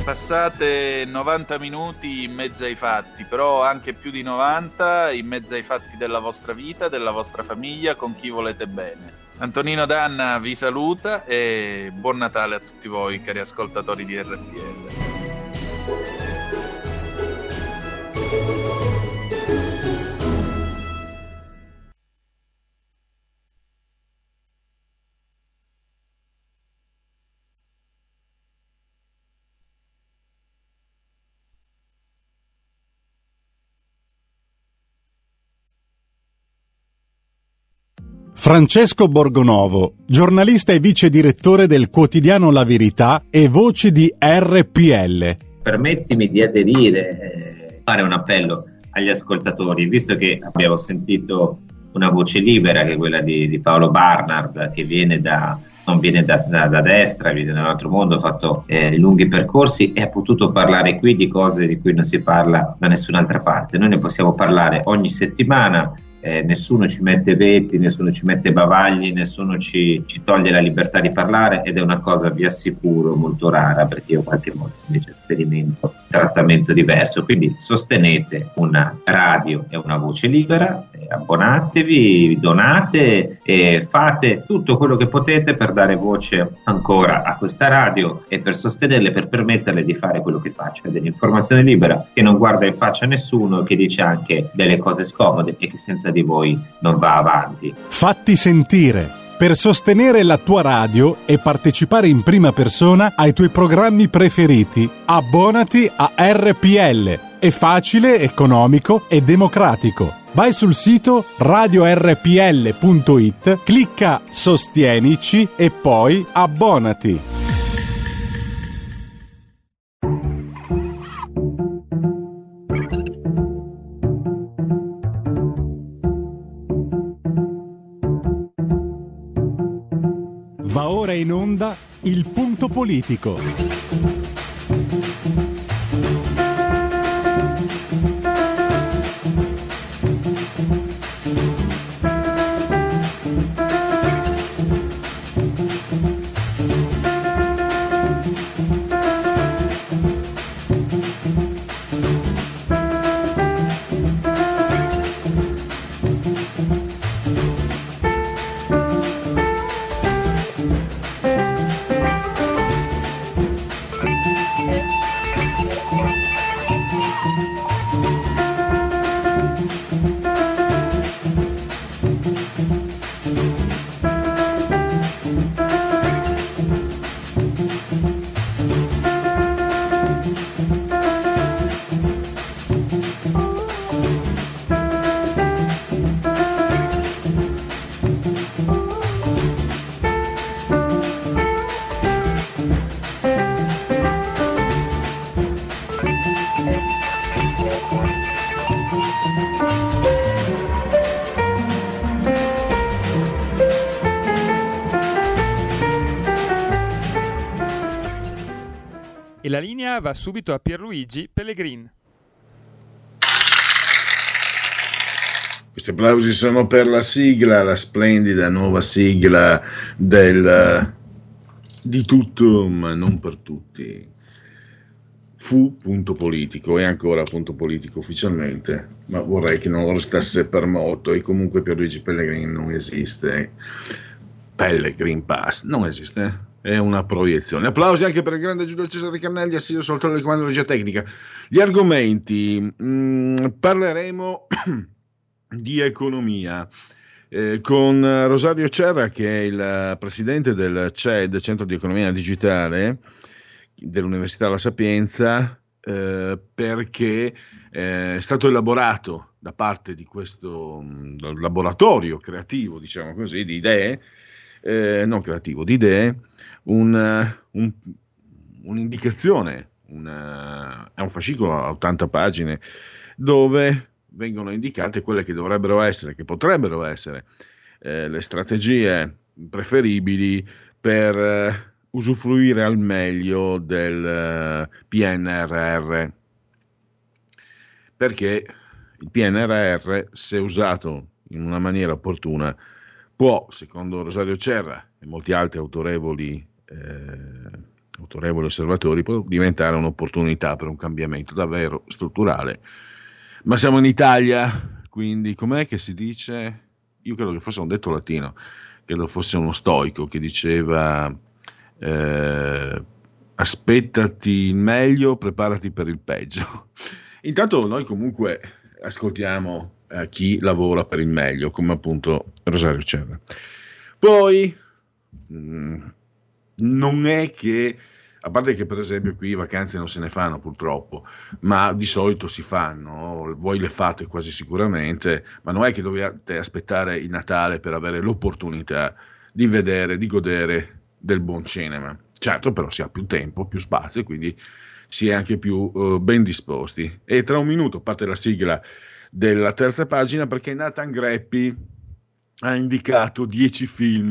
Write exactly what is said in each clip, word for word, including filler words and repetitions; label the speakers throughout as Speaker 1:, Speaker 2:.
Speaker 1: passate novanta minuti in mezzo ai fatti, però anche più di novanta in mezzo ai fatti della vostra vita, della vostra famiglia, con chi volete bene. Antonino Danna vi saluta e buon Natale a tutti voi, cari ascoltatori di R P L.
Speaker 2: Francesco Borgonovo, giornalista e vice direttore del quotidiano La Verità e voce di R P L.
Speaker 3: Permettimi di aderire, eh, fare un appello agli ascoltatori, visto che abbiamo sentito una voce libera, che è quella di, di Paolo Barnard, che viene da, non viene da, da, da destra, viene da un altro mondo, ha fatto eh, lunghi percorsi e ha potuto parlare qui di cose di cui non si parla da nessun'altra parte. Noi ne possiamo parlare ogni settimana. Eh, nessuno ci mette veti, nessuno ci mette bavagli, nessuno ci, ci toglie la libertà di parlare, ed è una cosa, vi assicuro, molto rara, perché io qualche volta invece sperimento trattamento diverso. Quindi sostenete una radio e una voce libera, eh, abbonatevi, donate e fate tutto quello che potete per dare voce ancora a questa radio e per sostenerle, per permetterle di fare quello che fa, cioè dell'informazione libera, che non guarda in faccia a nessuno, che dice anche delle cose scomode e che senza di voi non va avanti.
Speaker 2: Fatti sentire per sostenere la tua radio e partecipare in prima persona ai tuoi programmi preferiti. Abbonati a R P L. È facile, economico e democratico. Vai sul sito radio r p l punto i t, clicca Sostienici e poi abbonati. Va ora in onda Il Punto Politico.
Speaker 4: E la linea va subito a Pierluigi Pellegrin.
Speaker 5: Questi applausi sono per la sigla, la splendida nuova sigla del Di tutto ma non per tutti. Fu punto politico e ancora punto politico ufficialmente, ma vorrei che non lo restasse per molto. E comunque Pierluigi Pellegrin non esiste. Pellegrin Pass non esiste. È una proiezione. Applausi anche per il grande Giulio Cesare Carnelli, assiso sul trono del comando di regia tecnica. Gli argomenti: mh, parleremo di economia eh, con Rosario Cerra, che è il presidente del C E D, Centro di Economia Digitale dell'Università La Sapienza, eh, perché eh, è stato elaborato da parte di questo mh, laboratorio creativo, diciamo così, di idee, eh, non creativo, di idee, Un, un, un'indicazione, una, è un fascicolo a ottanta pagine dove vengono indicate quelle che dovrebbero essere, che potrebbero essere eh, le strategie preferibili per eh, usufruire al meglio del eh, P N R R, perché il P N R R, se usato in una maniera opportuna, può, secondo Rosario Cerra e molti altri autorevoli Eh, autorevoli osservatori, può diventare un'opportunità per un cambiamento davvero strutturale. Ma siamo in Italia, quindi com'è che si dice? Io credo che fosse un detto latino, credo fosse uno stoico che diceva eh, aspettati il meglio, preparati per il peggio. Intanto noi comunque ascoltiamo eh, chi lavora per il meglio, come appunto Rosario Cerra. Poi mh, non è che, a parte che per esempio qui vacanze non se ne fanno purtroppo, ma di solito si fanno, voi le fate quasi sicuramente, ma non è che dovete aspettare il Natale per avere l'opportunità di vedere, di godere del buon cinema. Certo, però si ha più tempo, più spazio, quindi si è anche più uh, ben disposti. E tra un minuto parte la sigla della terza pagina, perché Nathan Greppi ha indicato dieci film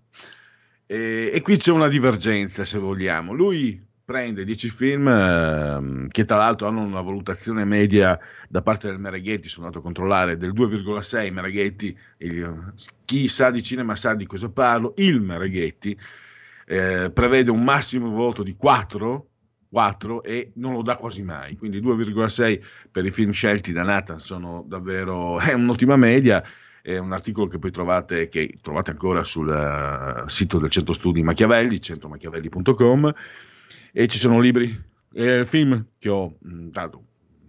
Speaker 5: e, e qui c'è una divergenza, se vogliamo. Lui prende dieci film eh, che tra l'altro hanno una valutazione media da parte del Mereghetti, sono andato a controllare, del due virgola sei. Mereghetti, il, chi sa di cinema sa di cosa parlo, il Mereghetti eh, prevede un massimo voto di quattro e non lo dà quasi mai, quindi due virgola sei per i film scelti da Nathan sono davvero, è un'ottima media. È un articolo che poi trovate, che trovate ancora sul uh, sito del Centro Studi Machiavelli, centro machiavelli punto com, e ci sono libri e film che ho mh, dato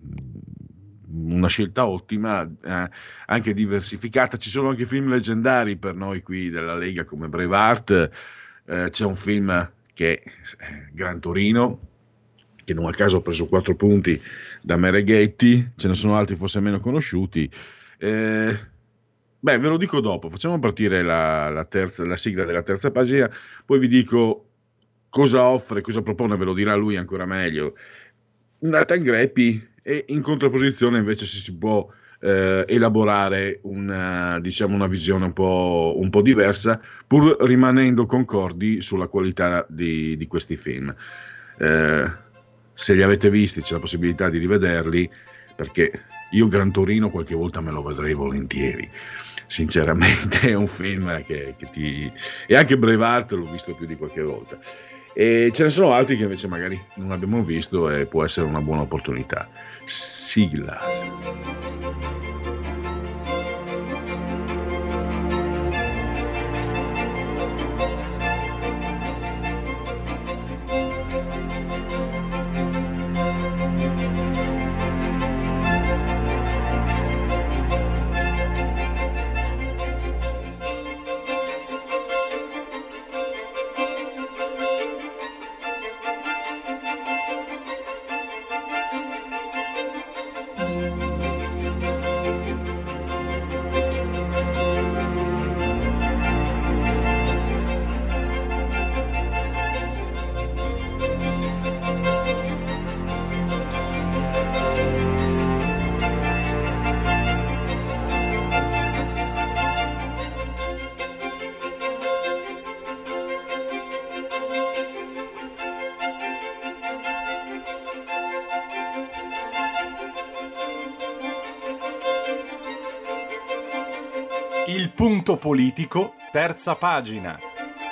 Speaker 5: una scelta ottima, eh, anche diversificata. Ci sono anche film leggendari per noi qui della Lega come Braveheart, eh, c'è un film che è Gran Torino, che non a caso ha preso quattro punti da Mereghetti, ce ne sono altri forse meno conosciuti. Eh, beh, ve lo dico dopo, facciamo partire la, la, terza, la sigla della terza pagina, poi vi dico cosa offre, cosa propone, ve lo dirà lui ancora meglio. Nathan Greppi, e in contrapposizione invece si, si può eh, elaborare una, diciamo, una visione un po', un po' diversa, pur rimanendo concordi sulla qualità di, di questi film. Eh, se li avete visti c'è la possibilità di rivederli, perché io Gran Torino qualche volta me lo vedrei volentieri, sinceramente è un film che, che ti... e anche Braveheart l'ho visto più di qualche volta, e ce ne sono altri che invece magari non abbiamo visto e può essere una buona opportunità. Sigla.
Speaker 2: Il punto politico, terza pagina.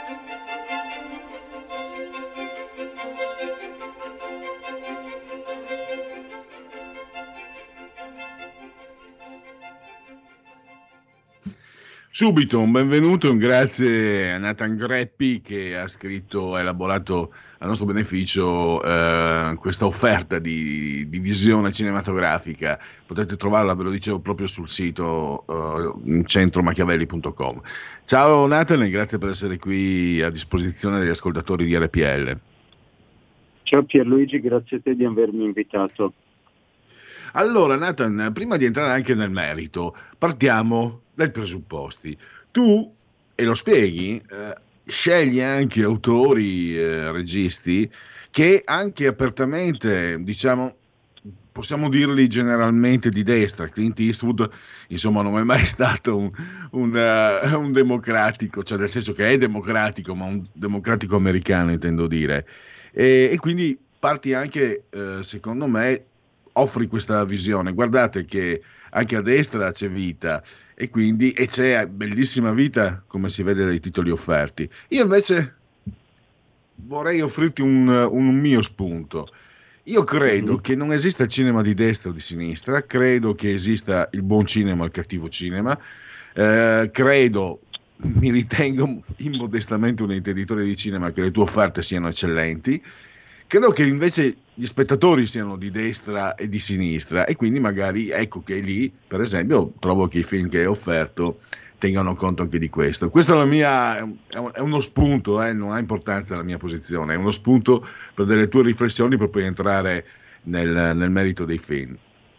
Speaker 5: Subito un benvenuto e un grazie a Nathan Greppi che ha scritto, ha elaborato a nostro beneficio eh, questa offerta di, di visione cinematografica. Potete trovarla, ve lo dicevo, proprio sul sito eh, centro machiavelli punto com. Ciao Nathan e grazie per essere qui a disposizione degli ascoltatori di R P L.
Speaker 6: Ciao Pierluigi, grazie a te di avermi invitato.
Speaker 5: Allora Nathan, prima di entrare anche nel merito, partiamo dai presupposti. Tu, e lo spieghi, eh, scegli anche autori, eh, registi, che anche apertamente, diciamo, possiamo dirli generalmente di destra. Clint Eastwood, insomma, non è mai stato un, un, uh, un democratico, cioè nel senso che è democratico, ma un democratico americano, intendo dire. E, e quindi parti anche, eh, secondo me, offri questa visione. Guardate che anche a destra c'è vita, e quindi e c'è bellissima vita, come si vede dai titoli offerti. Io invece vorrei offrirti un, un mio spunto. Io credo
Speaker 6: Mm-hmm.
Speaker 5: che non esista il cinema di destra o di sinistra, credo che esista il buon cinema e il cattivo cinema, eh, credo, mi ritengo immodestamente un intenditore di cinema, che le tue offerte siano eccellenti, credo che invece gli spettatori siano di destra e di sinistra e quindi magari ecco che lì, per esempio, trovo che i film che hai offerto tengano conto anche di questo. Questo è, la mia, è uno spunto, eh, non ha importanza la mia posizione, è uno spunto per delle tue riflessioni per poi entrare nel, nel merito dei film.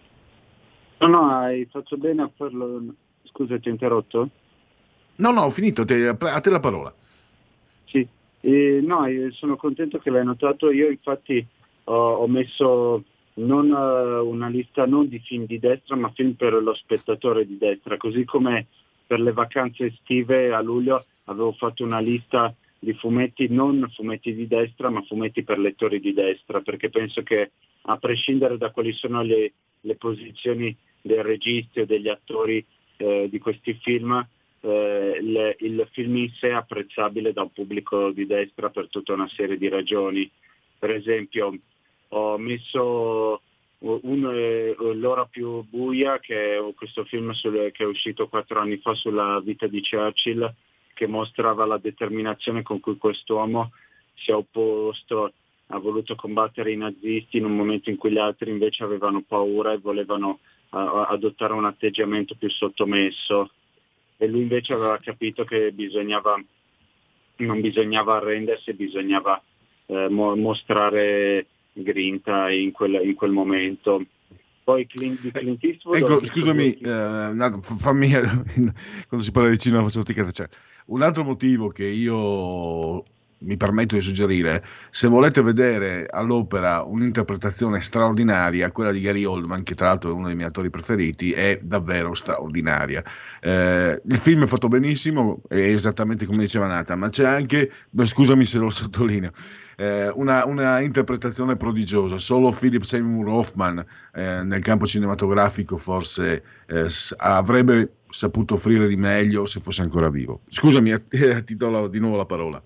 Speaker 6: No, no, hai fatto bene a farlo. Scusa, ti ho interrotto?
Speaker 5: No, no, ho finito, te, a te la parola.
Speaker 6: Sì, eh, no, io sono contento che l'hai notato. Io infatti ho, ho messo non uh, una lista non di film di destra, ma film per lo spettatore di destra, così come per le vacanze estive a luglio avevo fatto una lista di fumetti, non fumetti di destra, ma fumetti per lettori di destra, perché penso che a prescindere da quali sono le, le posizioni dei registi o degli attori eh, di questi film, eh, il, il film in sé è apprezzabile da un pubblico di destra per tutta una serie di ragioni. Per esempio, ho messo un, eh, L'ora più buia, che è questo film sul, che è uscito quattro anni fa sulla vita di Churchill, che mostrava la determinazione con cui quest'uomo si è opposto, ha voluto combattere i nazisti in un momento in cui gli altri invece avevano paura e volevano uh, adottare un atteggiamento più sottomesso, e lui invece aveva capito che bisognava non bisognava arrendersi, bisognava eh, mo- mostrare grinta in quel, in quel momento. Poi Clint, di Clint Eastwood,
Speaker 5: ecco, scusami, eh, un altro, fammi, quando si parla di cinema faccio fatica, cioè, un altro motivo che io mi permetto di suggerire, se volete vedere all'opera un'interpretazione straordinaria, quella di Gary Oldman, che tra l'altro è uno dei miei attori preferiti, è davvero straordinaria. Eh, il film è fatto benissimo, è esattamente come diceva Nata, ma c'è anche, beh, scusami se lo sottolineo, eh, una, una interpretazione prodigiosa. Solo Philip Seymour Hoffman eh, nel campo cinematografico forse eh, avrebbe saputo offrire di meglio se fosse ancora vivo. Scusami, eh, ti do la, di nuovo la parola.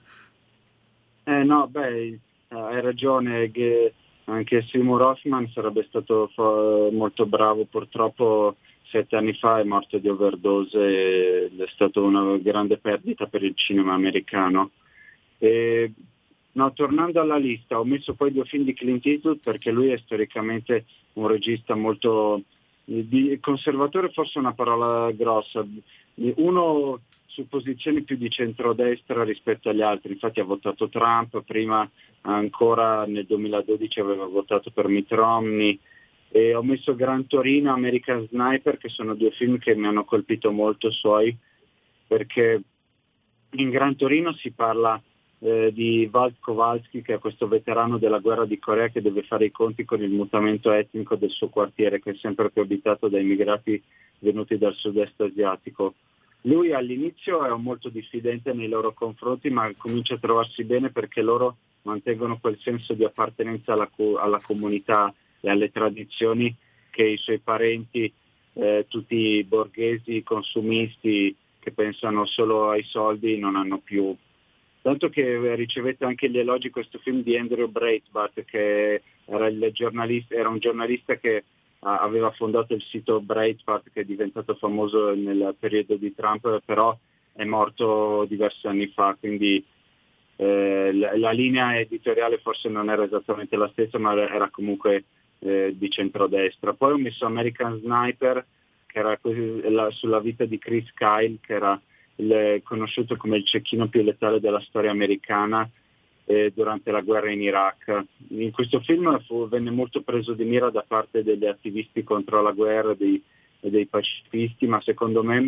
Speaker 6: Eh no, beh, hai ragione, che anche Seymour Hoffman sarebbe stato fo- molto bravo. Purtroppo sette anni fa è morto di overdose ed è stata una grande perdita per il cinema americano. E, no, tornando alla lista, ho messo poi due film di Clint Eastwood perché lui è storicamente un regista molto di, conservatore, forse una parola grossa, uno su posizioni più di centrodestra rispetto agli altri. Infatti ha votato Trump, prima ancora nel duemiladodici aveva votato per Mitt Romney. E ho messo Gran Torino, American Sniper, che sono due film che mi hanno colpito molto suoi, perché in Gran Torino si parla eh, di Walt Kowalski, che è questo veterano della guerra di Corea che deve fare i conti con il mutamento etnico del suo quartiere, che è sempre più abitato da immigrati venuti dal sud-est asiatico. Lui all'inizio è molto diffidente nei loro confronti, ma comincia a trovarsi bene perché loro mantengono quel senso di appartenenza alla, alla comunità e alle tradizioni che i suoi parenti, eh, tutti borghesi, consumisti, che pensano solo ai soldi, non hanno più. Tanto che ricevette anche gli elogi questo film di Andrew Breitbart, che era, il giornalista, era un giornalista che aveva fondato il sito Breitbart, che è diventato famoso nel periodo di Trump, però è morto diversi anni fa, quindi eh, la, la linea editoriale forse non era esattamente la stessa, ma era comunque eh, di centrodestra. Poi ho messo American Sniper, che era così, la, sulla vita di Chris Kyle, che era il, conosciuto come il cecchino più letale della storia americana eh, durante la guerra in Iraq. In questo film fu, venne molto preso di mira da parte degli attivisti contro la guerra dei, e dei pacifisti, ma secondo me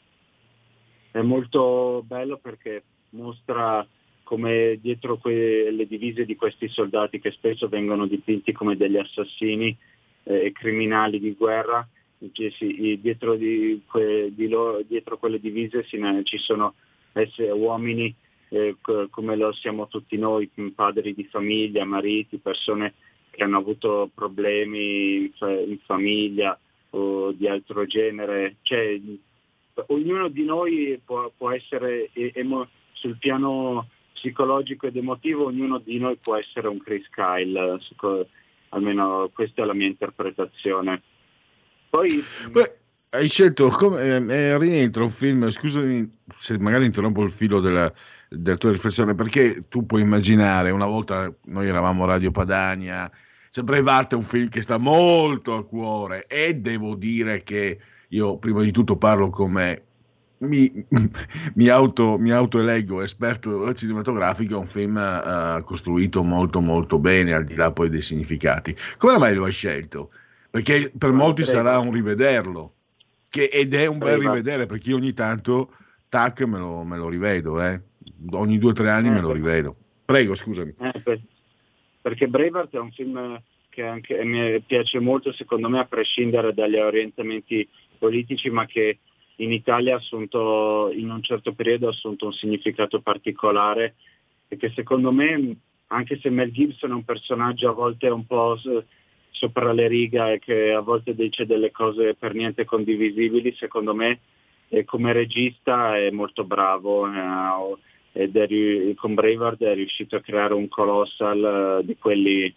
Speaker 6: è molto bello perché mostra come dietro que- le divise di questi soldati, che spesso vengono dipinti come degli assassini e eh, criminali di guerra, dietro, di que- di lo- dietro quelle divise ci sono essere uomini eh, come lo siamo tutti noi, padri di famiglia, mariti, persone che hanno avuto problemi in famiglia o di altro genere. Cioè, ognuno di noi può, può essere emo- sul piano psicologico ed emotivo, ognuno di noi può essere un Chris Kyle, almeno questa è la mia interpretazione. Poi
Speaker 5: Beh, hai scelto come eh, eh, rientra un film, scusami se magari interrompo il filo della, della tua riflessione, perché tu puoi immaginare, una volta noi eravamo a Radio Padania, cioè Braveheart è un film che sta molto a cuore, e devo dire che io prima di tutto parlo come mi, mi auto mi autoeleggo esperto cinematografico. È un film uh, costruito molto molto bene, al di là poi dei significati. Come mai lo hai scelto? Perché per molti sarà un rivederlo, che, ed è un bel rivedere, perché io ogni tanto tac me lo, me lo rivedo, eh. Ogni due o tre anni
Speaker 6: eh,
Speaker 5: me lo rivedo. Prego, scusami.
Speaker 6: Eh, per, perché Braveheart è un film che anche mi piace molto, secondo me, a prescindere dagli orientamenti politici, ma che in Italia ha assunto, in un certo periodo ha assunto un significato particolare, e che secondo me, anche se Mel Gibson è un personaggio a volte un po' sopra le righe e che a volte dice delle cose per niente condivisibili, secondo me eh, come regista è molto bravo, eh, ed è, con Braveheart è riuscito a creare un colossal eh, di quelli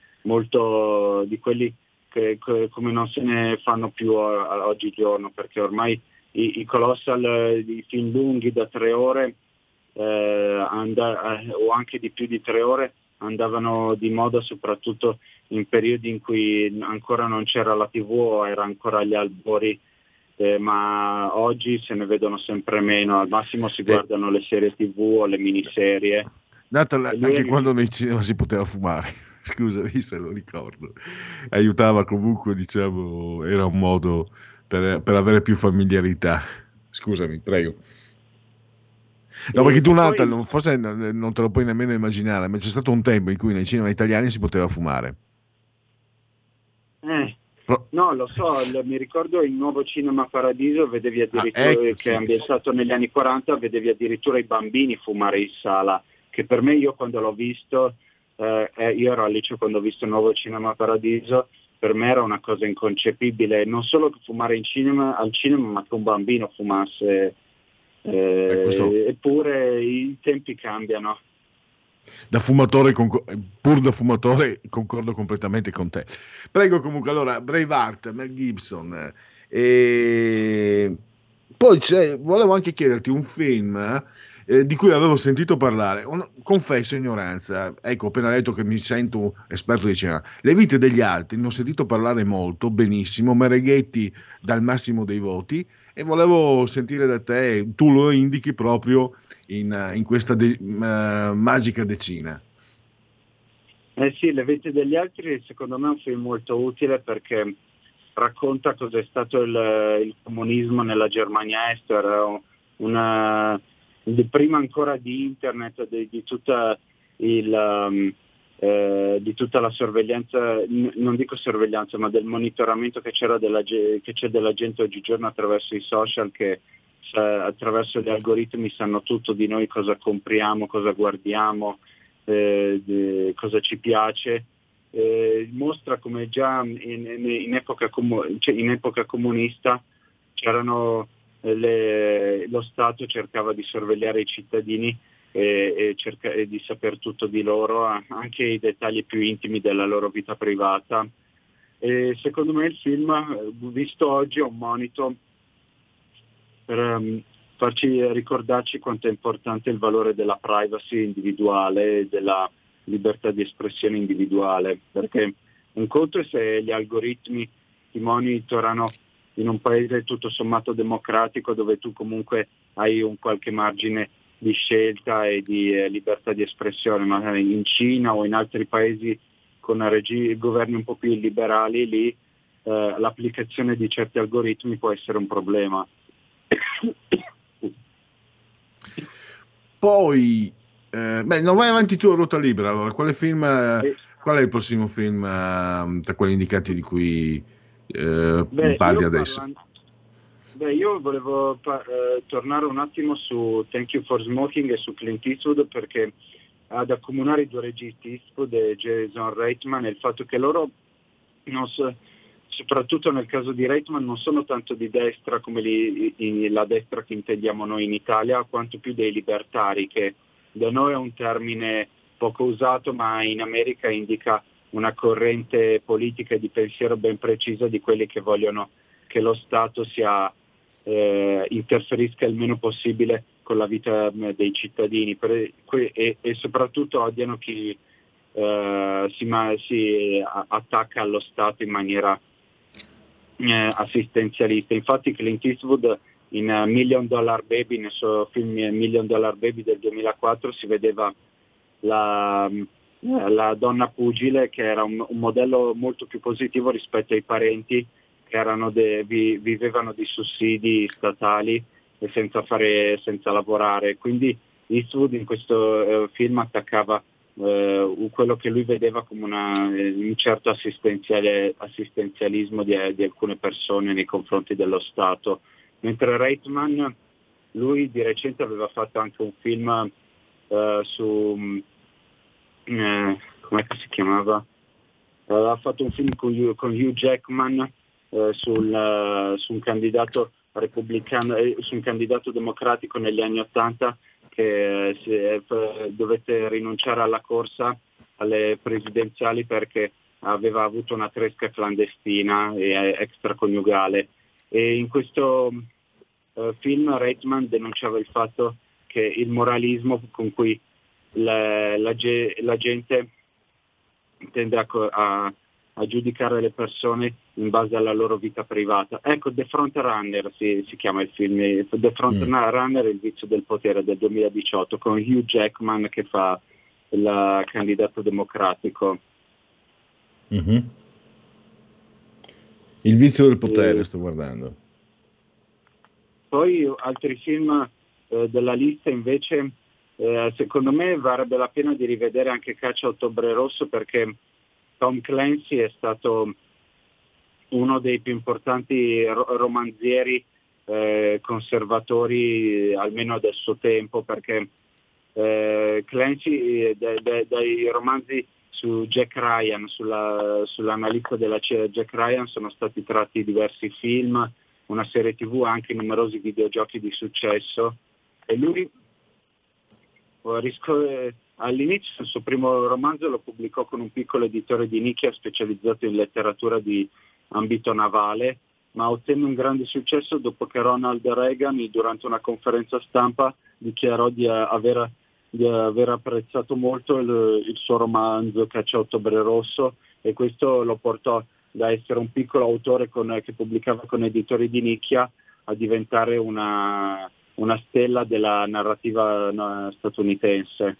Speaker 6: molto di quelli che, che come non se ne fanno più a, a, oggigiorno, perché ormai i, i colossal, i film lunghi da tre ore eh, and- o anche di più di tre ore andavano di moda soprattutto in periodi in cui ancora non c'era la tivù o era ancora agli albori, eh, ma oggi se ne vedono sempre meno, al massimo si guardano le serie tivù o le miniserie.
Speaker 5: Natale, anche è... quando nei cinema si poteva fumare, scusami se lo ricordo, aiutava comunque, diciamo, era un modo per, per avere più familiarità. Scusami, prego. No, perché tu Natale, poi... forse non te lo puoi nemmeno immaginare, ma c'è stato un tempo in cui nei cinema italiani si poteva fumare.
Speaker 6: Eh, Pro... No, lo so, mi ricordo il nuovo Cinema Paradiso, vedevi addirittura, ah, ecco, che sì, è ambientato negli anni quaranta, vedevi addirittura i bambini fumare in sala, che per me, io quando l'ho visto, eh, io ero al liceo quando ho visto il nuovo Cinema Paradiso, per me era una cosa inconcepibile, non solo fumare in cinema, al cinema, ma che un bambino fumasse. Eh, questo... Eppure i tempi cambiano.
Speaker 5: Da fumatore, pur da fumatore, concordo completamente con te. Prego, comunque, allora, Braveheart, Mel Gibson. E poi c'è, volevo anche chiederti un film eh, di cui avevo sentito parlare. Un, confesso ignoranza, ecco, ho appena detto che mi sento esperto di cinema. Le vite degli altri, ne ho sentito parlare molto, benissimo, Mereghetti dal massimo dei voti, e volevo sentire da te, tu lo indichi proprio in, in questa de, uh, magica decina.
Speaker 6: Eh sì, Le vite degli altri secondo me è un film molto utile, perché racconta cos'è stato il, il comunismo nella Germania Est, era una, di, prima ancora di internet, di, di tutta il... Um, Eh, di tutta la sorveglianza, n- non dico sorveglianza, ma del monitoramento che c'era della ge- che c'è della gente oggigiorno attraverso i social, che sa- attraverso gli algoritmi sanno tutto di noi, cosa compriamo, cosa guardiamo, eh, di- cosa ci piace. Eh, mostra come già in, in, in, epoca, comu- cioè in epoca comunista c'erano eh, le- lo Stato cercava di sorvegliare i cittadini e, e, cerca, e di saper tutto di loro, anche i dettagli più intimi della loro vita privata. E secondo me il film, visto oggi, è un monito per um, farci ricordarci quanto è importante il valore della privacy individuale e della libertà di espressione individuale, perché un conto è se gli algoritmi ti monitorano in un paese tutto sommato democratico, dove tu comunque hai un qualche margine di scelta e di eh, libertà di espressione, ma in Cina o in altri paesi con regi- governi un po' più illiberali, lì eh, l'applicazione di certi algoritmi può essere un problema.
Speaker 5: Poi eh, beh, non vai avanti tu a ruota libera, allora quale film eh, qual è il prossimo film eh, tra quelli indicati di cui eh,
Speaker 6: Beh,
Speaker 5: parli adesso?
Speaker 6: Parlando... Beh, io volevo pa- eh, tornare un attimo su Thank You for Smoking e su Clint Eastwood, perché ad accomunare i due registi, Eastwood e Jason Reitman, è il fatto che loro, non so, soprattutto nel caso di Reitman, non sono tanto di destra come li, i, la destra che intendiamo noi in Italia, quanto più dei libertari che da noi è un termine poco usato, ma in America indica una corrente politica e di pensiero ben precisa di quelli che vogliono che lo Stato sia, eh, interferisca il meno possibile con la vita dei cittadini per, e, e soprattutto odiano chi eh, si, ma, si attacca allo Stato in maniera eh, assistenzialista. Infatti Clint Eastwood in uh, Million Dollar Baby, nel suo film Million Dollar Baby del duemilaquattro, si vedeva la, la donna pugile che era un, un modello molto più positivo rispetto ai parenti che erano de, vi, vivevano di sussidi statali e senza fare, senza lavorare. Quindi Eastwood in questo eh, film attaccava eh, quello che lui vedeva come una, un certo assistenziale, assistenzialismo di, di alcune persone nei confronti dello Stato. Mentre Reitman, lui di recente aveva fatto anche un film eh, su, eh, come si chiamava? Eh, ha fatto un film con Hugh, con Hugh Jackman eh, sul, uh, su un candidato repubblicano, eh, su un candidato democratico negli anni Ottanta che eh, si, eh, dovette rinunciare alla corsa alle presidenziali perché aveva avuto una tresca clandestina e eh, extraconiugale. E in questo uh, film Reitman denunciava il fatto che il moralismo con cui la, la, la gente tende a, a, a giudicare le persone in base alla loro vita privata. Ecco, The Front Runner si, si chiama il film, The Front mm. Runner, il vizio del potere del duemiladiciotto, con Hugh Jackman che fa il candidato democratico.
Speaker 5: Mm-hmm. Il vizio del potere,
Speaker 6: e
Speaker 5: sto guardando.
Speaker 6: Poi altri film eh, della lista invece, eh, secondo me varrebbe la pena di rivedere anche Caccia a Ottobre Rosso, perché Tom Clancy è stato uno dei più importanti ro- romanzieri eh, conservatori, almeno del suo tempo, perché eh, Clancy dai, dai, dai romanzi su Jack Ryan, sulla, sull'analista della C I A Jack Ryan, sono stati tratti diversi film, una serie tivù, anche numerosi videogiochi di successo. E lui all'inizio il suo primo romanzo lo pubblicò con un piccolo editore di nicchia specializzato in letteratura di ambito navale, ma ottenne un grande successo dopo che Ronald Reagan, durante una conferenza stampa, dichiarò di aver di aver apprezzato molto il, il suo romanzo Caccia a Ottobre Rosso, e questo lo portò da essere un piccolo autore con, che pubblicava con editori di nicchia a diventare una, una stella della narrativa no, statunitense.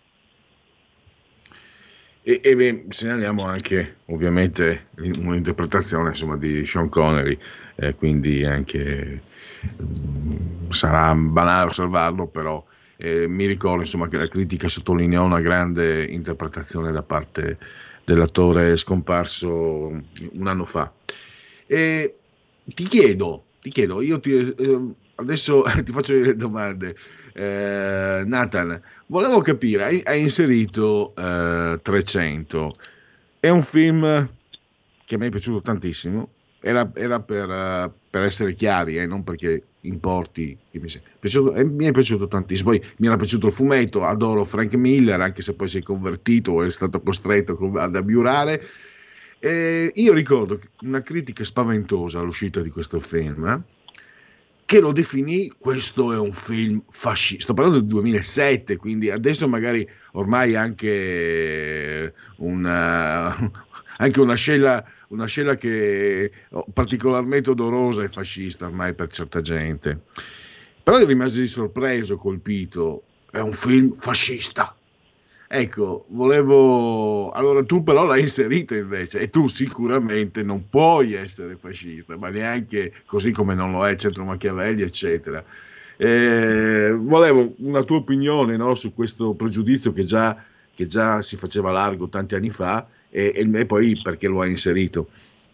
Speaker 5: E, e beh, segnaliamo anche ovviamente un'interpretazione insomma di Sean Connery, eh, quindi anche mh, sarà banale osservarlo, però Eh, mi ricordo insomma che la critica sottolineò una grande interpretazione da parte dell'attore scomparso un anno fa. E ti chiedo, ti chiedo, io ti, eh, adesso ti faccio delle domande. Eh, Nathan, volevo capire, hai, hai inserito eh, trecento, è un film che a me è piaciuto tantissimo, era, era per, uh, per essere chiari, eh, non perché importi, che mi, è piaciuto, eh, mi è piaciuto tantissimo. Poi mi era piaciuto il fumetto, adoro Frank Miller, anche se poi si è convertito o è stato costretto ad abiurare. Eh, io ricordo una critica spaventosa all'uscita di questo film, eh, che lo definì: questo è un film fascista. Sto parlando del duemilasette, quindi adesso magari ormai anche una, anche una scena una scena che particolarmente odorosa e fascista ormai per certa gente, però rimasi sorpreso, colpito. È un film fascista. Ecco, volevo allora tu però l'hai inserito invece, e tu sicuramente non puoi essere fascista, ma neanche così come non lo è il Centro Machiavelli eccetera. Eh, volevo una tua opinione, no, su questo pregiudizio che già che già si faceva largo tanti anni fa, e, e poi perché lo ha inserito.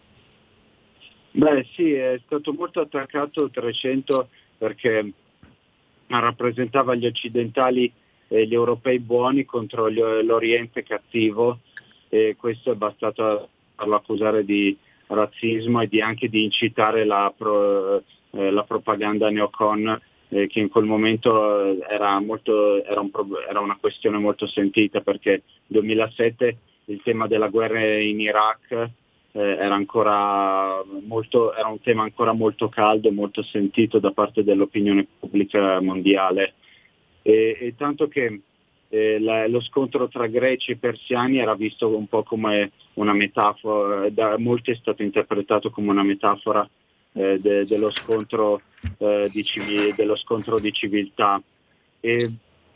Speaker 6: Beh sì, è stato molto attaccato trecento perché rappresentava gli occidentali e gli europei buoni contro gli, l'Oriente cattivo, e questo è bastato a farlo accusare di razzismo e di anche di incitare la, pro, eh, la propaganda neocon eh, che in quel momento era, molto, era, un, era una questione molto sentita, perché nel duemilasette il tema della guerra in Iraq eh, era ancora molto, era un tema ancora molto caldo, molto sentito da parte dell'opinione pubblica mondiale, e, e tanto che eh, la, lo scontro tra greci e persiani era visto un po' come una metafora, da molti è stato interpretato come una metafora eh, de, dello scontro eh, di civi, dello scontro di civiltà. E,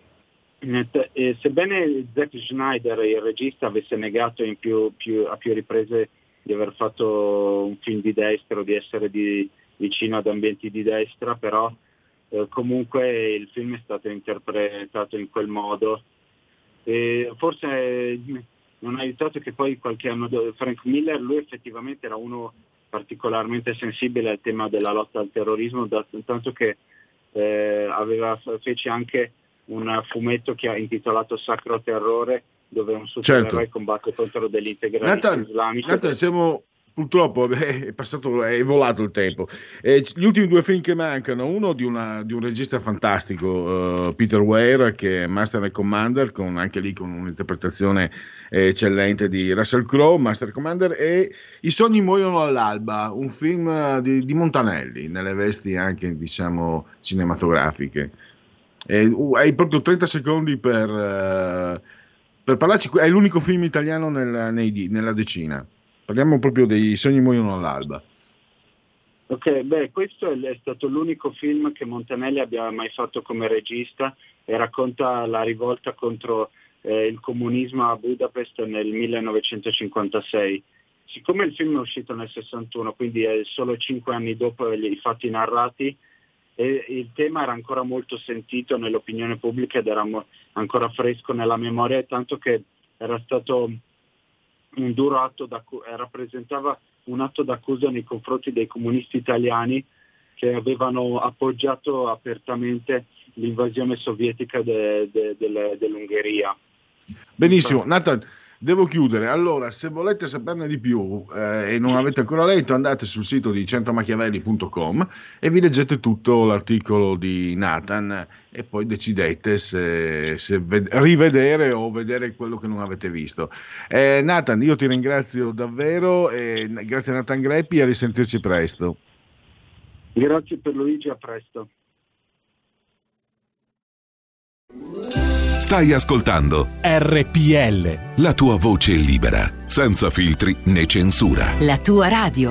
Speaker 6: E sebbene Zack Snyder, il regista, avesse negato in più, più, a più riprese di aver fatto un film di destra o di essere di, vicino ad ambienti di destra, però eh, comunque il film è stato interpretato in quel modo, e forse non ha aiutato che poi qualche anno dopo Frank Miller, lui effettivamente era uno particolarmente sensibile al tema della lotta al terrorismo, da, tanto che eh, aveva, fece anche un fumetto che ha intitolato Sacro Terrore, dove un supereroe certo. combatte contro degli integralisti islamici.
Speaker 5: Nathan, siamo purtroppo è passato, è volato il tempo. Eh, gli ultimi due film che mancano, uno di, una, di un regista fantastico, uh, Peter Weir, che è Master and Commander, con anche lì con un'interpretazione eccellente di Russell Crowe, Master Commander, e I sogni muoiono all'alba, un film di, di Montanelli, nelle vesti anche diciamo cinematografiche. Eh, uh, hai proprio trenta secondi per, uh, per parlarci. È l'unico film italiano nel, nei, nella decina. Parliamo proprio dei Sogni muoiono all'alba.
Speaker 6: Ok, beh, questo è stato l'unico film che Montanelli abbia mai fatto come regista, e racconta la rivolta contro eh, il comunismo a Budapest nel millenovecentocinquantasei. Siccome il film è uscito nel sessantuno, quindi è solo cinque anni dopo i fatti narrati, e il tema era ancora molto sentito nell'opinione pubblica ed era mo- ancora fresco nella memoria, tanto che era stato un duro atto d'accu- rappresentava un atto d'accusa nei confronti dei comunisti italiani, che avevano appoggiato apertamente l'invasione sovietica de- de- de- dell'Ungheria.
Speaker 5: Benissimo, Nathan, devo chiudere. Allora, se volete saperne di più eh, e non avete ancora letto, andate sul sito di centro machiavelli punto com e vi leggete tutto l'articolo di Nathan, e poi decidete se, se ved- rivedere o vedere quello che non avete visto. Eh, Nathan, io ti ringrazio davvero, e grazie a Nathan Greppi, e a risentirci presto.
Speaker 6: Grazie per Luigi, a presto.
Speaker 7: Stai ascoltando
Speaker 2: R P L,
Speaker 7: la tua voce libera, senza filtri né censura.
Speaker 8: La tua radio.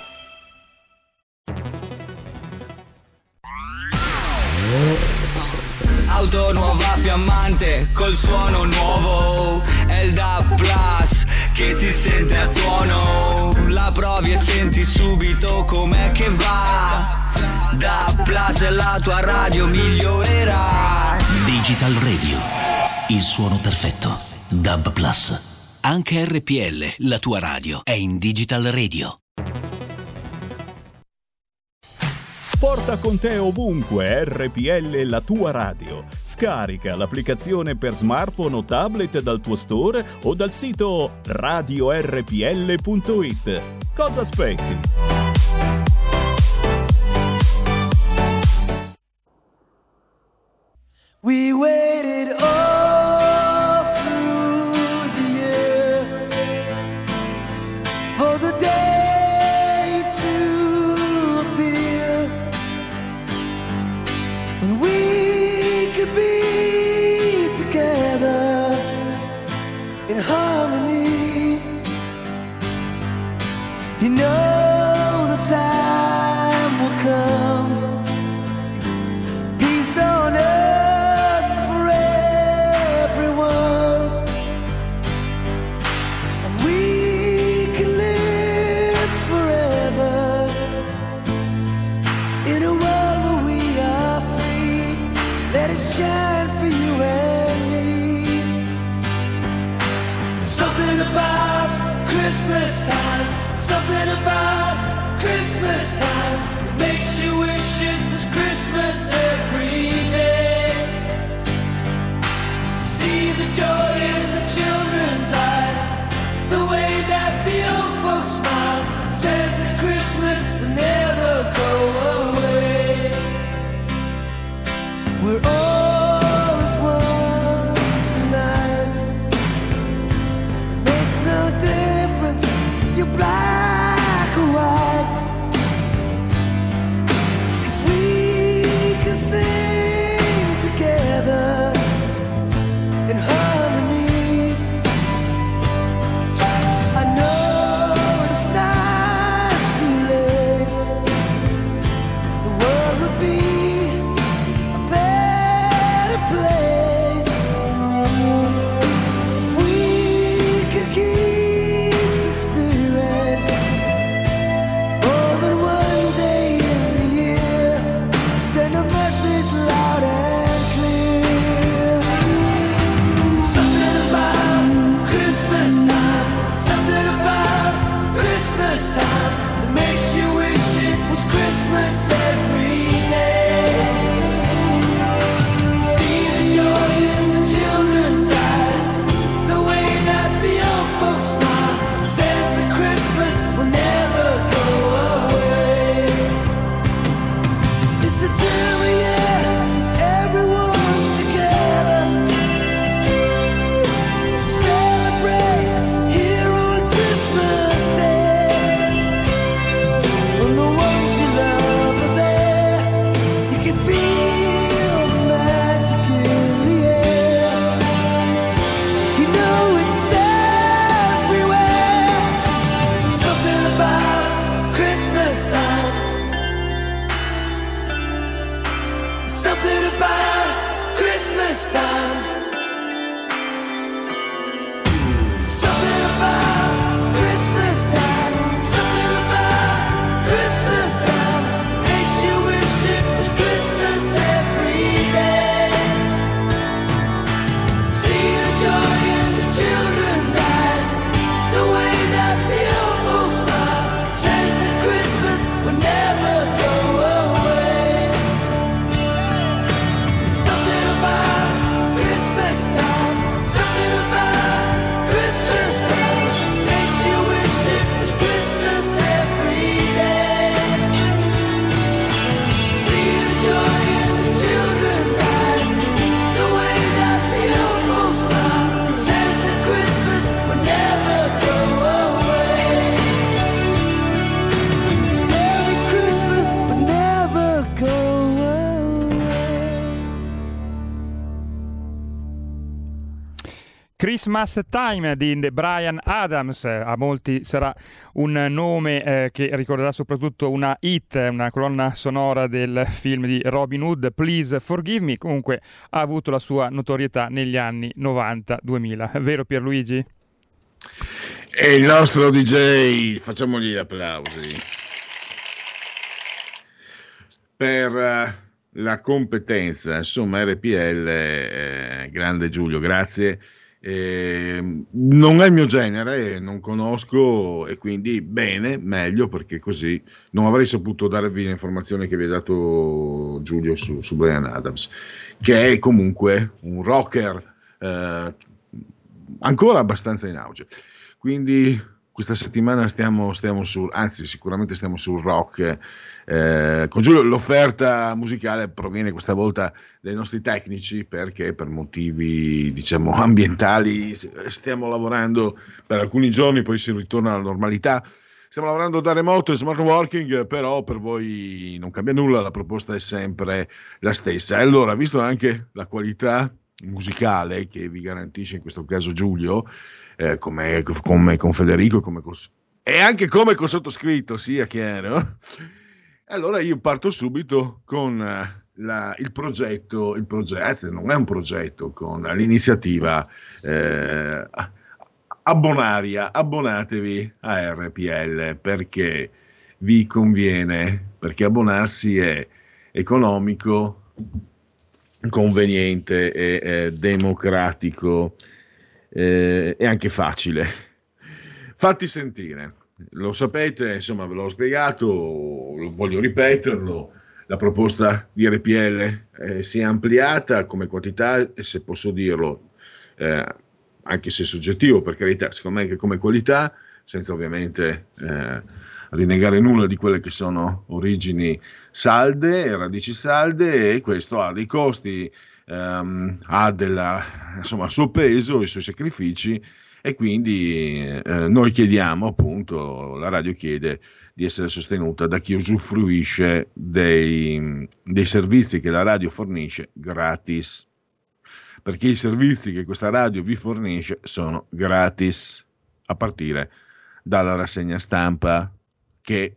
Speaker 9: Auto nuova fiammante col suono nuovo, è il D A B Plus che si sente a tuono. La provi e senti subito com'è che va. D A B Plus è la tua radio, migliorerà.
Speaker 10: Digital Radio, il suono perfetto. D A B Plus. Anche R P L, la tua radio, è in Digital Radio.
Speaker 11: Porta con te ovunque R P L, la tua radio. Scarica l'applicazione per smartphone o tablet dal tuo store o dal sito radio erre pi elle punto it. Cosa aspetti?
Speaker 12: We waited all through the year for the day to appear when we could be together in harmony. You know the time will come, peace on earth. Shine for you and me. Something about Christmas time, something about Christmas time that makes you wish it was Christmas every day. See the joy in the children's eyes, the way that the old folks smile, says that Christmas will never go away.
Speaker 4: Christmas Time di Bryan Adams. A molti sarà un nome eh, che ricorderà soprattutto una hit, una colonna sonora del film di Robin Hood, Please Forgive Me. Comunque ha avuto la sua notorietà negli anni novanta duemila. Vero Pierluigi?
Speaker 5: E il nostro D J, facciamogli gli applausi per uh, la competenza, insomma. R P L, eh, grande Giulio, grazie. Eh, non è il mio genere, non conosco, e quindi bene, meglio, perché così non avrei saputo darvi l'informazione che vi ha dato Giulio su, su Bryan Adams, che è comunque un rocker eh, ancora abbastanza in auge. Quindi questa settimana stiamo, stiamo sul, anzi sicuramente stiamo sul rock. Eh, con Giulio l'offerta musicale proviene questa volta dai nostri tecnici, perché per motivi, diciamo, ambientali stiamo lavorando per alcuni giorni, poi si ritorna alla normalità. Stiamo lavorando da remoto e smart working, però per voi non cambia nulla, la proposta è sempre la stessa. E allora, visto anche la qualità musicale che vi garantisce in questo caso Giulio, eh, come, come con Federico, come con, e anche come col sottoscritto, sia chiaro, allora io parto subito con la, il progetto, il progetto, non è un progetto, con l'iniziativa eh, abbonaria, abbonatevi a R P L, perché vi conviene, perché abbonarsi è economico, conveniente e eh, democratico eh, e anche facile. Fatti sentire, lo sapete, insomma ve l'ho spiegato, voglio ripeterlo. La proposta di R P L eh, si è ampliata come quantità e, se posso dirlo, eh, anche se soggettivo, per carità, secondo me che come qualità, senza ovviamente eh, rinnegare nulla di quelle che sono origini salde, radici salde, e questo ha dei costi, ehm, ha della, insomma, il suo peso, i suoi sacrifici, e quindi eh, noi chiediamo, appunto, la radio chiede di essere sostenuta da chi usufruisce dei, dei servizi che la radio fornisce gratis, perché i servizi che questa radio vi fornisce sono gratis, a partire dalla rassegna stampa, che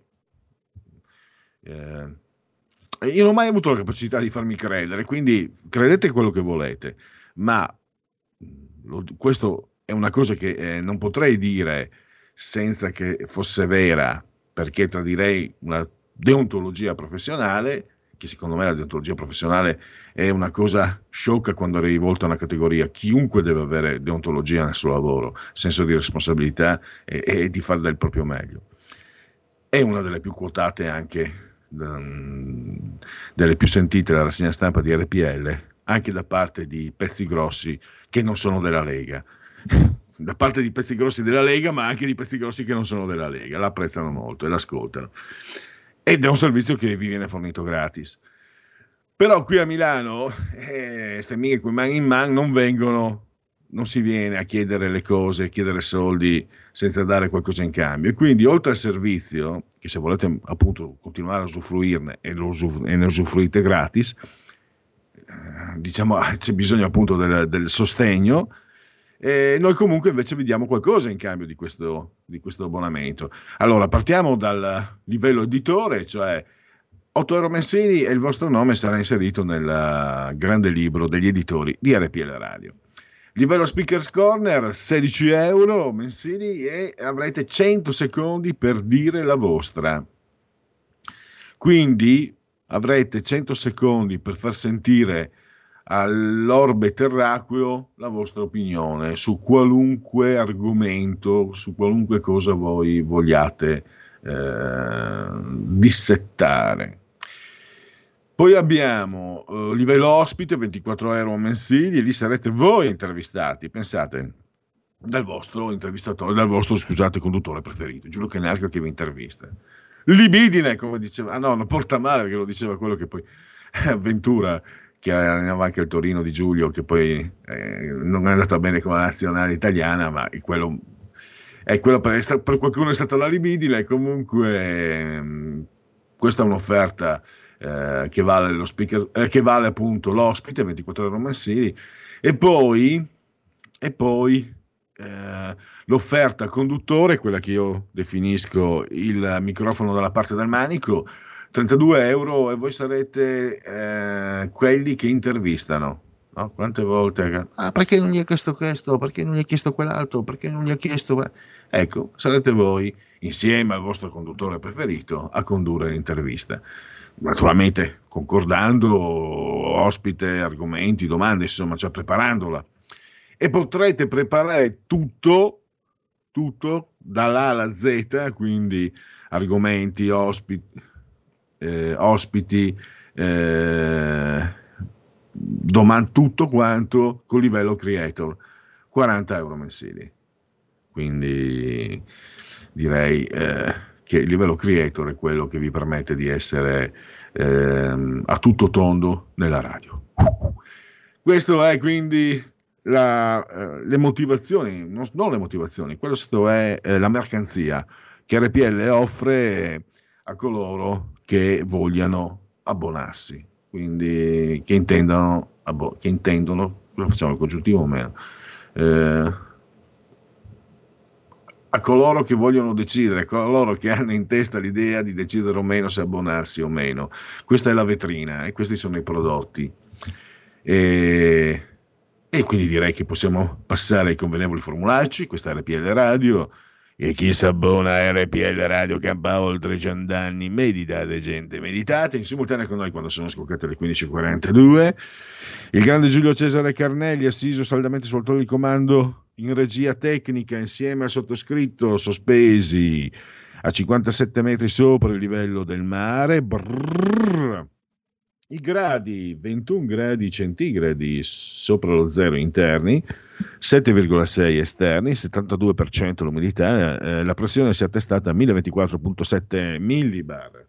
Speaker 5: eh, io non ho mai avuto la capacità di farmi credere, quindi credete quello che volete, ma lo, questo è una cosa che eh, non potrei dire senza che fosse vera, perché tradirei una deontologia professionale, che secondo me la deontologia professionale è una cosa sciocca quando è rivolta a una categoria. Chiunque deve avere deontologia nel suo lavoro, senso di responsabilità e, e di fare del proprio meglio. È una delle più quotate anche, um, delle più sentite, la rassegna stampa di R P L, anche da parte di pezzi grossi che non sono della Lega. Da parte di pezzi grossi della Lega, ma anche di pezzi grossi che non sono della Lega, la apprezzano molto e l'ascoltano. Ed è un servizio che vi viene fornito gratis. Però qui a Milano, eh, ste amiche con man in man non vengono, non si viene a chiedere le cose, a chiedere soldi senza dare qualcosa in cambio. E quindi, oltre al servizio, che se volete appunto continuare a usufruirne e, lo usuf- e ne usufruite gratis, eh, diciamo c'è bisogno appunto del, del sostegno. E noi comunque invece vi diamo qualcosa in cambio di questo, di questo abbonamento. Allora, partiamo dal livello editore, cioè otto euro mensili, e il vostro nome sarà inserito nel grande libro degli editori di R P L Radio. Livello Speakers Corner, sedici euro mensili, e avrete cento secondi per dire la vostra. Quindi avrete cento secondi per far sentire all'orbe terracqueo la vostra opinione su qualunque argomento, su qualunque cosa voi vogliate eh, dissettare. Poi abbiamo eh, livello ospite, ventiquattro euro mensili, e lì sarete voi intervistati, pensate, dal vostro intervistatore, dal vostro, scusate, conduttore preferito, giuro che neanche che vi intervista. Libidine, come diceva, ah no, non porta male, perché lo diceva quello che poi Ventura, che allenava anche il Torino di Giulio, che poi eh, non è andata bene con la nazionale italiana, ma è quello, è quello per, per qualcuno è stata la libidine. Comunque ehm, questa è un'offerta eh, che vale lo speaker, eh, che vale appunto l'ospite, ventiquattro euro mensili, e poi e poi eh, l'offerta conduttore, quella che io definisco il microfono dalla parte del manico, trentadue euro, e voi sarete eh, quelli che intervistano. No? Quante volte, ah, perché non gli ha chiesto questo, perché non gli ha chiesto quell'altro, perché non gli ha chiesto, ecco, sarete voi insieme al vostro conduttore preferito a condurre l'intervista, naturalmente concordando ospite, argomenti, domande, insomma, cioè preparandola, e potrete preparare tutto tutto dall'A alla Z, quindi argomenti, ospiti, eh, ospiti eh, domand- tutto quanto con livello creator, quaranta euro mensili. Quindi direi eh, che il livello creator è quello che vi permette di essere eh, a tutto tondo nella radio. Questo è quindi la, eh, le motivazioni, non, non le motivazioni, questo è eh, la mercanzia che R P L offre a coloro che vogliano abbonarsi, quindi che intendano, abbo- che intendono, cosa facciamo il congiuntivo o meno? Eh, a coloro che vogliono decidere, a coloro che hanno in testa l'idea di decidere o meno se abbonarsi o meno. Questa è la vetrina e questi sono i prodotti. E, e quindi direi che possiamo passare ai convenevoli formulaici. Questa è R P L Radio, e chi si abbona a R P L Radio campa oltre cent'anni. Meditate, gente, meditate in simultanea con noi quando sono scoccate le quindici e quarantadue. Il grande Giulio Cesare Carnelli, assiso saldamente sul trono di comando in regia tecnica insieme al sottoscritto, sospesi a cinquantasette metri sopra il livello del mare. Brrr. I gradi, ventuno gradi centigradi sopra lo zero interni, sette virgola sei esterni, settantadue per cento l'umidità, eh, la pressione si è attestata a mille ventiquattro virgola sette millibar.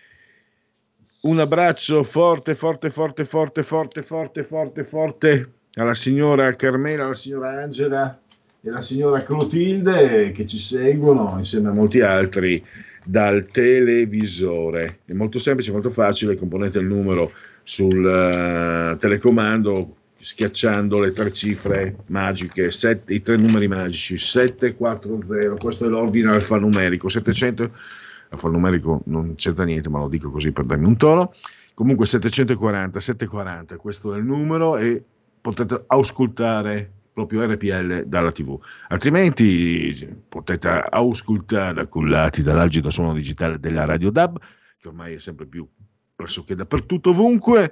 Speaker 5: Un abbraccio forte, forte, forte, forte, forte, forte, forte, forte alla signora Carmela, alla signora Angela e alla signora Clotilde che ci seguono insieme a molti altri dal televisore. È molto semplice, molto facile, componete il numero sul uh, telecomando schiacciando le tre cifre magiche, sette, i tre numeri magici sette quattro zero, questo è l'ordine alfanumerico, settecento, alfanumerico non c'entra niente ma lo dico così per darmi un tono, comunque settecentoquaranta settecentoquaranta, questo è il numero e potete auscultare proprio R P L dalla tivù, altrimenti potete auscultare accullati dall'algido suono digitale della Radio D A B, che ormai è sempre più pressoché dappertutto, ovunque,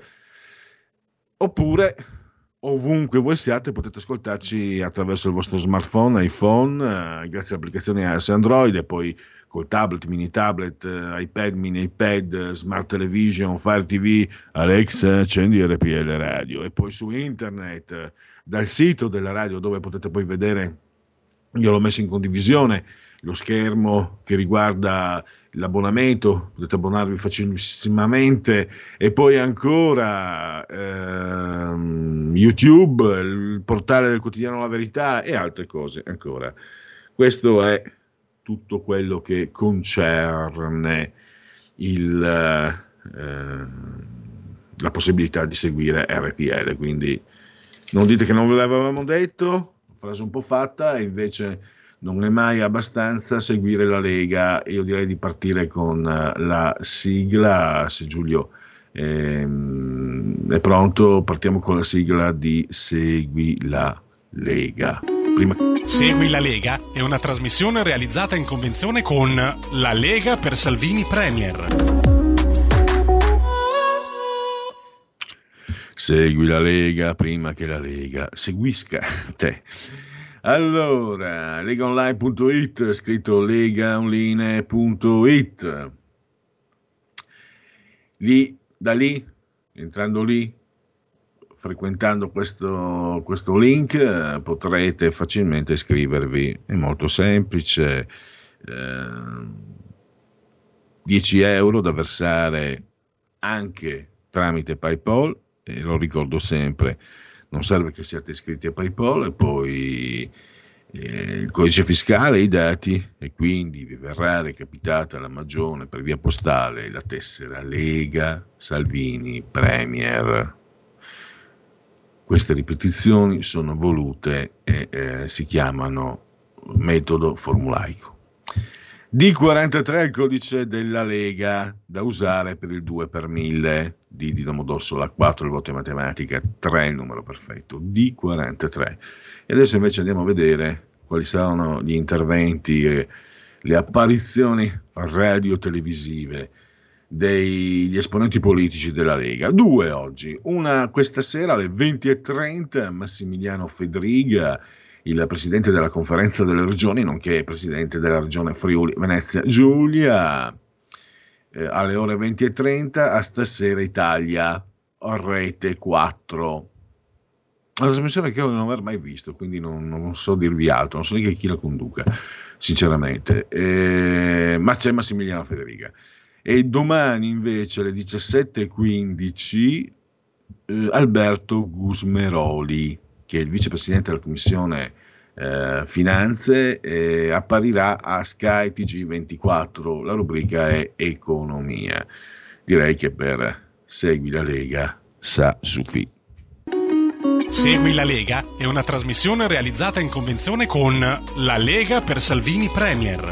Speaker 5: oppure ovunque voi siate potete ascoltarci attraverso il vostro smartphone, iPhone, eh, grazie all'applicazione iOS e Android, e poi col tablet, mini tablet, eh, iPad, mini iPad, Smart Television, Fire T V, Alexa, accendi R P L Radio, e poi su internet, eh, dal sito della radio, dove potete poi vedere, io l'ho messo in condivisione, lo schermo che riguarda l'abbonamento, potete abbonarvi facilissimamente, e poi ancora ehm, YouTube, il portale del quotidiano La Verità e altre cose ancora. Questo è tutto quello che concerne il, eh, la possibilità di seguire R P L, quindi non dite che non ve l'avevamo detto, frase un po' fatta, e invece non è mai abbastanza seguire la Lega. Io direi di partire con la sigla, se Giulio ehm, è pronto, partiamo con la sigla di Segui la Lega. Prima...
Speaker 8: Segui la Lega è una trasmissione realizzata in convenzione con la Lega per Salvini Premier.
Speaker 5: Segui la Lega prima che la Lega seguisca te. Allora, legaonline punto it, scritto legaonline punto it. Lì, da lì, entrando lì, frequentando questo, questo link, potrete facilmente iscrivervi. È molto semplice. Eh, dieci euro da versare anche tramite PayPal. E lo ricordo sempre, non serve che siate iscritti a PayPal, e poi eh, il codice fiscale, i dati, e quindi vi verrà recapitata la magione per via postale la tessera Lega Salvini Premier. queste ripetizioni sono volute e eh, si chiamano metodo formulaico. D quarantatré è il codice della Lega da usare per il due per mille. D di Domodossola, quattro il voto in matematica, tre il numero perfetto. D quarantatré. E adesso invece andiamo a vedere quali saranno gli interventi e le apparizioni radio-televisive degli esponenti politici della Lega. Due oggi, una questa sera alle venti e trenta, Massimiliano Fedriga, il presidente della conferenza delle regioni, nonché presidente della regione Friuli Venezia Giulia, eh, alle ore venti e trenta, a Stasera Italia, a Rete quattro. Una trasmissione che io non aver mai visto, quindi non, non so dirvi altro, non so neanche chi la conduca, sinceramente, eh, ma c'è Massimiliano Fedriga. E domani invece alle diciassette e quindici eh, Alberto Gusmeroli, che è il vicepresidente della Commissione eh, Finanze, eh, apparirà a Sky T G ventiquattro, la rubrica è Economia. Direi che per Segui la Lega sa Sufi.
Speaker 8: Segui la Lega è una trasmissione realizzata in convenzione con La Lega per Salvini Premier.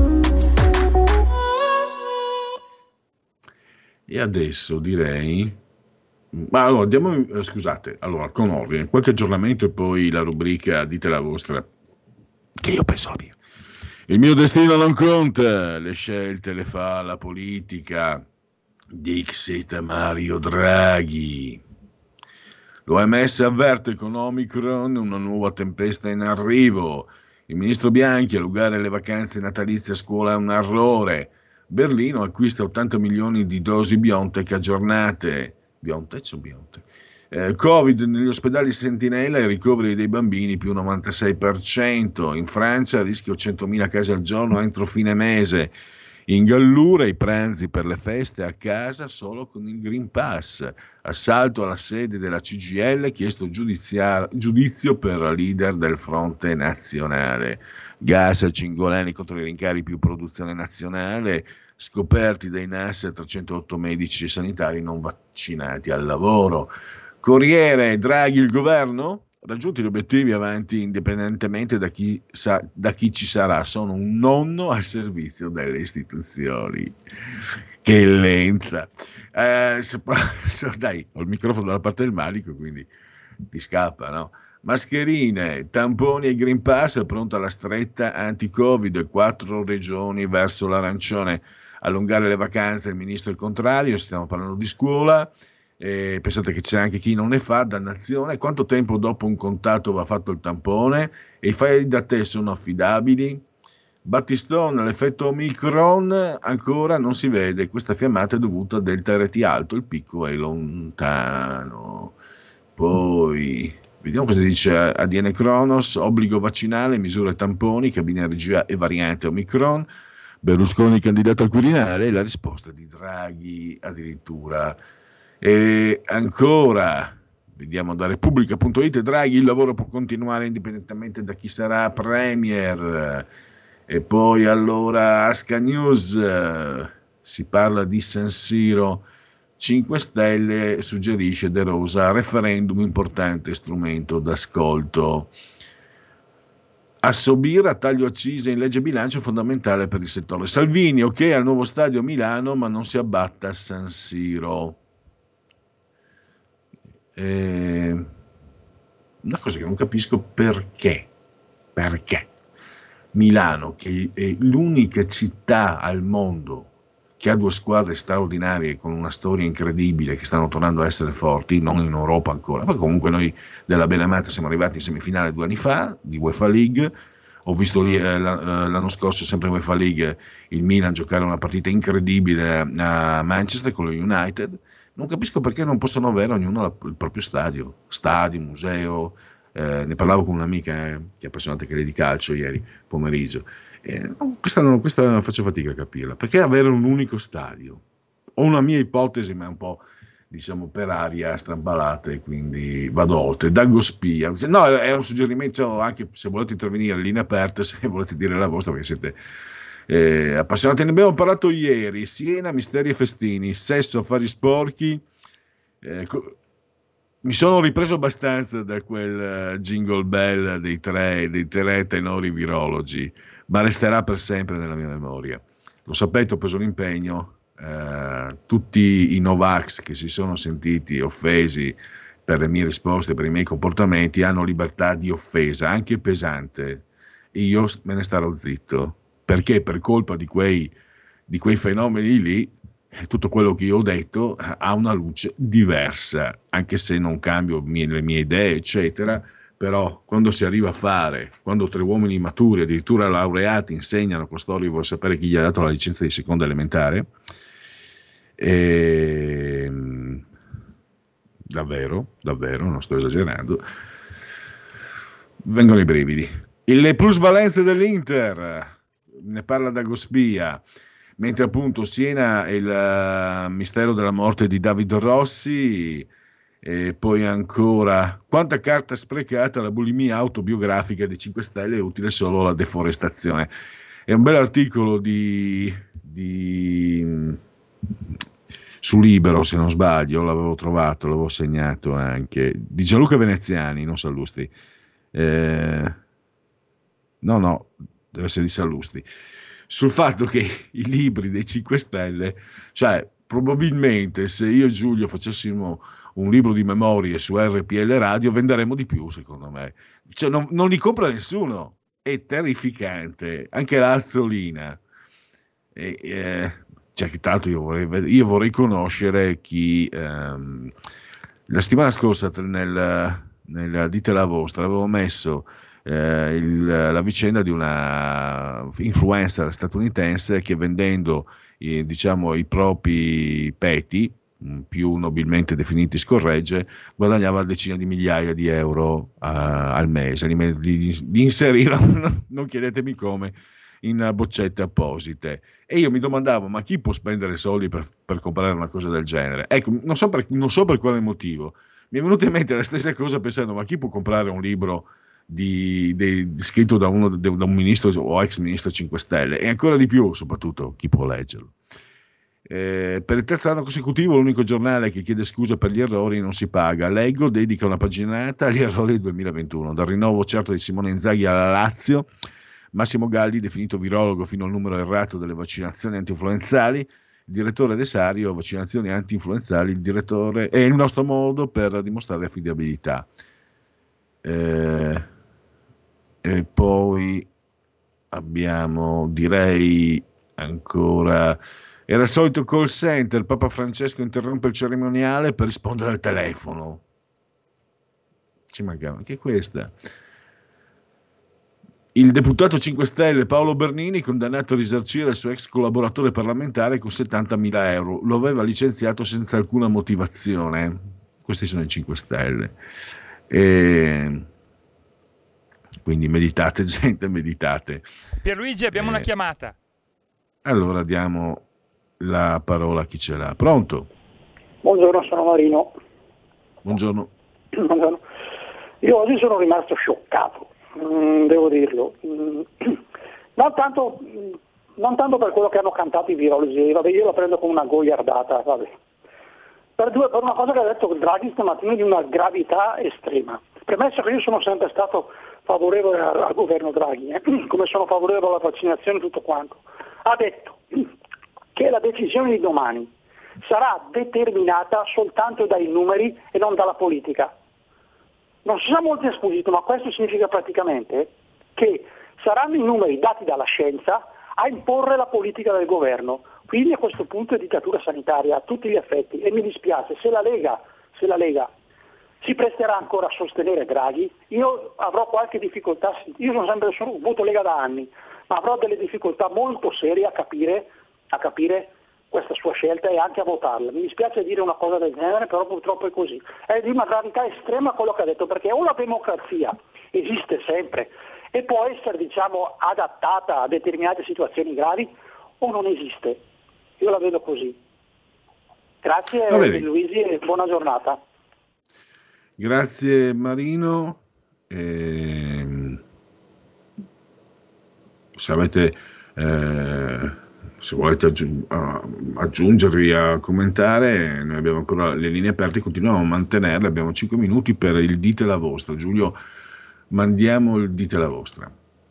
Speaker 5: E adesso direi, ma allora andiamo, eh, scusate, allora con ordine, qualche aggiornamento e poi la rubrica Dite la vostra, che io penso la mia. Il mio destino non conta, le scelte le fa la politica. Dixit Mario Draghi. L'O M S avverte con Omicron una nuova tempesta in arrivo. Il ministro Bianchi, allungare le vacanze natalizie a scuola è un errore. Berlino acquista ottanta milioni di dosi BioNTech aggiornate. BioNTech o BioNTech? Eh, Covid negli ospedali Sentinella e ricoveri dei bambini più novantasei per cento. In Francia rischio centomila casi al giorno entro fine mese. In Gallura i pranzi per le feste a casa solo con il Green Pass. Assalto alla sede della C G I L, chiesto giudizio per leader del fronte nazionale. Gas a Cingolani contro i rincari più produzione nazionale. Scoperti dai N A S trecentootto medici sanitari non vaccinati al lavoro. Corriere, Draghi il governo? Raggiunti gli obiettivi avanti indipendentemente da chi, sa, da chi ci sarà. Sono un nonno al servizio delle istituzioni. Che lenza. Eh, se, se, dai, ho il microfono dalla parte del manico, quindi ti scappa, no? Mascherine, tamponi e Green Pass, pronta la stretta anti-Covid, quattro regioni verso l'arancione. Allungare le vacanze, il ministro è il contrario, stiamo parlando di scuola. Eh, pensate che c'è anche chi non ne fa, dannazione. Quanto tempo dopo un contatto va fatto il tampone? E i file da te sono affidabili? Battistone, l'effetto Omicron ancora non si vede, questa fiammata è dovuta a delta R T alto, il picco è lontano. Poi vediamo cosa dice A D N Kronos, obbligo vaccinale, misure tamponi, cabina regia e variante Omicron. Berlusconi candidato al Quirinale, la risposta di Draghi addirittura. E ancora, vediamo da Repubblica punto it, Draghi, il lavoro può continuare indipendentemente da chi sarà premier. E poi allora Asca News, si parla di San Siro, cinque Stelle suggerisce De Rosa, referendum importante strumento d'ascolto. Assobira, taglio accise in legge bilancio fondamentale per il settore. Salvini, ok al nuovo stadio a Milano ma non si abbatta a San Siro. Eh, una cosa che non capisco, perché perché Milano, che è l'unica città al mondo che ha due squadre straordinarie con una storia incredibile, che stanno tornando a essere forti, non in Europa ancora, poi comunque noi della Belamata siamo arrivati in semifinale due anni fa di UEFA League. Ho visto lì eh, l'anno scorso, sempre in UEFA League, il Milan giocare una partita incredibile a Manchester con lo United. Non capisco perché non possono avere ognuno il proprio stadio, stadio, museo. Eh, ne parlavo con un'amica eh, che è appassionata anche lei di calcio ieri pomeriggio. Eh, questa, non, questa faccio fatica a capirla. Perché avere un unico stadio? Ho una mia ipotesi, ma è un po', diciamo, per aria strambalata, e quindi vado oltre. Dago Spia. No, è un suggerimento, anche se volete intervenire, linee aperte, se volete dire la vostra, perché siete eh, appassionati. Ne abbiamo parlato ieri. Siena, misteri e festini, sesso, affari sporchi. Eh, co- mi sono ripreso abbastanza da quel uh, jingle bell dei tre, dei tre tenori virologi, ma resterà per sempre nella mia memoria. Lo sapete, ho preso l'impegno, uh, tutti i Novax che si sono sentiti offesi per le mie risposte, per i miei comportamenti, hanno libertà di offesa, anche pesante. Io me ne starò zitto, perché per colpa di quei, di quei fenomeni lì, tutto quello che io ho detto ha una luce diversa, anche se non cambio mie, le mie idee, eccetera, però quando si arriva a fare, quando tre uomini maturi, addirittura laureati, insegnano a costoro, vuol sapere chi gli ha dato la licenza di seconda elementare, e... davvero, davvero, non sto esagerando, vengono i brividi. Le plusvalenze dell'Inter, ne parla Dagospia, mentre appunto Siena è il uh, mistero della morte di David Rossi, e poi ancora quanta carta sprecata, la bulimia autobiografica dei cinque Stelle è utile solo alla deforestazione. È un bel articolo di, di su Libero, se non sbaglio, l'avevo trovato, l'avevo segnato anche, di Gianluca Veneziani, non Sallusti, eh, no no, deve essere di Sallusti, sul fatto che i libri dei cinque Stelle, cioè probabilmente se io e Giulio facessimo un libro di memorie su R P L Radio venderemmo di più, secondo me, cioè non, non li compra nessuno, è terrificante, anche la Azzolina, e, eh, cioè che tanto io vorrei, io vorrei conoscere chi ehm, la settimana scorsa nel, nel Dite la vostra avevo messo Eh, il, la vicenda di una influencer statunitense che vendendo eh, diciamo i propri peti, più nobilmente definiti scorregge, guadagnava decine di migliaia di euro uh, al mese, li, li, li inserirono, non chiedetemi come, in boccette apposite, e io mi domandavo, ma chi può spendere soldi per, per comprare una cosa del genere? Ecco, non so, per, non so per quale motivo mi è venuta in mente la stessa cosa pensando, ma chi può comprare un libro Di, di, scritto da, uno, da un ministro o ex ministro cinque Stelle, e ancora di più soprattutto chi può leggerlo. Eh, per il terzo anno consecutivo l'unico giornale che chiede scusa per gli errori non si paga. Leggo dedica una paginata agli errori del duemilaventuno, dal rinnovo certo di Simone Inzaghi alla Lazio, Massimo Galli definito virologo fino al numero errato delle vaccinazioni anti-influenzali, il direttore De Sario, vaccinazioni anti-influenzali, il direttore è il nostro modo per dimostrare affidabilità. Eh, E poi abbiamo, direi ancora, era il solito call center, Papa Francesco interrompe il cerimoniale per rispondere al telefono. Ci mancava anche questa. Il deputato cinque Stelle Paolo Bernini condannato a risarcire il suo ex collaboratore parlamentare con settantamila euro. Lo aveva licenziato senza alcuna motivazione. Questi sono i cinque Stelle. E... quindi meditate, gente, meditate.
Speaker 4: Pierluigi, abbiamo eh, una chiamata.
Speaker 5: Allora diamo la parola a chi ce l'ha. Pronto?
Speaker 13: Buongiorno, sono Marino.
Speaker 5: Buongiorno.
Speaker 13: Buongiorno. Io oggi sono rimasto scioccato, mm, devo dirlo. Mm, non, tanto, non tanto per quello che hanno cantato i virologi, vabbè, io la prendo come una goiardata, vabbè. Per, due, per una cosa che ha detto Draghi stamattina di una gravità estrema. Premesso che io sono sempre stato favorevole al, al governo Draghi, eh, come sono favorevole alla vaccinazione e tutto quanto, ha detto che la decisione di domani sarà determinata soltanto dai numeri e non dalla politica. Non si sa molto esposito, ma questo significa praticamente che saranno i numeri dati dalla scienza a imporre la politica del governo. Quindi a questo punto è dittatura sanitaria a tutti gli effetti, e mi dispiace, se la Lega, se la Lega si presterà ancora a sostenere Draghi, io avrò qualche difficoltà, io sono sempre sono, voto Lega da anni, ma avrò delle difficoltà molto serie a capire, a capire questa sua scelta e anche a votarla. Mi dispiace dire una cosa del genere, però purtroppo è così. È di una gravità estrema quello che ha detto, perché o la democrazia esiste sempre e può essere, diciamo, adattata a determinate situazioni gravi, o non esiste. Io la vedo così. Grazie Luigi e buona giornata.
Speaker 5: Grazie Marino. Eh, se avete eh, se volete aggiung- aggiungervi a commentare, noi abbiamo ancora le linee aperte, continuiamo a mantenerle, abbiamo cinque minuti per il dite la vostra. Giulio, mandiamo il dite la vostra.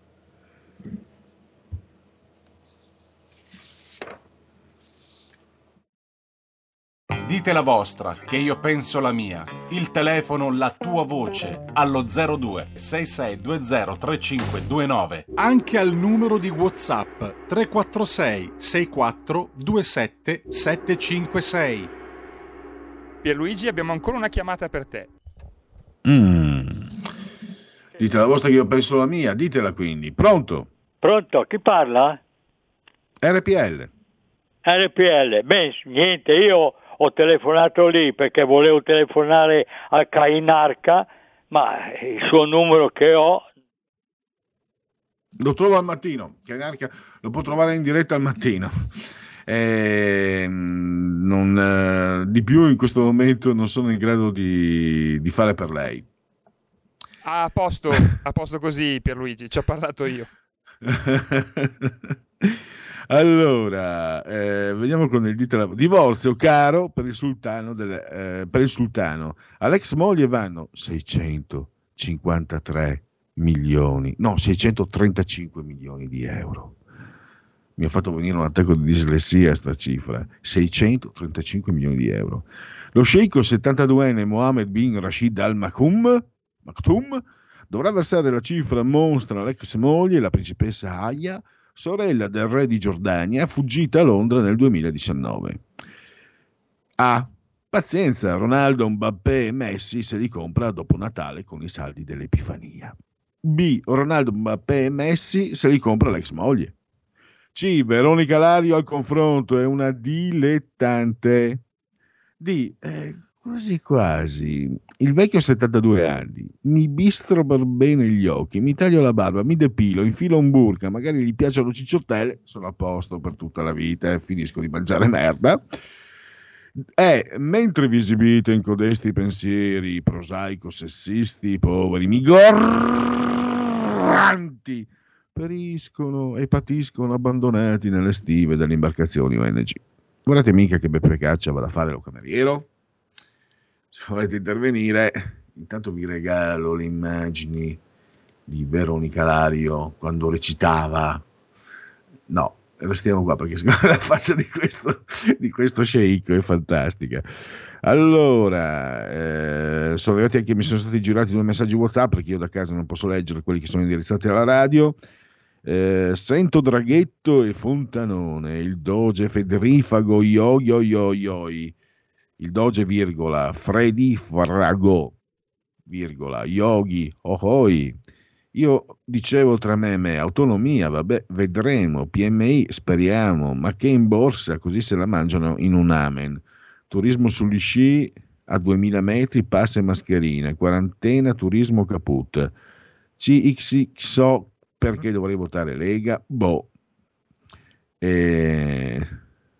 Speaker 8: Dite la vostra, che io penso la mia. Il telefono, la tua voce, allo zero due sei sei due zero tre cinque due nove.
Speaker 2: Anche al numero di WhatsApp tre quattro sei sei quattro due sette sette cinque sei.
Speaker 4: Pierluigi, abbiamo ancora una chiamata per te.
Speaker 5: Mm. Dite la vostra che io penso la mia, ditela quindi. Pronto?
Speaker 14: Pronto, chi parla?
Speaker 5: R P L.
Speaker 14: R P L, beh, niente, io ho telefonato lì perché volevo telefonare a Cainarca, ma il suo numero che ho...
Speaker 5: Lo trovo al mattino, Cainarca lo può trovare in diretta al mattino. Eh, non, eh, di più in questo momento non sono in grado di, di fare per lei.
Speaker 4: A posto, a posto così Pierluigi, ci ho parlato io.
Speaker 5: Allora, eh, vediamo con il dito. Divorzio caro per il sultano, del, eh, per il sultano. All'ex moglie vanno seicentocinquantatré milioni, no, seicentotrentacinque milioni di euro. Mi ha fatto venire un attacco di dislessia sta cifra, seicentotrentacinque milioni di euro. Lo sceicco settantaduenne Mohammed bin Rashid Al Maktoum Maktoum dovrà versare la cifra monstra all'ex moglie, la principessa Aya, sorella del re di Giordania, fuggita a Londra nel duemiladiciannove. A. Pazienza, Ronaldo, Mbappé e Messi se li compra dopo Natale con i saldi dell'Epifania. B. Ronaldo, Mbappé e Messi se li compra l'ex moglie. C. Veronica Lario al confronto è una dilettante. D. Eh, quasi quasi. Il vecchio settantadue anni, mi bistro per bene gli occhi, mi taglio la barba, mi depilo, infilo un burka, magari gli piacciono cicciottelle, sono a posto per tutta la vita e finisco di mangiare merda. E mentre vi esibite in codesti pensieri prosaico-sessisti, poveri, migranti, periscono e patiscono abbandonati nelle stive delle imbarcazioni O N G. Guardate mica che Beppe Caccia vada a fare lo cameriere? Se volete intervenire, intanto vi regalo le immagini di Veronica Lario quando recitava. No, restiamo qua perché secondo me la faccia di questo, di questo sceicco è fantastica. Allora, eh, sono arrivati anche, mi sono stati girati due messaggi WhatsApp perché io da casa non posso leggere quelli che sono indirizzati alla radio. Eh, sento Draghetto e Fontanone, il doge Federifago, yo yo yo yo. Il doge, virgola, Freddy Frago, virgola, Yogi, ohoi. Io dicevo tra me e me, autonomia, vabbè, vedremo, P M I, speriamo, ma che in borsa, così se la mangiano in un amen. Turismo sugli sci a duemila metri, passe e mascherine, quarantena, turismo caput. C X X O, perché dovrei votare Lega? Boh. E...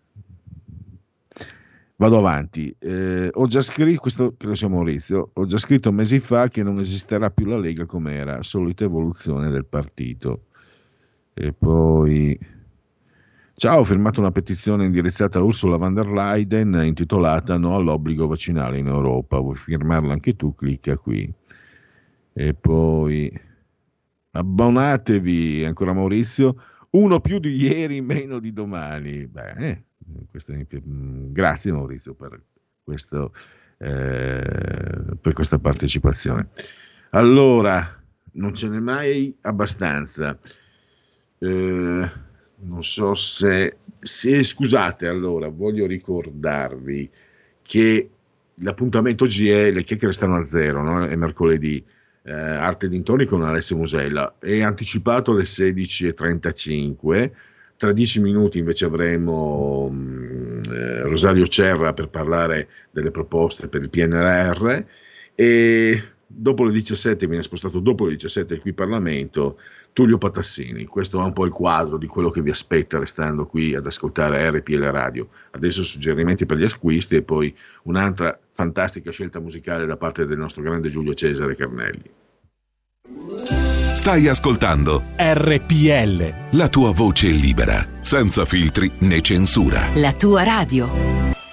Speaker 5: Vado avanti, eh, ho già scritto, questo credo sia Maurizio, ho già scritto mesi fa che non esisterà più la Lega come era, solita evoluzione del partito. E poi, ciao, ho firmato una petizione indirizzata a Ursula von der Leyen intitolata No all'obbligo vaccinale in Europa, vuoi firmarla anche tu? Clicca qui. E poi, abbonatevi, ancora Maurizio, uno più di ieri, meno di domani. Beh, eh. Questo, grazie Maurizio per, questo, eh, per questa partecipazione. Allora, non ce n'è mai abbastanza. Eh, non so se, se scusate, allora voglio ricordarvi che l'appuntamento oggi è le chiacchiere stanno a zero, no? È mercoledì. Eh, Arte dintorni con Alessio Musella è anticipato alle sedici e trentacinque. Tra dieci minuti invece avremo eh, Rosario Cerra per parlare delle proposte per il P N R R e dopo le diciassette viene spostato dopo le diciassette il qui Parlamento Tullio Patassini. Questo è un po' il quadro di quello che vi aspetta restando qui ad ascoltare R P L Radio. Adesso suggerimenti per gli acquisti e poi un'altra fantastica scelta musicale da parte del nostro grande Giulio Cesare Carnelli.
Speaker 7: Stai ascoltando
Speaker 2: R P L,
Speaker 7: la tua voce libera, senza filtri né censura.
Speaker 15: La tua radio.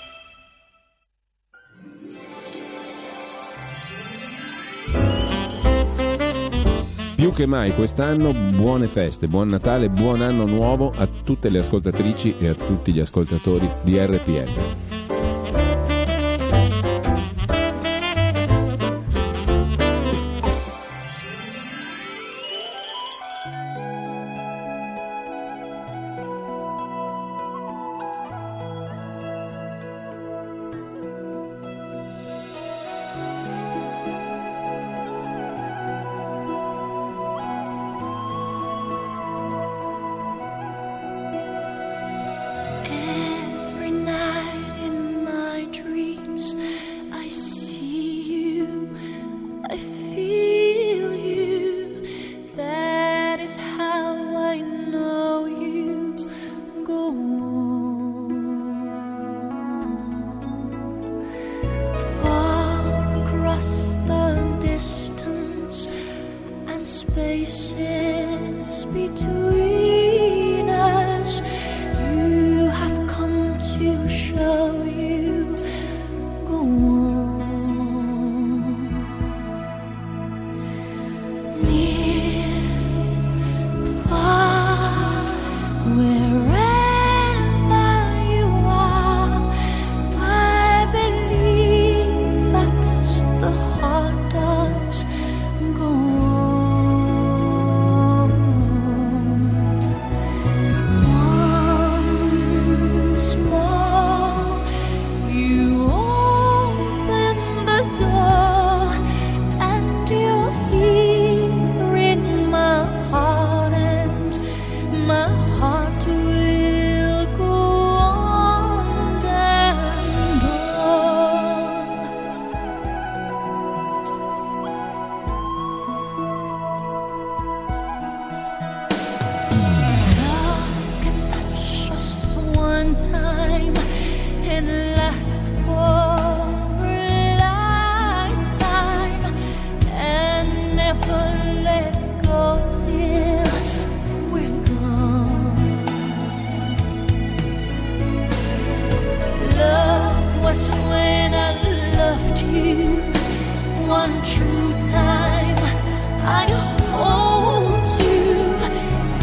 Speaker 16: Più che mai quest'anno buone feste, buon Natale, buon anno nuovo a tutte le ascoltatrici e a tutti gli ascoltatori di R P L.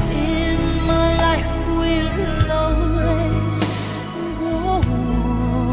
Speaker 12: In my life will always go on.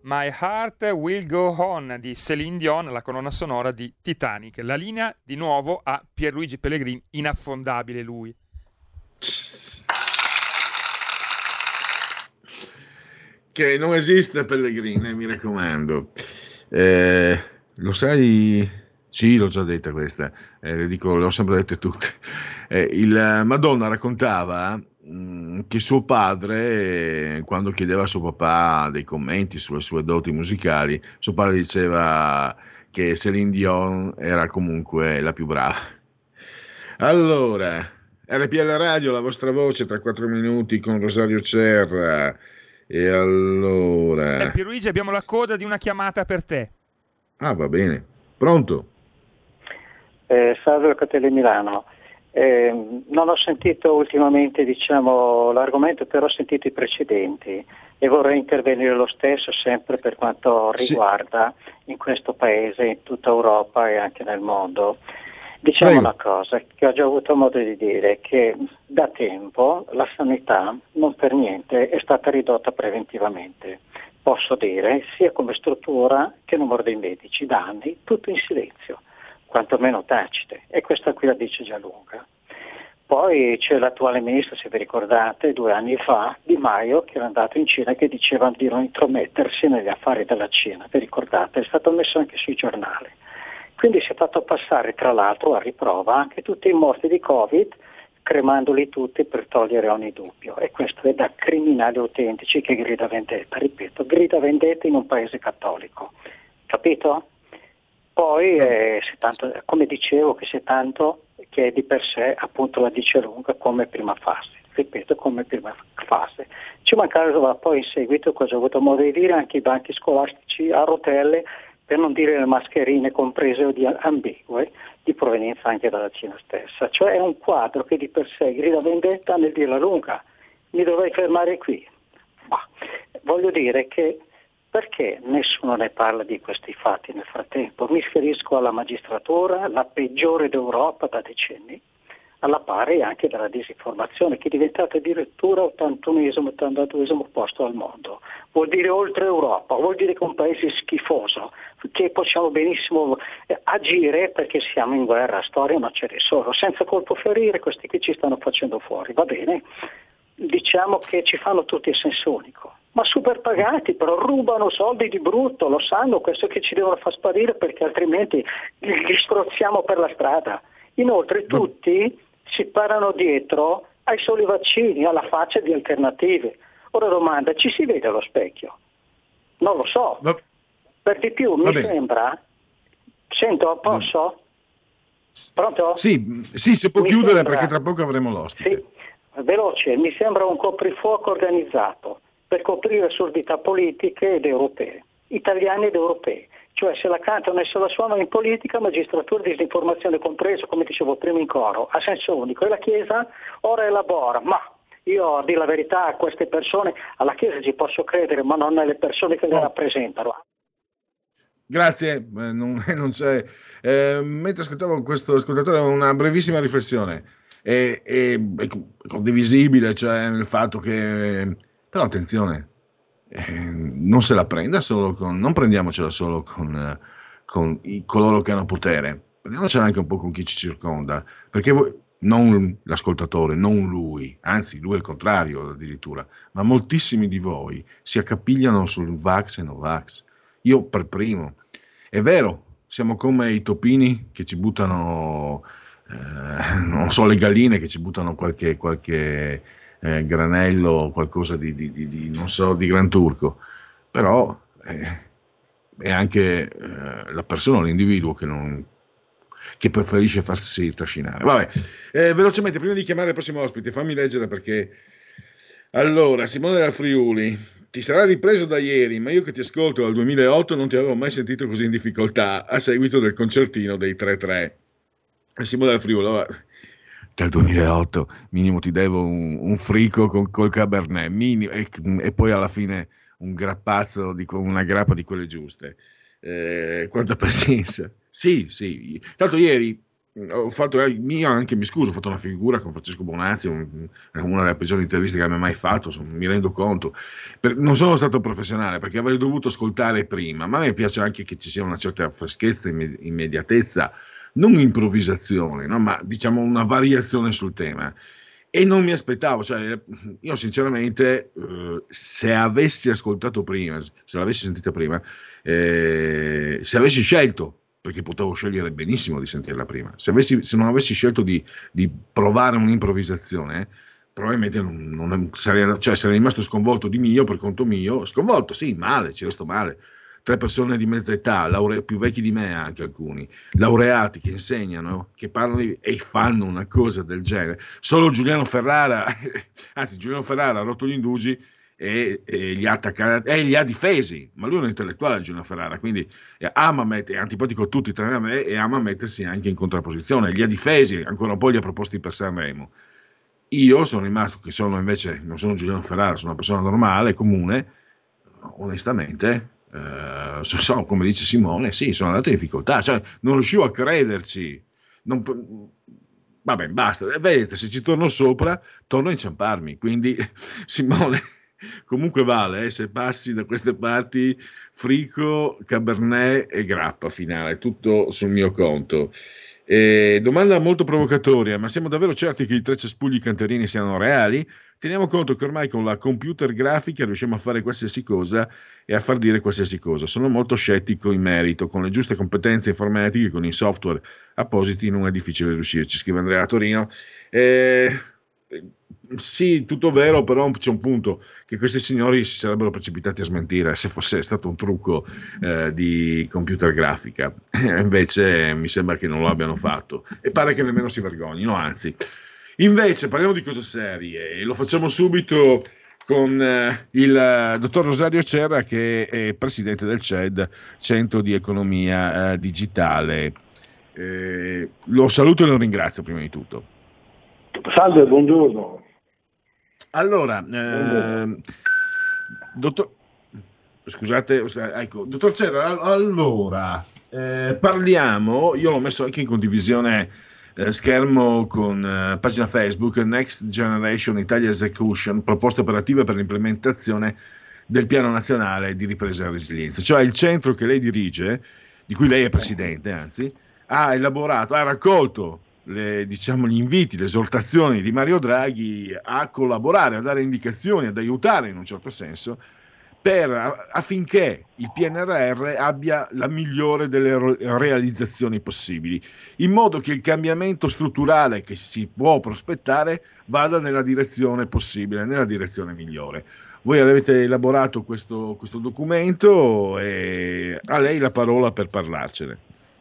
Speaker 4: My Heart Will Go On di Céline Dion, la colonna sonora di Titanic. La linea di nuovo a Pierluigi Pellegrini, inaffondabile lui.
Speaker 5: Che non esiste Pellegrini, mi raccomando. Eh, lo sai? Sì, l'ho già detta questa, eh, le dico, le ho sempre dette tutte. Eh, il Madonna raccontava mh, che suo padre, eh, quando chiedeva a suo papà dei commenti sulle sue doti musicali, suo padre diceva che Céline Dion era comunque la più brava. Allora, R P L Radio, la vostra voce tra quattro minuti con Rosario Cerra. E allora...
Speaker 4: Eh, Pierluigi, abbiamo la coda di una chiamata per te.
Speaker 5: Ah, va bene. Pronto?
Speaker 15: Eh, Salve Catelli Milano. Eh, non ho sentito ultimamente, diciamo, l'argomento, però ho sentito i precedenti e vorrei intervenire lo stesso sempre per quanto riguarda sì. in questo paese, in tutta Europa e anche nel mondo. Diciamo Prego. Una cosa che ho già avuto modo di dire, che da tempo la sanità non per niente è stata ridotta preventivamente, posso dire, sia come struttura che numero dei medici, da anni, tutto in silenzio, quantomeno tacite, e questa qui la dice già lunga. Poi c'è l'attuale ministro, se vi ricordate, due anni fa, Di Maio, che era andato in Cina, che diceva di non intromettersi negli affari della Cina, vi ricordate? È stato messo anche sui giornali. Quindi si è fatto passare, tra l'altro, a riprova anche tutti i morti di Covid, cremandoli tutti per togliere ogni dubbio. E questo è da criminali autentici che grida vendetta, ripeto, grida vendetta in un paese cattolico. Capito? Poi, eh, se tanto, come dicevo, che se tanto che di per sé appunto la dice lunga come prima fase. Ripeto, come prima fase. Ci mancava poi in seguito, cosa ho avuto modo di dire, anche i banchi scolastici a rotelle, per non dire le mascherine comprese o di ambigue, di provenienza anche dalla Cina stessa. Cioè è un quadro che di per sé grida vendetta nel dirla lunga. Mi dovrei fermare qui. Ma voglio dire che perché nessuno ne parla di questi fatti nel frattempo? Mi riferisco alla magistratura, la peggiore d'Europa da decenni, alla pari anche della disinformazione, che è diventata addirittura ottantunesimo ottantaduesimo posto al mondo. Vuol dire oltre Europa, vuol dire che è un paese schifoso, che possiamo benissimo agire perché siamo in guerra, storia non c'è solo, senza colpo ferire, questi qui ci stanno facendo fuori, va bene? Diciamo che ci fanno tutti a senso unico, ma super pagati, però rubano soldi di brutto, lo sanno, questo che ci devono far sparire perché altrimenti li strozziamo per la strada. Inoltre tutti si parano dietro ai soli vaccini, alla faccia di alternative. Ora domanda, ci si vede allo specchio? Non lo so. Va... Per di più, mi bene. sembra... Sento, posso? Pronto?
Speaker 5: Sì, sì, si può mi chiudere sembra... perché tra poco avremo l'ospite.
Speaker 15: Sì, veloce, mi sembra un coprifuoco organizzato per coprire assurdità politiche ed europee, italiane ed europee. Cioè se la cantano e se la suonano in politica, magistratura, disinformazione compreso, come dicevo prima in coro, a senso unico. E la Chiesa ora elabora, ma io a dire la verità a queste persone, alla Chiesa ci posso credere, ma non alle persone che le rappresentano.
Speaker 5: Grazie, eh, non, non c'è. Eh, mentre ascoltavo questo ascoltatore, una brevissima riflessione. È, è, è condivisibile, cioè nel fatto che... Però attenzione, Eh, non se la prenda solo con, non prendiamocela solo con, eh, con i, coloro che hanno potere, prendiamocela anche un po' con chi ci circonda, perché voi, non l'ascoltatore, non lui, anzi lui è il contrario addirittura, ma moltissimi di voi si accapigliano sul Vax e Novax, io per primo. È vero, siamo come i topini che ci buttano, eh, non so, le galline che ci buttano qualche... qualche Eh, granello, qualcosa di, di, di, di non so, di Gran Turco, però eh, è anche eh, la persona, l'individuo che non che preferisce farsi trascinare. Vabbè, eh, velocemente prima di chiamare il prossimo ospite, fammi leggere perché allora Simone dal Friuli: ti sarà ripreso da ieri, ma io che ti ascolto dal duemilaotto non ti avevo mai sentito così in difficoltà a seguito del concertino dei tre tre. Simone dal Friuli, allora, dal duemilaotto minimo ti devo un, un frico con, col Cabernet minimo, e, e poi alla fine un grappazzo di una grappa di quelle giuste. Eh, quanta pazienza. Sì, sì. Tanto ieri ho fatto, io anche mi scuso, ho fatto una figura con Francesco Bonazzi, un, una delle peggiori interviste che abbia mai fatto, son, mi rendo conto. Per, non sono stato professionale perché avrei dovuto ascoltare prima, ma a me piace anche che ci sia una certa freschezza, immediatezza, non improvvisazione, no? Ma diciamo una variazione sul tema. E non mi aspettavo, cioè io sinceramente eh, se avessi ascoltato prima, se l'avessi sentita prima, eh, se avessi scelto, perché potevo scegliere benissimo di sentirla prima, se, avessi, se non avessi scelto di, di provare un'improvvisazione, probabilmente non, non sarei, cioè, sarei rimasto sconvolto di mio, per conto mio, sconvolto, sì, male, ci resto male. Tre persone di mezza età, laure- più vecchi di me anche alcuni, laureati che insegnano, che parlano di, e fanno una cosa del genere. Solo Giuliano Ferrara, anzi Giuliano Ferrara ha rotto gli indugi e, e li ha attaccati, e li ha difesi, ma lui è un intellettuale Giuliano Ferrara, quindi ama mettere, è antipatico a tutti tranne a me, e ama mettersi anche in contrapposizione, li ha difesi, ancora un po' li ha proposti per Sanremo. Io sono rimasto, che sono invece, non sono Giuliano Ferrara, sono una persona normale, comune, onestamente... Uh, so, so, come dice Simone, sì, sono andato in difficoltà, cioè non riuscivo a crederci. Non, vabbè, basta, vedete, se ci torno sopra, torno a inciamparmi. Quindi, Simone, comunque vale, eh, se passi da queste parti, Frico, Cabernet e Grappa finale, tutto sul mio conto. Eh, domanda molto provocatoria, ma siamo davvero certi che i tre cespugli canterini siano reali? Teniamo conto che ormai con la computer grafica riusciamo a fare qualsiasi cosa e a far dire qualsiasi cosa. Sono molto scettico in merito, con le giuste competenze informatiche, con i software appositi non è difficile riuscirci, scrive Andrea Torino. Eh, sì, tutto vero, però c'è un punto, che questi signori si sarebbero precipitati a smentire se fosse stato un trucco eh, di computer grafica. Invece mi sembra che non lo abbiano fatto e pare che nemmeno si vergognino, anzi. Invece parliamo di cose serie e lo facciamo subito con eh, il eh, dottor Rosario Cerra, che è presidente del C E D, Centro di Economia eh, Digitale. Eh, lo saluto e lo ringrazio prima di tutto.
Speaker 17: Salve, buongiorno.
Speaker 5: Allora, eh, dottor, scusate, ecco, dottor Cerra, allora eh, parliamo, io l'ho messo anche in condivisione eh, schermo con eh, pagina Facebook, Next Generation Italia Execution, proposte operative per l'implementazione del Piano Nazionale di Ripresa e Resilienza, cioè il centro che lei dirige, di cui lei è presidente, anzi, ha elaborato, ha raccolto Le, diciamo, gli inviti, le esortazioni di Mario Draghi a collaborare, a dare indicazioni, ad aiutare in un certo senso per, affinché il P N R R abbia la migliore delle realizzazioni possibili, in modo che il cambiamento strutturale che si può prospettare vada nella direzione possibile, nella direzione migliore. Voi avete elaborato questo, questo documento e a lei la parola per parlarcene.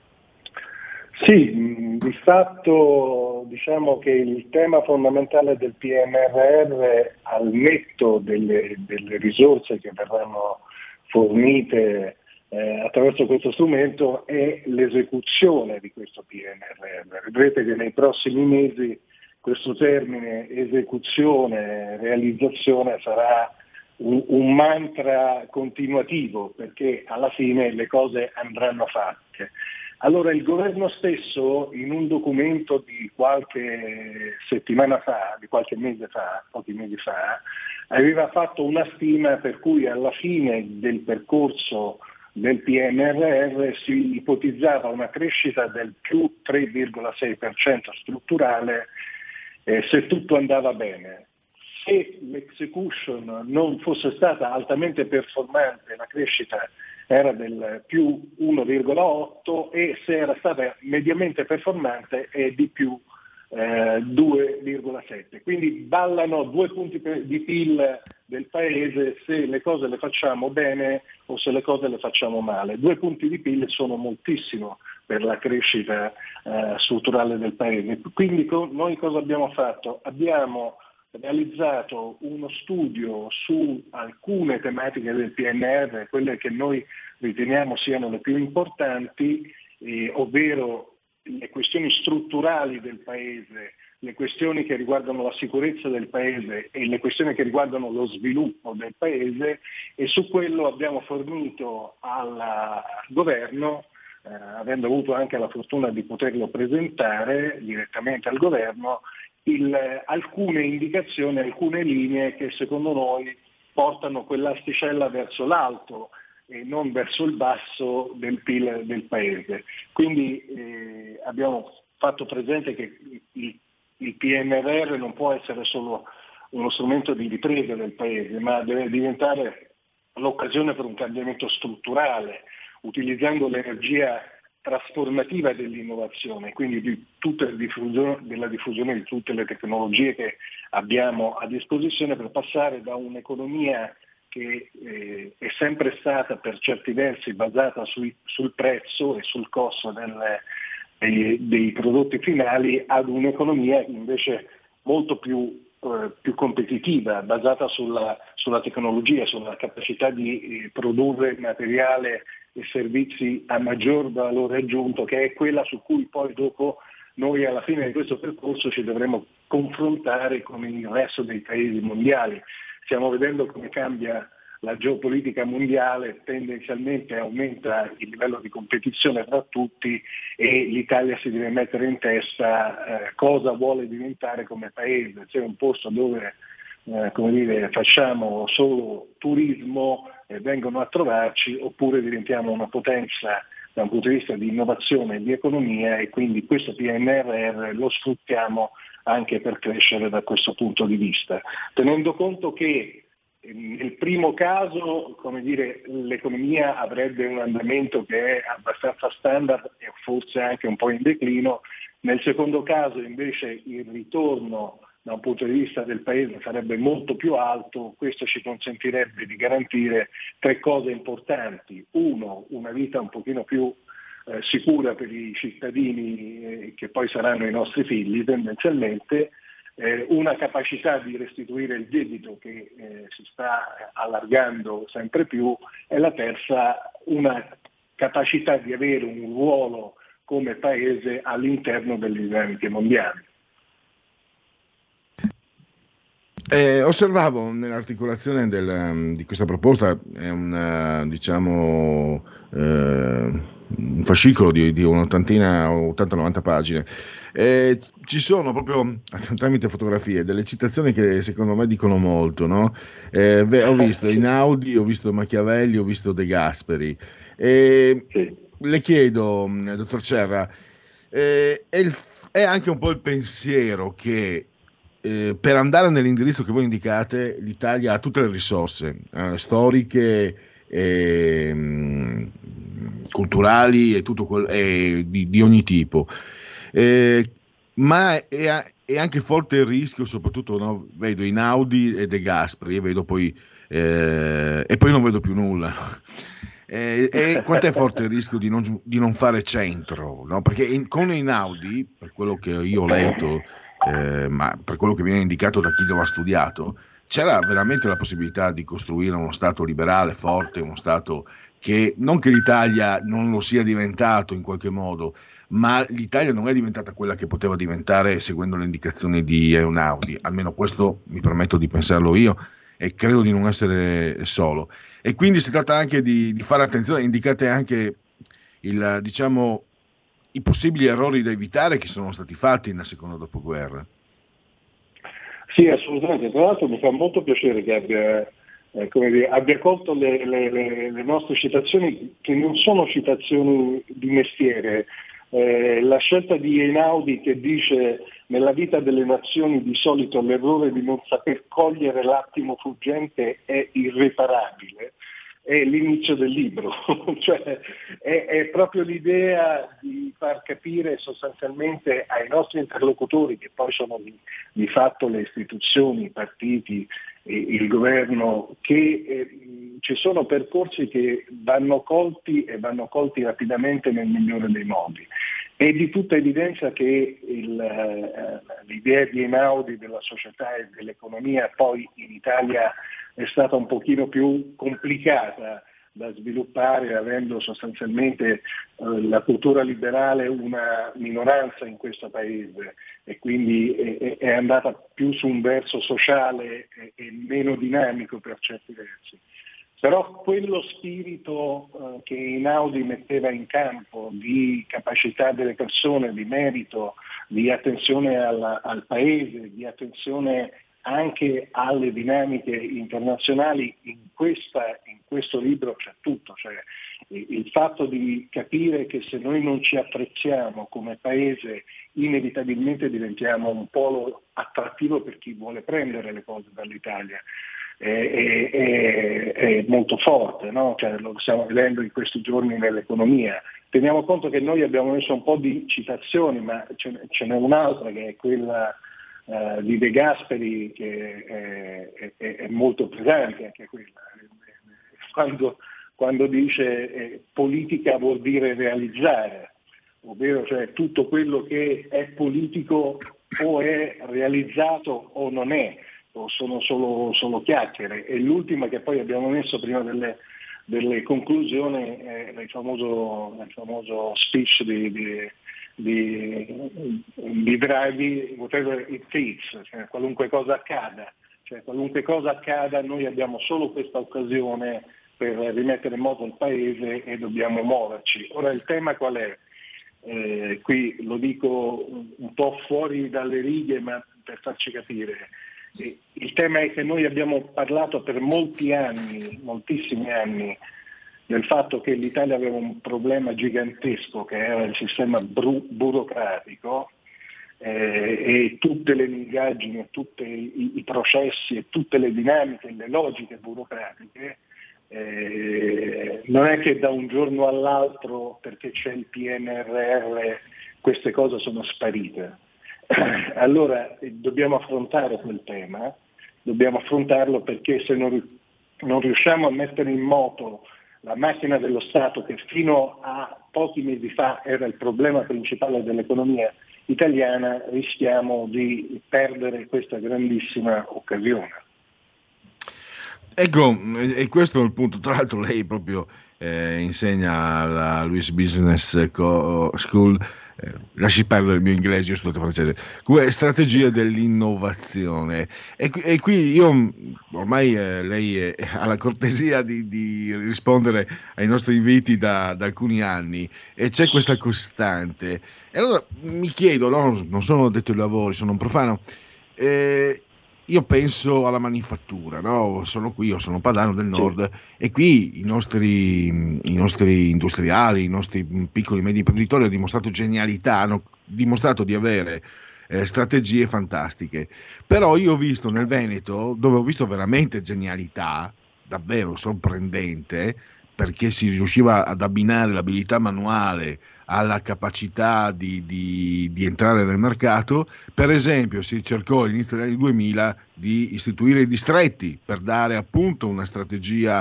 Speaker 17: Sì, di fatto diciamo che il tema fondamentale del P N R R, al netto delle, delle risorse che verranno fornite eh, attraverso questo strumento, è l'esecuzione di questo P N R R. Vedrete che nei prossimi mesi questo termine esecuzione, realizzazione sarà un, un mantra continuativo, perché alla fine le cose andranno fatte. Allora il governo stesso, in un documento di qualche settimana fa, di qualche mese fa, pochi mesi fa, aveva fatto una stima per cui alla fine del percorso del P N R R si ipotizzava una crescita del più tre virgola sei per cento strutturale eh, se tutto andava bene. Se l'execution non fosse stata altamente performante, la crescita era del più uno virgola otto, e se era stata mediamente performante è di più eh, due virgola sette. Quindi ballano due punti di P I L del paese se le cose le facciamo bene o se le cose le facciamo male. Due punti di P I L sono moltissimo per la crescita eh, strutturale del paese. Quindi co- noi cosa abbiamo fatto? Abbiamo realizzato uno studio su alcune tematiche del P N R R, quelle che noi riteniamo siano le più importanti, eh, ovvero le questioni strutturali del Paese, le questioni che riguardano la sicurezza del Paese e le questioni che riguardano lo sviluppo del Paese, e su quello abbiamo fornito al governo eh, avendo avuto anche la fortuna di poterlo presentare direttamente al governo, il, alcune indicazioni, alcune linee che secondo noi portano quell'asticella verso l'alto e non verso il basso del P I L del Paese. Quindi eh, abbiamo fatto presente che il, il P N R R non può essere solo uno strumento di ripresa del Paese, ma deve diventare l'occasione per un cambiamento strutturale, utilizzando l'energia trasformativa dell'innovazione, quindi di tutta la diffusione, della diffusione di tutte le tecnologie che abbiamo a disposizione, per passare da un'economia che eh, è sempre stata per certi versi basata sui, sul prezzo e sul costo delle, dei, dei prodotti finali, ad un'economia invece molto più eh, più competitiva, basata sulla, sulla tecnologia, sulla capacità di eh, produrre materiale e servizi a maggior valore aggiunto, che è quella su cui poi dopo noi alla fine di questo percorso ci dovremo confrontare con il resto dei paesi mondiali. Stiamo vedendo come cambia la geopolitica mondiale, tendenzialmente aumenta il livello di competizione tra tutti e l'Italia si deve mettere in testa eh, cosa vuole diventare come paese, se è un posto dove eh, come dire, facciamo solo turismo e vengono a trovarci, oppure diventiamo una potenza da un punto di vista di innovazione e di economia, e quindi questo P N R R lo sfruttiamo anche per crescere da questo punto di vista, tenendo conto che nel primo caso, come dire, l'economia avrebbe un andamento che è abbastanza standard e forse anche un po' in declino. Nel secondo caso invece il ritorno da un punto di vista del paese sarebbe molto più alto. Questo ci consentirebbe di garantire tre cose importanti. Uno, una vita un pochino più eh, sicura per i cittadini eh, che poi saranno i nostri figli tendenzialmente, Eh, una capacità di restituire il debito che eh, si sta allargando sempre più, e la terza, una capacità di avere un ruolo come paese all'interno delle dinamiche mondiali.
Speaker 5: Eh, osservavo nell'articolazione del, di questa proposta è un, diciamo, eh, un fascicolo di, di un'ottantina, ottanta novanta pagine. Eh, ci sono proprio tramite fotografie delle citazioni che secondo me dicono molto, no? Eh, beh, ho visto Einaudi, ho visto Machiavelli, ho visto De Gasperi. Eh, le chiedo, dottor Cerra, eh, è, il, è anche un po' il pensiero che eh, per andare nell'indirizzo che voi indicate l'Italia ha tutte le risorse eh, storiche, eh, mh, culturali e tutto quel, eh, di, di ogni tipo. Eh, ma è, è anche forte il rischio, soprattutto no, vedo Einaudi e De Gasperi e vedo poi eh, e poi non vedo più nulla. Eh, e quant'è forte il rischio di non, di non fare centro, no? Perché in, con Einaudi, per quello che io ho letto, eh, ma per quello che viene indicato da chi lo ha studiato, c'era veramente la possibilità di costruire uno Stato liberale forte, uno Stato che non che l'Italia non lo sia diventato in qualche modo, ma l'Italia non è diventata quella che poteva diventare seguendo le indicazioni di Einaudi, almeno questo mi permetto di pensarlo io e credo di non essere solo. E quindi si tratta anche di, di fare attenzione, indicate anche il, diciamo, i possibili errori da evitare che sono stati fatti nel secondo dopoguerra.
Speaker 17: Sì, assolutamente. Tra l'altro mi fa molto piacere che abbia, eh, come dire, abbia colto le, le, le, le nostre citazioni, che non sono citazioni di mestiere. Eh, la scelta di Einaudi che dice: nella vita delle nazioni di solito l'errore di non saper cogliere l'attimo fuggente è irreparabile, è l'inizio del libro. Cioè è, è proprio l'idea di far capire sostanzialmente ai nostri interlocutori, che poi sono di, di fatto le istituzioni, i partiti, il governo, che eh, ci sono percorsi che vanno colti e vanno colti rapidamente nel migliore dei modi. È di tutta evidenza che il, eh, l'idea di Einaudi della società e dell'economia poi in Italia è stata un pochino più complicata da sviluppare, avendo sostanzialmente eh, la cultura liberale una minoranza in questo paese, e quindi è, è andata più su un verso sociale e, e meno dinamico per certi versi. Però quello spirito eh, che Einaudi metteva in campo di capacità delle persone, di merito, di attenzione alla, al paese, di attenzione anche alle dinamiche internazionali, in, questa, in questo libro c'è tutto, cioè il fatto di capire che se noi non ci attrezziamo come paese inevitabilmente diventiamo un polo attrattivo per chi vuole prendere le cose dall'Italia. È, è, è molto forte, no? Cioè, lo stiamo vedendo in questi giorni nell'economia. Teniamo conto che noi abbiamo messo un po' di citazioni, ma ce, ce n'è un'altra che è quella uh, di De Gasperi, che è, è, è molto pesante anche quella. Quando, quando dice eh, politica vuol dire realizzare, ovvero cioè tutto quello che è politico o è realizzato o non è, o sono solo, solo chiacchiere. E l'ultima che poi abbiamo messo prima delle, delle conclusioni è il famoso, il famoso speech di, di, di, di Draghi, whatever it takes, cioè qualunque cosa accada, cioè qualunque cosa accada noi abbiamo solo questa occasione per rimettere in moto il paese e dobbiamo muoverci. Ora il tema qual è? Eh, qui lo dico un po' fuori dalle righe, ma per farci capire. Il tema è che noi abbiamo parlato per molti anni, moltissimi anni, del fatto che l'Italia aveva un problema gigantesco che era il sistema bru- burocratico eh, e tutte le lungaggini, tutti i, i processi e tutte le dinamiche, le logiche burocratiche. Eh, non è che da un giorno all'altro, perché c'è il P N R R, queste cose sono sparite. Allora dobbiamo affrontare quel tema, dobbiamo affrontarlo perché se non, non riusciamo a mettere in moto la macchina dello Stato, che fino a pochi mesi fa era il problema principale dell'economia italiana, rischiamo di perdere questa grandissima occasione.
Speaker 5: Ecco, e questo è il punto. Tra l'altro lei proprio eh, insegna alla Luis Business School, eh, lasci perdere il mio inglese, io sono francese, come strategia dell'innovazione. E, e qui io ormai eh, lei è, ha la cortesia di, di rispondere ai nostri inviti da, da alcuni anni e c'è questa costante. E allora mi chiedo, no, non sono addetto ai lavori, sono un profano, eh, io penso alla manifattura, no? Sono qui, io sono padano del nord, sì. E qui i nostri, i nostri industriali, i nostri piccoli e medi imprenditori hanno dimostrato genialità, hanno dimostrato di avere eh, strategie fantastiche. Però io ho visto nel Veneto, dove ho visto veramente genialità, davvero sorprendente, perché si riusciva ad abbinare l'abilità manuale alla capacità di, di, di entrare nel mercato. Per esempio si cercò all'inizio degli anni duemila di istituire i distretti per dare appunto una strategia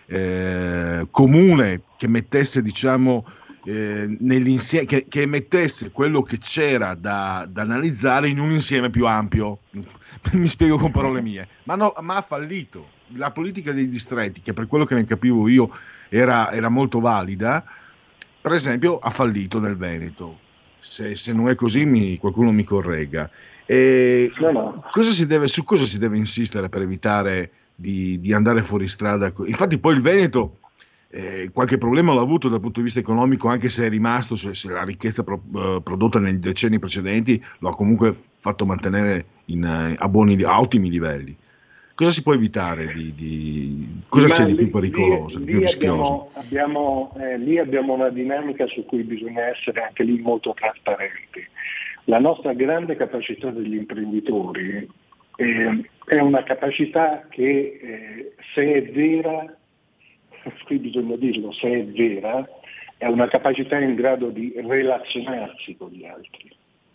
Speaker 5: eh, comune che mettesse, diciamo, eh, nell'insieme, che, che mettesse quello che c'era da, da analizzare in un insieme più ampio. Mi spiego con parole mie, ma, no, ma ha fallito. La politica dei distretti, che per quello che ne capivo io era, era molto valida, per esempio ha fallito nel Veneto. Se, se non è così mi, qualcuno mi corregga. E no, no. Cosa si deve, su cosa si deve insistere per evitare di, di andare fuori strada? Infatti poi il Veneto eh, qualche problema l'ha avuto dal punto di vista economico, anche se è rimasto, se, se la ricchezza pro, uh, prodotta nei decenni precedenti lo ha comunque fatto mantenere in, uh, a, buoni, a ottimi livelli. Cosa si può evitare? Di, di... Cosa Ma c'è lì, di più pericoloso, lì, di più rischioso?
Speaker 17: Abbiamo, abbiamo, eh, lì abbiamo una dinamica su cui bisogna essere anche lì molto trasparenti. La nostra grande capacità degli imprenditori eh, è una capacità che eh, se è vera, qui bisogna dirlo, se è vera, è una capacità in grado di relazionarsi con gli altri.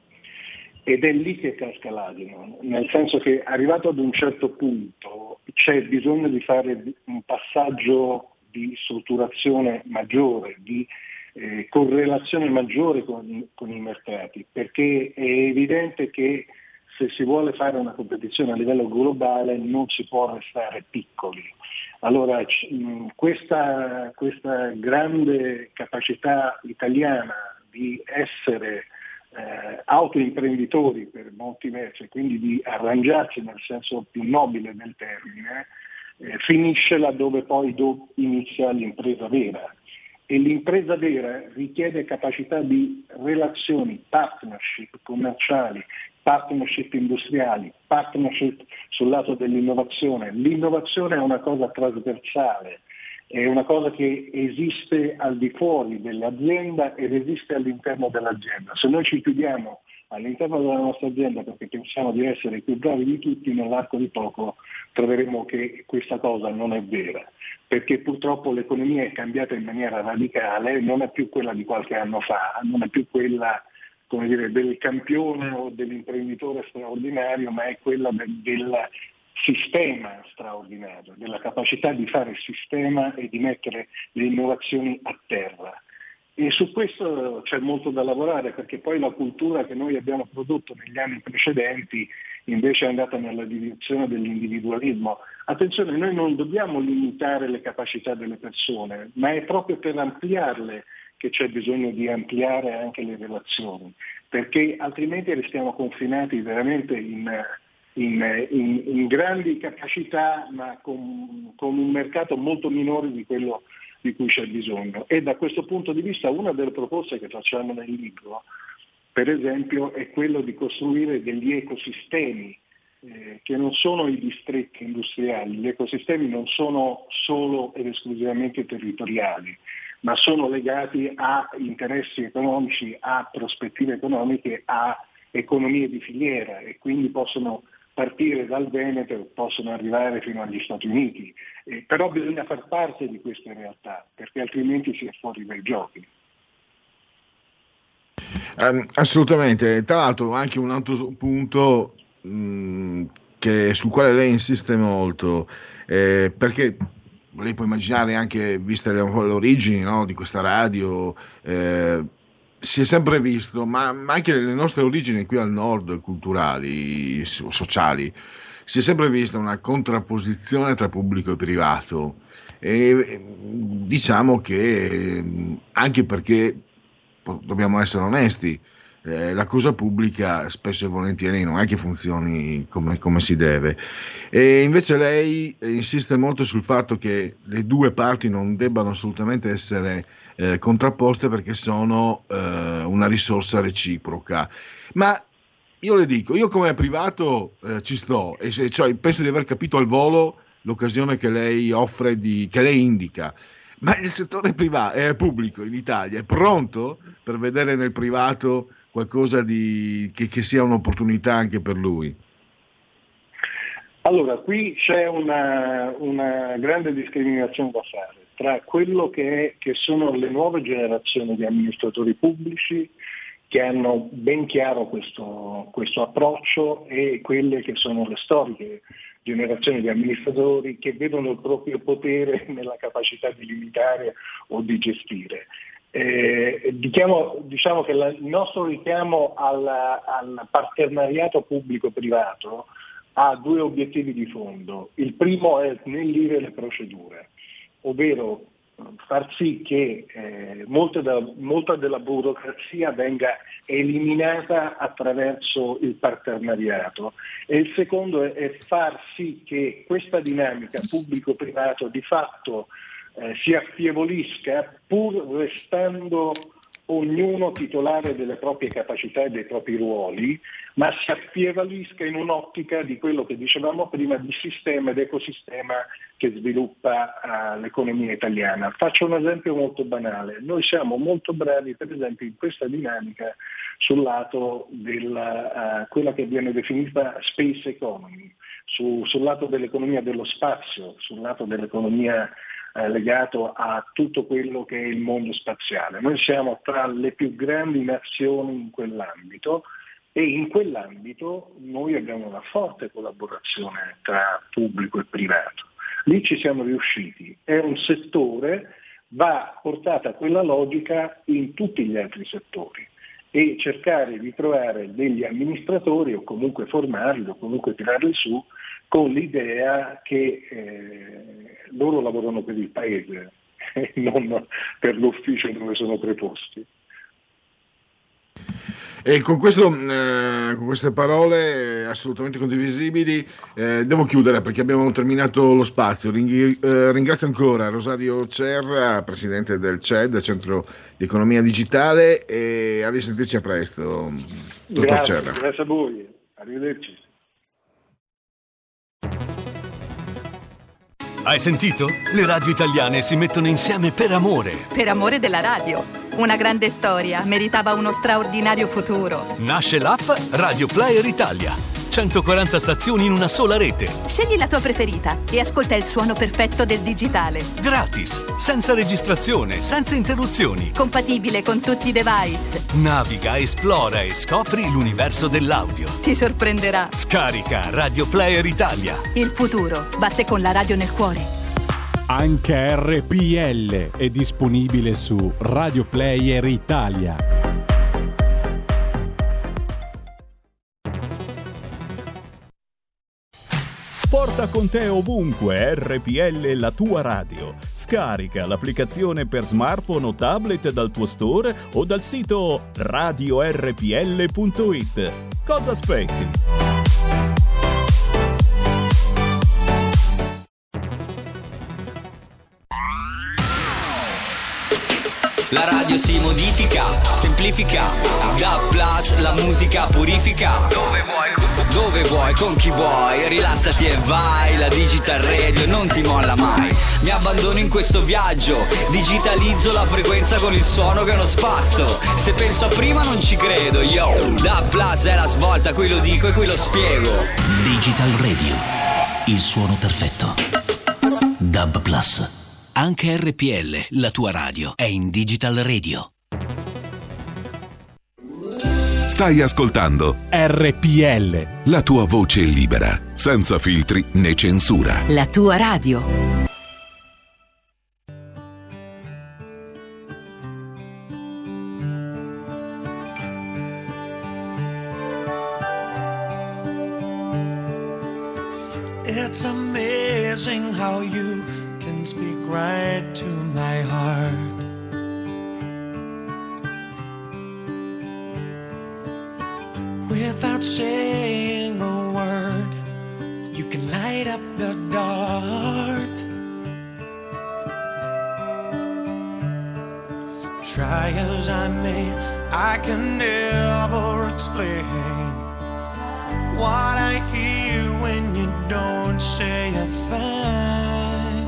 Speaker 17: Ed è lì che casca l'asino, nel senso che arrivato ad un certo punto c'è bisogno di fare un passaggio di strutturazione maggiore, di eh, correlazione maggiore con, con i mercati, perché è evidente che se si vuole fare una competizione a livello globale non si può restare piccoli. Allora questa, questa grande capacità italiana di essere Eh, autoimprenditori per molti versi, quindi di arrangiarsi nel senso più nobile del termine, eh, finisce laddove poi do- inizia l'impresa vera. E l'impresa vera richiede capacità di relazioni, partnership commerciali, partnership industriali, partnership sul lato dell'innovazione. L'innovazione è una cosa trasversale, è una cosa che esiste al di fuori dell'azienda ed esiste all'interno dell'azienda. Se noi ci chiudiamo all'interno della nostra azienda perché pensiamo di essere i più bravi di tutti, nell'arco di poco troveremo che questa cosa non è vera, perché purtroppo l'economia è cambiata in maniera radicale, non è più quella di qualche anno fa, non è più quella, come dire, del campione o dell'imprenditore straordinario, ma è quella del, del sistema straordinario, della capacità di fare sistema e di mettere le innovazioni a terra. E su questo c'è molto da lavorare, perché poi la cultura che noi abbiamo prodotto negli anni precedenti invece è andata nella direzione dell'individualismo. Attenzione, noi non dobbiamo limitare le capacità delle persone, ma è proprio per ampliarle che c'è bisogno di ampliare anche le relazioni, perché altrimenti restiamo confinati veramente in, in, in, in grandi capacità, ma con, con un mercato molto minore di quello di cui c'è bisogno. E da questo punto di vista una delle proposte che facciamo nel libro, per esempio, è quello di costruire degli ecosistemi eh, che non sono i distretti industriali. Gli ecosistemi non sono solo ed esclusivamente territoriali, ma sono legati a interessi economici, a prospettive economiche, a economie di filiera, e quindi possono partire dal Veneto e possono arrivare fino agli Stati Uniti. Eh, però bisogna far parte di queste realtà, perché altrimenti si è fuori dai giochi.
Speaker 5: Um, assolutamente. Tra l'altro anche un altro punto mh, che, sul quale lei insiste molto, eh, perché lei può immaginare, anche viste le, le origini, no, di questa radio, eh, si è sempre visto, ma, ma anche le nostre origini qui al nord, culturali, sociali, si è sempre vista una contrapposizione tra pubblico e privato. E diciamo che anche perché dobbiamo essere onesti, eh, la cosa pubblica spesso e volentieri non è che funzioni come, come si deve, e invece lei insiste molto sul fatto che le due parti non debbano assolutamente essere eh, contrapposte, perché sono eh, una risorsa reciproca. Ma io le dico, io come privato eh, ci sto, e cioè, penso di aver capito al volo l'occasione che lei offre, di, che lei indica. Ma il settore privato, eh, pubblico in Italia è pronto per vedere nel privato qualcosa di, che, che sia un'opportunità anche per lui?
Speaker 17: Allora, qui c'è una, una grande discriminazione da fare tra quello che, è, che sono le nuove generazioni di amministratori pubblici che hanno ben chiaro questo, questo approccio, e quelle che sono le storiche generazioni di amministratori che vedono il proprio potere nella capacità di limitare o di gestire. Eh, diciamo, diciamo che la, il nostro richiamo al, al partenariato pubblico-privato ha due obiettivi di fondo. Il primo è snellire le procedure, ovvero far sì che eh, molta, da, molta della burocrazia venga eliminata attraverso il partenariato, e il secondo è, è far sì che questa dinamica pubblico-privato di fatto eh, si affievolisca, pur restando ognuno titolare delle proprie capacità e dei propri ruoli, ma si affievolisca in un'ottica di quello che dicevamo prima, di sistema ed ecosistema che sviluppa uh, l'economia italiana. Faccio un esempio molto banale. Noi siamo molto bravi, per esempio, in questa dinamica sul lato della uh, quella che viene definita space economy, su, sul lato dell'economia dello spazio, sul lato dell'economia eh, legato a tutto quello che è il mondo spaziale. Noi siamo tra le più grandi nazioni in quell'ambito, e in quell'ambito noi abbiamo una forte collaborazione tra pubblico e privato. Lì ci siamo riusciti. È un settore, va portata quella logica in tutti gli altri settori, e cercare di trovare degli amministratori, o comunque formarli, o comunque tirarli su, con l'idea che eh, loro lavorano per il paese e non per l'ufficio dove sono preposti.
Speaker 5: E con, questo, eh, con queste parole assolutamente condivisibili eh, devo chiudere perché abbiamo terminato lo spazio. Ringhi, eh, ringrazio ancora Rosario Cerra, presidente del C E D, Centro di Economia Digitale, e a risentirci a presto, dottor
Speaker 17: Grazie,
Speaker 5: Cerra.
Speaker 17: grazie a voi, arrivederci.
Speaker 18: Hai sentito? Le radio italiane si mettono insieme per amore.
Speaker 19: Per amore della radio. Una grande storia meritava uno straordinario futuro.
Speaker 18: Nasce l'app Radio Player Italia. centoquaranta stazioni in una sola rete.
Speaker 19: Scegli la tua preferita e ascolta il suono perfetto del digitale.
Speaker 18: Gratis, senza registrazione, senza interruzioni.
Speaker 19: Compatibile con tutti i device.
Speaker 18: Naviga, esplora e scopri l'universo dell'audio.
Speaker 19: Ti sorprenderà.
Speaker 18: Scarica Radio Player Italia.
Speaker 19: Il futuro batte con la radio nel cuore.
Speaker 2: Anche R P L è disponibile su Radio Player Italia.
Speaker 11: Porta con te ovunque R P L, la tua radio. Scarica l'applicazione per smartphone o tablet dal tuo store o dal sito radio r p l punto i t. Cosa aspetti?
Speaker 9: La radio si modifica, semplifica, da plus la musica purifica. Dove vuoi, dove vuoi, con chi vuoi, rilassati e vai. La Digital Radio non ti molla mai. Mi abbandono in questo viaggio, digitalizzo la frequenza con il suono che è uno spasso. Se penso a prima non ci credo, yo. Da plus è la svolta, qui lo dico e qui lo spiego.
Speaker 10: Digital Radio, il suono perfetto. Dub Plus. Anche R P L, la tua radio, è in Digital Radio.
Speaker 7: Stai ascoltando
Speaker 2: R P L,
Speaker 7: la tua voce libera, senza filtri né censura.
Speaker 19: La tua radio.
Speaker 12: It's amazing how you can speak right to my heart. Without saying a word, you can light up the dark. Try as I may, I can never explain what I hear when you don't say a thing.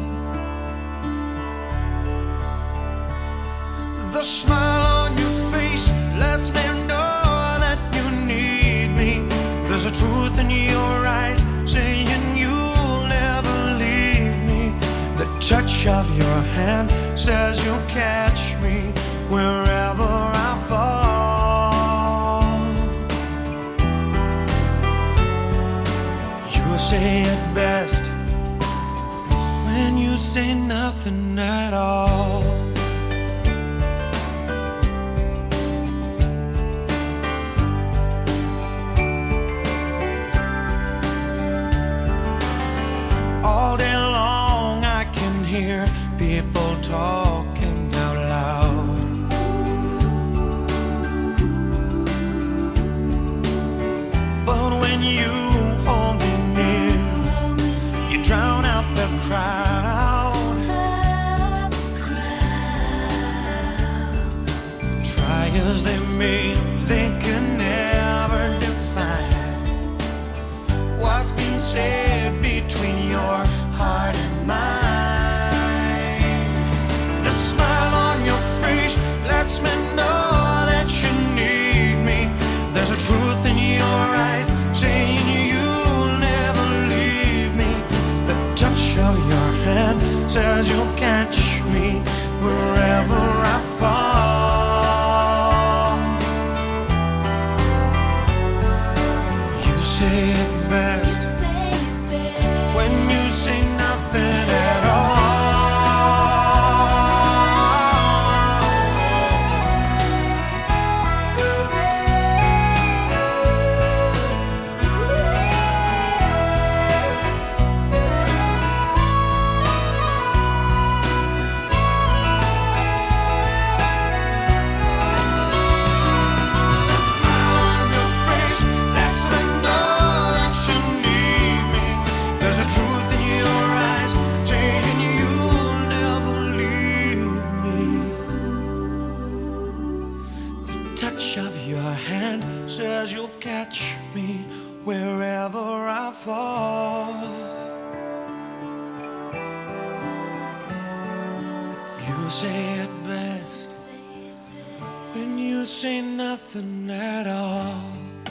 Speaker 12: The smile on your face lets me know that you need me. There's a truth in your eyes saying you'll never leave me. The touch of your hand says you'll catch me wherever I fall. You say it best when you say nothing at all. All day long I can hear people talking out loud. But when you hold me near, you drown out the crowd. Try as they may, they can never define what's been said between your heart and mine. The smile on your face lets me know that you need me. There's a truth in your eyes saying you'll never leave me. The touch of your hand says you'll catch me wherever I fall. You say it best when you say nothing at all. touch of your hand says you'll catch me wherever I fall. You say it best when you say nothing at all.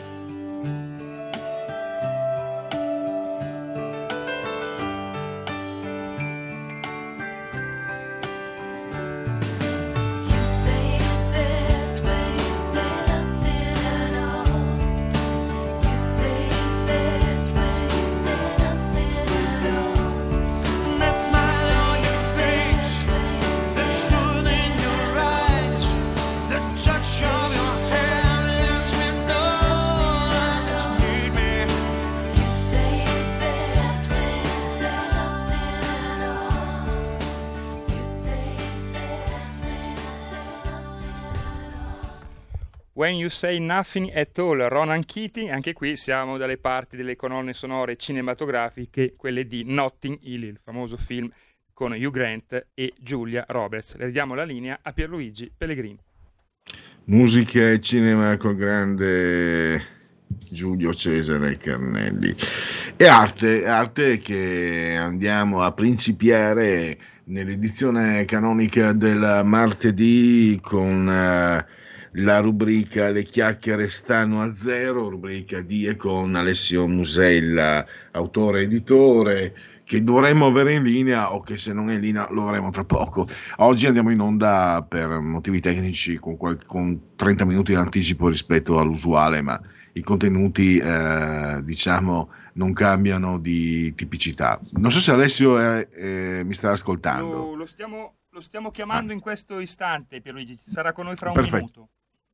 Speaker 4: When You Say Nothing at All, Ronan Keating. Anche qui siamo dalle parti delle colonne sonore cinematografiche, quelle di Notting Hill, il famoso film con Hugh Grant e Julia Roberts. Le diamo la linea a Pierluigi Pellegrini.
Speaker 5: Musica e cinema con grande Giulio Cesare Carnelli. E arte, arte che andiamo a principiare nell'edizione canonica del martedì con uh, la rubrica Le chiacchiere stanno a zero, rubrica di e con Alessio Musella, autore e editore, che dovremmo avere in linea, o che se non è in linea lo avremo tra poco. Oggi andiamo in onda per motivi tecnici con, qual- con trenta minuti di anticipo rispetto all'usuale, ma i contenuti eh, diciamo non cambiano di tipicità. Non so se Alessio è, è, mi sta ascoltando.
Speaker 4: Lo, lo, stiamo, lo stiamo chiamando ah. in questo istante, Pierluigi, sarà con noi fra un
Speaker 5: Perfetto.
Speaker 4: minuto.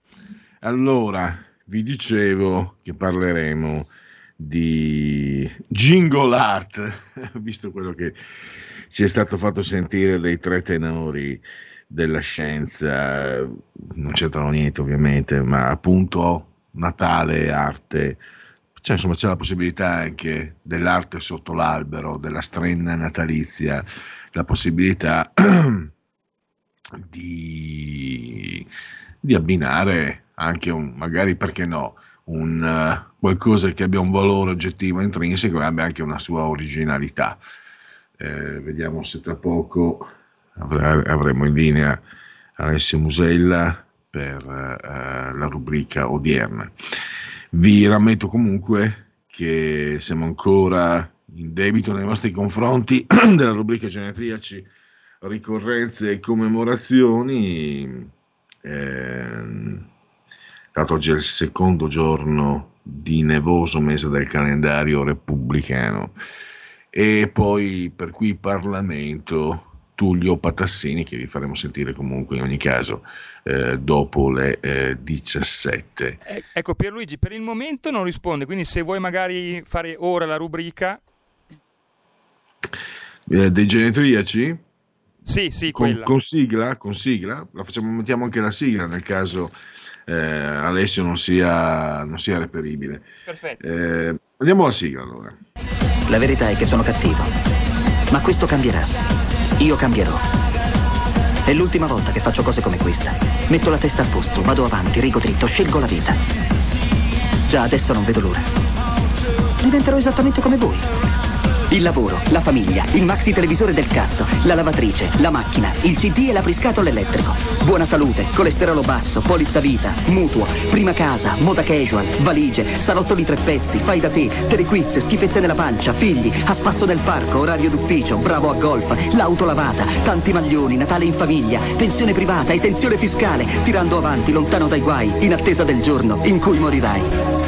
Speaker 5: Allora, vi dicevo che parleremo di jingle art, visto quello che ci è stato fatto sentire dai tre tenori della scienza, non c'entrano niente ovviamente, ma appunto Natale, arte, cioè insomma c'è la possibilità anche dell'arte sotto l'albero, della strenna natalizia, la possibilità di, di abbinare anche un, magari perché no, un uh, qualcosa che abbia un valore oggettivo intrinseco e abbia anche una sua originalità. Eh, vediamo se tra poco avr- avremo in linea Alessio Musella per uh, la rubrica odierna. Vi rammetto comunque che siamo ancora in debito nei vostri confronti della rubrica Genetriaci, ricorrenze e commemorazioni. Eh, Dato oggi è il secondo giorno di nevoso mese del calendario repubblicano, e poi per cui Parlamento Tullio Patassini, che vi faremo sentire comunque in ogni caso eh, dopo le eh, diciassette.
Speaker 4: Eh, ecco Pierluigi, per il momento non risponde, quindi se vuoi magari fare ora la rubrica
Speaker 5: eh, dei genetriaci?
Speaker 4: Sì, sì,
Speaker 5: con,
Speaker 4: quella.
Speaker 5: Con sigla, con sigla, la facciamo, mettiamo anche la sigla nel caso eh, Alessio non sia, non sia reperibile.
Speaker 4: Perfetto.
Speaker 5: Eh, andiamo alla sigla allora.
Speaker 20: La verità è che sono cattivo, ma questo cambierà. Io cambierò. È l'ultima volta che faccio cose come questa. Metto la testa a posto, vado avanti, rigo dritto, scelgo la vita. Già adesso non vedo l'ora. Diventerò esattamente come voi. Il lavoro, la famiglia, il maxi televisore del cazzo, la lavatrice, la macchina, il C D e l'apriscatole elettrico. Buona salute, colesterolo basso, polizza vita, mutuo, prima casa, moda casual, valigie, salotto di tre pezzi, fai da te, telequiz, schifezze nella pancia, figli, a spasso nel parco, orario d'ufficio, bravo a golf, l'auto lavata, tanti maglioni, Natale in famiglia, pensione privata, esenzione fiscale, tirando avanti, lontano dai guai, in attesa del giorno in cui morirai.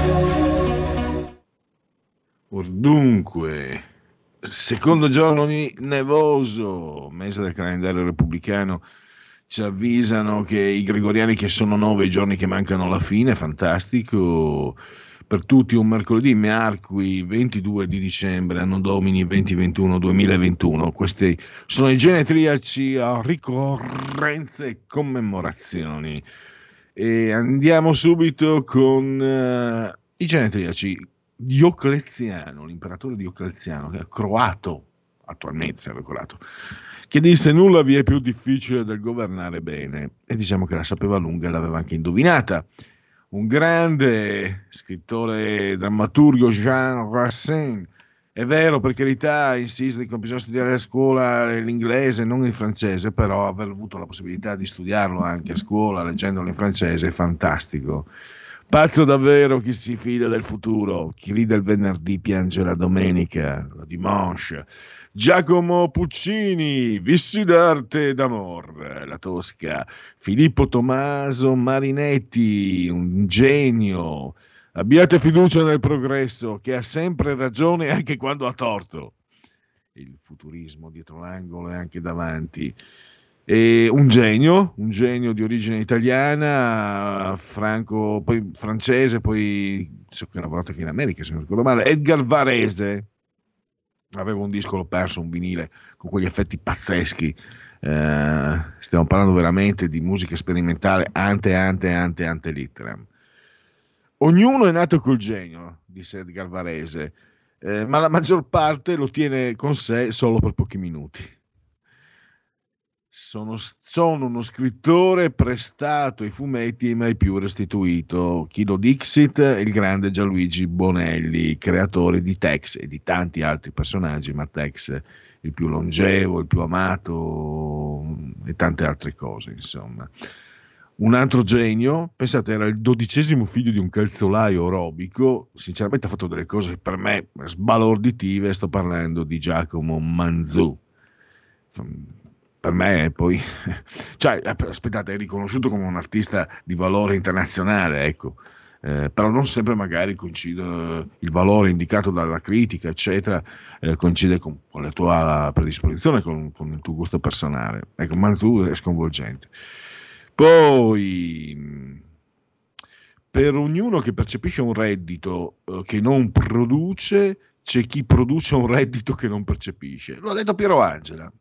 Speaker 5: Or dunque... Secondo giorno di nevoso, mese del calendario repubblicano, ci avvisano che i gregoriani, che sono nove i giorni che mancano alla fine, fantastico, per tutti un mercoledì Merqui ventidue di dicembre, anno domini duemilaventuno duemilaventuno. Questi sono i genetriaci a ricorrenze e commemorazioni. E andiamo subito con uh, i genetriaci. Diocleziano, l'imperatore Diocleziano, che è croato, attualmente serve croato, che disse: nulla vi è più difficile del governare bene, e diciamo che la sapeva lunga e l'aveva anche indovinata. Un grande scrittore drammaturgo, Jean Racine. È vero, per carità, insiste che bisogna studiare a scuola l'inglese, non il francese, però aver avuto la possibilità di studiarlo anche a scuola, leggendolo in francese, è fantastico. Pazzo davvero chi si fida del futuro, chi ride il venerdì piange la domenica, la dimanche. Giacomo Puccini, Vissi d'arte d'amor, la Tosca. Filippo Tommaso Marinetti, un genio. Abbiate fiducia nel progresso, che ha sempre ragione anche quando ha torto. Il futurismo dietro l'angolo e anche davanti. E un genio, un genio di origine italiana, franco, poi francese, poi so che ha lavorato anche in America, se non ricordo male, Edgar Varese. Aveva un disco, l'ho perso, un vinile con quegli effetti pazzeschi. Eh, stiamo parlando veramente di musica sperimentale ante ante ante ante litteram. Ognuno è nato col genio, disse Edgar Varese, eh, ma la maggior parte lo tiene con sé solo per pochi minuti. Sono, sono uno scrittore prestato ai fumetti e mai più restituito. Chido Dixit, il grande Gianluigi Bonelli, creatore di Tex e di tanti altri personaggi, ma Tex il più longevo, il più amato e tante altre cose, insomma. Un altro genio, pensate, era il dodicesimo figlio di un calzolaio orobico, sinceramente ha fatto delle cose per me sbalorditive, sto parlando di Giacomo Manzù. Per me poi, cioè, aspettate, è riconosciuto come un artista di valore internazionale, ecco, eh, però non sempre magari coincide il valore indicato dalla critica, eccetera, eh, coincide con, con la tua predisposizione, con, con il tuo gusto personale. Ecco, Manzù è sconvolgente. Poi, per ognuno che percepisce un reddito eh, che non produce, c'è chi produce un reddito che non percepisce. Lo ha detto Piero Angela,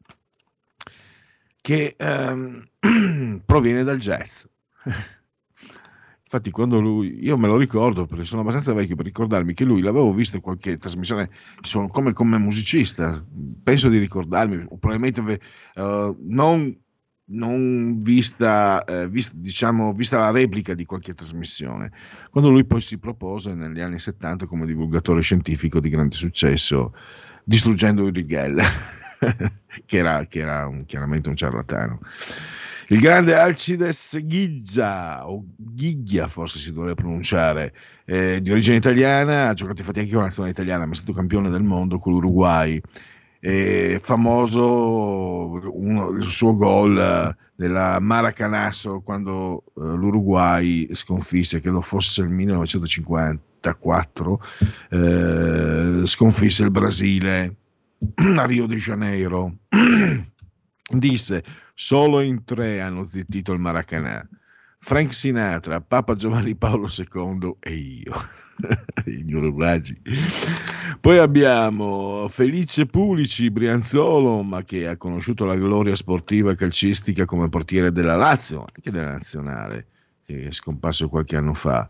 Speaker 5: che ehm, proviene dal jazz. Infatti quando lui, io me lo ricordo perché sono abbastanza vecchio per ricordarmi che lui l'avevo visto in qualche trasmissione, sono come, come musicista, penso di ricordarmi, o probabilmente uh, non, non vista, eh, vista, diciamo, vista la replica di qualche trasmissione, quando lui poi si propose negli anni settanta come divulgatore scientifico di grande successo, distruggendo Uri Geller. che era, che era un, chiaramente un ciarlatano. Il grande Alcides Ghiggia, o Ghiglia forse si dovrebbe pronunciare, eh, di origine italiana, ha giocato infatti anche con la nazionale italiana, ma è stato campione del mondo con l'Uruguay. È famoso uno, il suo gol della Maracanazo quando eh, l'Uruguay sconfisse, credo fosse il millenovecentocinquantaquattro, eh, sconfisse il Brasile a Rio de Janeiro. Disse: solo in tre hanno zittito il Maracanã, Frank Sinatra, Papa Giovanni Paolo secondo e io. Gli uruguagi. Poi abbiamo Felice Pulici, Brianzolo, ma che ha conosciuto la gloria sportiva e calcistica come portiere della Lazio, anche della nazionale, che è scomparso qualche anno fa.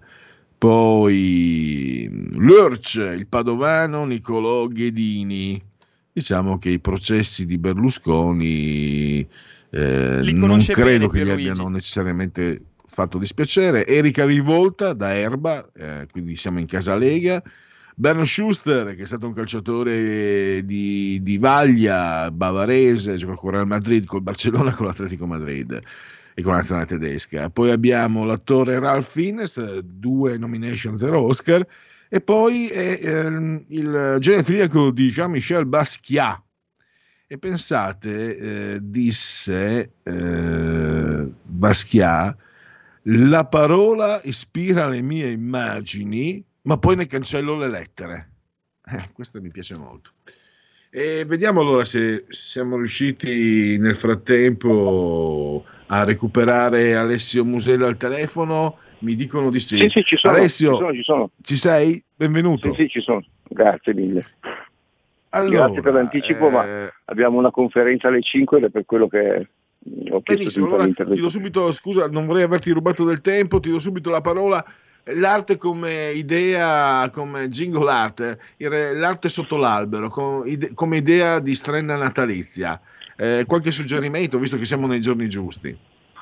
Speaker 5: Poi Lurch, il padovano Niccolò Ghedini. Diciamo che i processi di Berlusconi eh, non credo che gli abbiano necessariamente fatto dispiacere. Erika Rivolta da Erba, eh, quindi siamo in casa Lega. Bernd Schuster, che è stato un calciatore di, di Vaglia, bavarese, gioca con Real Madrid, col Barcellona, con l'Atletico Madrid e con la nazionale tedesca. Poi abbiamo l'attore Ralph Fiennes, due nomination, zero Oscar. E poi è eh, il genetriaco di Jean-Michel Basquiat. E pensate, eh, disse eh, Basquiat, la parola ispira le mie immagini, ma poi ne cancello le lettere. Eh, questo mi piace molto. E vediamo allora se siamo riusciti nel frattempo a recuperare Alessio Musella al telefono. Mi dicono di sì.
Speaker 21: Sì, sì, ci sono.
Speaker 5: Alessio,
Speaker 21: ci sono, ci sono.
Speaker 5: Ci sei? Benvenuto.
Speaker 21: Sì, sì, ci sono. Grazie mille.
Speaker 5: Allora,
Speaker 21: Grazie per l'anticipo,
Speaker 5: eh...
Speaker 21: ma abbiamo una conferenza alle cinque ed è per quello che ho chiesto
Speaker 5: Benissimo,
Speaker 21: di
Speaker 5: allora
Speaker 21: fare
Speaker 5: ti do subito, scusa, non vorrei averti rubato del tempo, ti do subito la parola. L'arte come idea, come jingle art, l'arte sotto l'albero, come idea di strenna natalizia. eh, qualche suggerimento, visto che siamo nei giorni giusti.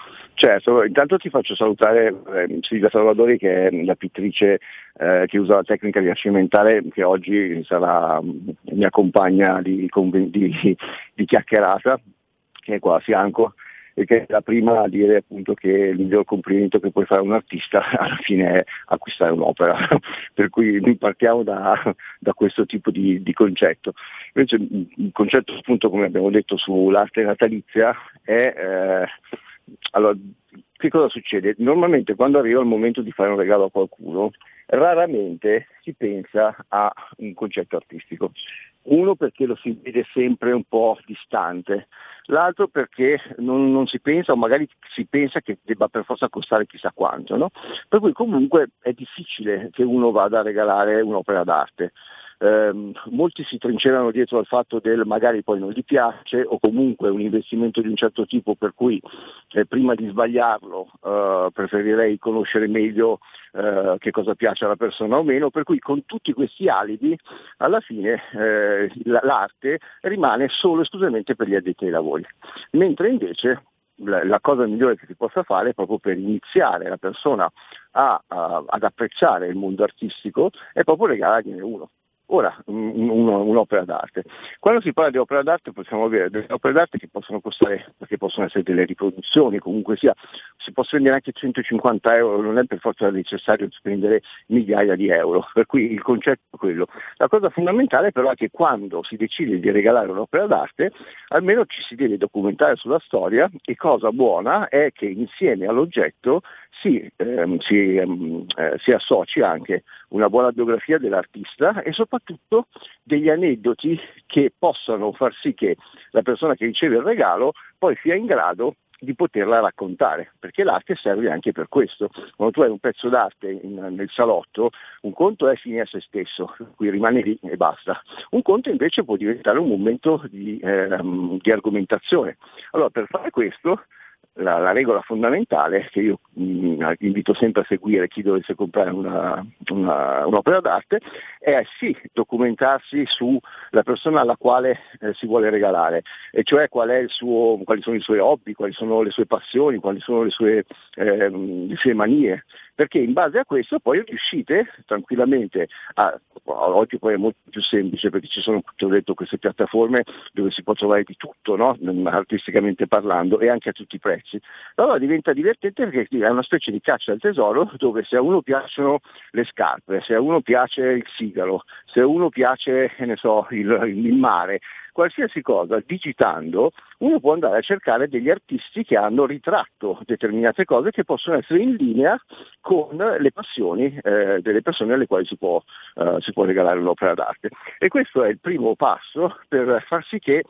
Speaker 21: Certo, intanto ti faccio salutare eh, Silvia Salvadori, che è la pittrice eh, che usa la tecnica rinascimentale, che oggi sarà mia compagna di, di, di chiacchierata, che è qua a fianco, e che è la prima a dire appunto che il miglior complimento che puoi fare a un artista alla fine è acquistare un'opera, per cui partiamo da, da questo tipo di, di concetto. Invece il concetto appunto, come abbiamo detto, sull'arte natalizia è... Eh, allora, che cosa succede? Normalmente quando arriva il momento di fare un regalo a qualcuno, raramente si pensa a un concetto artistico. Uno, perché lo si vede sempre un po' distante, l'altro perché non, non si pensa, o magari si pensa che debba per forza costare chissà quanto, no? Per cui comunque è difficile che uno vada a regalare un'opera d'arte. Eh, molti si trincerano dietro al fatto del magari poi non gli piace, o comunque un investimento di un certo tipo, per cui eh, prima di sbagliarlo eh, preferirei conoscere meglio eh, che cosa piace alla persona o meno, per cui con tutti questi alibi alla fine eh, l'arte rimane solo e esclusivamente per gli addetti ai lavori, mentre invece la, la cosa migliore che si possa fare proprio per iniziare la persona a, a, ad apprezzare il mondo artistico è proprio regalargliene uno. Ora, un, un, un'opera d'arte. Quando si parla di opera d'arte possiamo avere delle opere d'arte che possono costare, perché possono essere delle riproduzioni, comunque sia, si può spendere anche centocinquanta euro, non è per forza necessario spendere migliaia di euro, per cui il concetto è quello. La cosa fondamentale però è che quando si decide di regalare un'opera d'arte, almeno ci si deve documentare sulla storia, e cosa buona è che insieme all'oggetto si, ehm, si, ehm, eh, si associ anche una buona biografia dell'artista e soprattutto degli aneddoti che possano far sì che la persona che riceve il regalo poi sia in grado di poterla raccontare, perché l'arte serve anche per questo. Quando tu hai un pezzo d'arte in, nel salotto, un conto è fine a se stesso, qui rimane lì e basta. Un conto invece può diventare un momento di, ehm, di argomentazione. Allora, per fare questo, La, la regola fondamentale che io mh, invito sempre a seguire chi dovesse comprare una, una, un'opera d'arte è sì documentarsi sulla persona alla quale eh, si vuole regalare, e cioè qual è il suo, quali sono i suoi hobby, quali sono le sue passioni, quali sono le sue, eh, le sue manie, perché in base a questo poi riuscite tranquillamente a, oggi poi è molto più semplice perché ci sono, ti ho detto, queste piattaforme dove si può trovare di tutto, no? Artisticamente parlando, e anche a tutti i prezzi. Allora diventa divertente perché è una specie di caccia al tesoro, dove se a uno piacciono le scarpe, se a uno piace il sigaro, se a uno piace, che ne so, il, il mare, qualsiasi cosa, digitando, uno può andare a cercare degli artisti che hanno ritratto determinate cose che possono essere in linea con le passioni eh, delle persone alle quali si può, eh, si può regalare un'opera d'arte. E questo è il primo passo per far sì che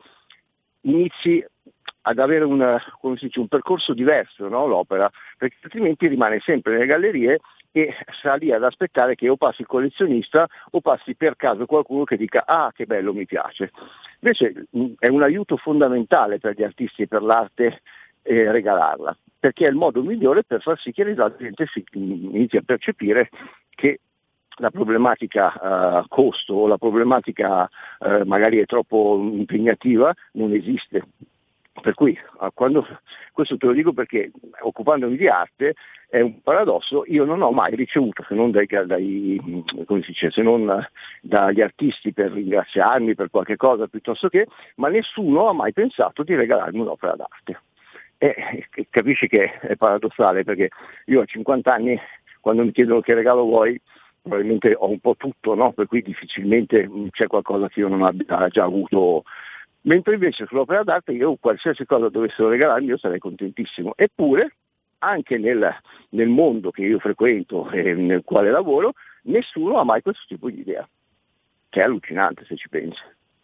Speaker 21: inizi ad avere un, come si dice, un percorso diverso, no, l'opera, perché altrimenti rimane sempre nelle gallerie e sta lì ad aspettare che o passi il collezionista o passi per caso qualcuno che dica ah che bello, mi piace. Invece mh, è un aiuto fondamentale per gli artisti e per l'arte eh, regalarla, perché è il modo migliore per far sì che la gente si inizi a percepire che la problematica uh, costo o la problematica uh, magari è troppo impegnativa non esiste. Per cui quando, questo te lo dico perché occupandomi di arte è un paradosso, io non ho mai ricevuto, se non dai, dai come si dice, se non dagli artisti per ringraziarmi per qualche cosa piuttosto che, ma nessuno ha mai pensato di regalarmi un'opera d'arte. E capisci che è paradossale, perché io a cinquanta anni, quando mi chiedono che regalo vuoi, probabilmente ho un po' tutto, no? Per cui difficilmente c'è qualcosa che io non abbia già avuto. Mentre invece sull'opera d'arte io qualsiasi cosa dovessero regalarmi io sarei contentissimo. Eppure anche nel, nel mondo che io frequento e nel quale lavoro nessuno ha mai questo tipo di idea, che è allucinante se ci pensi.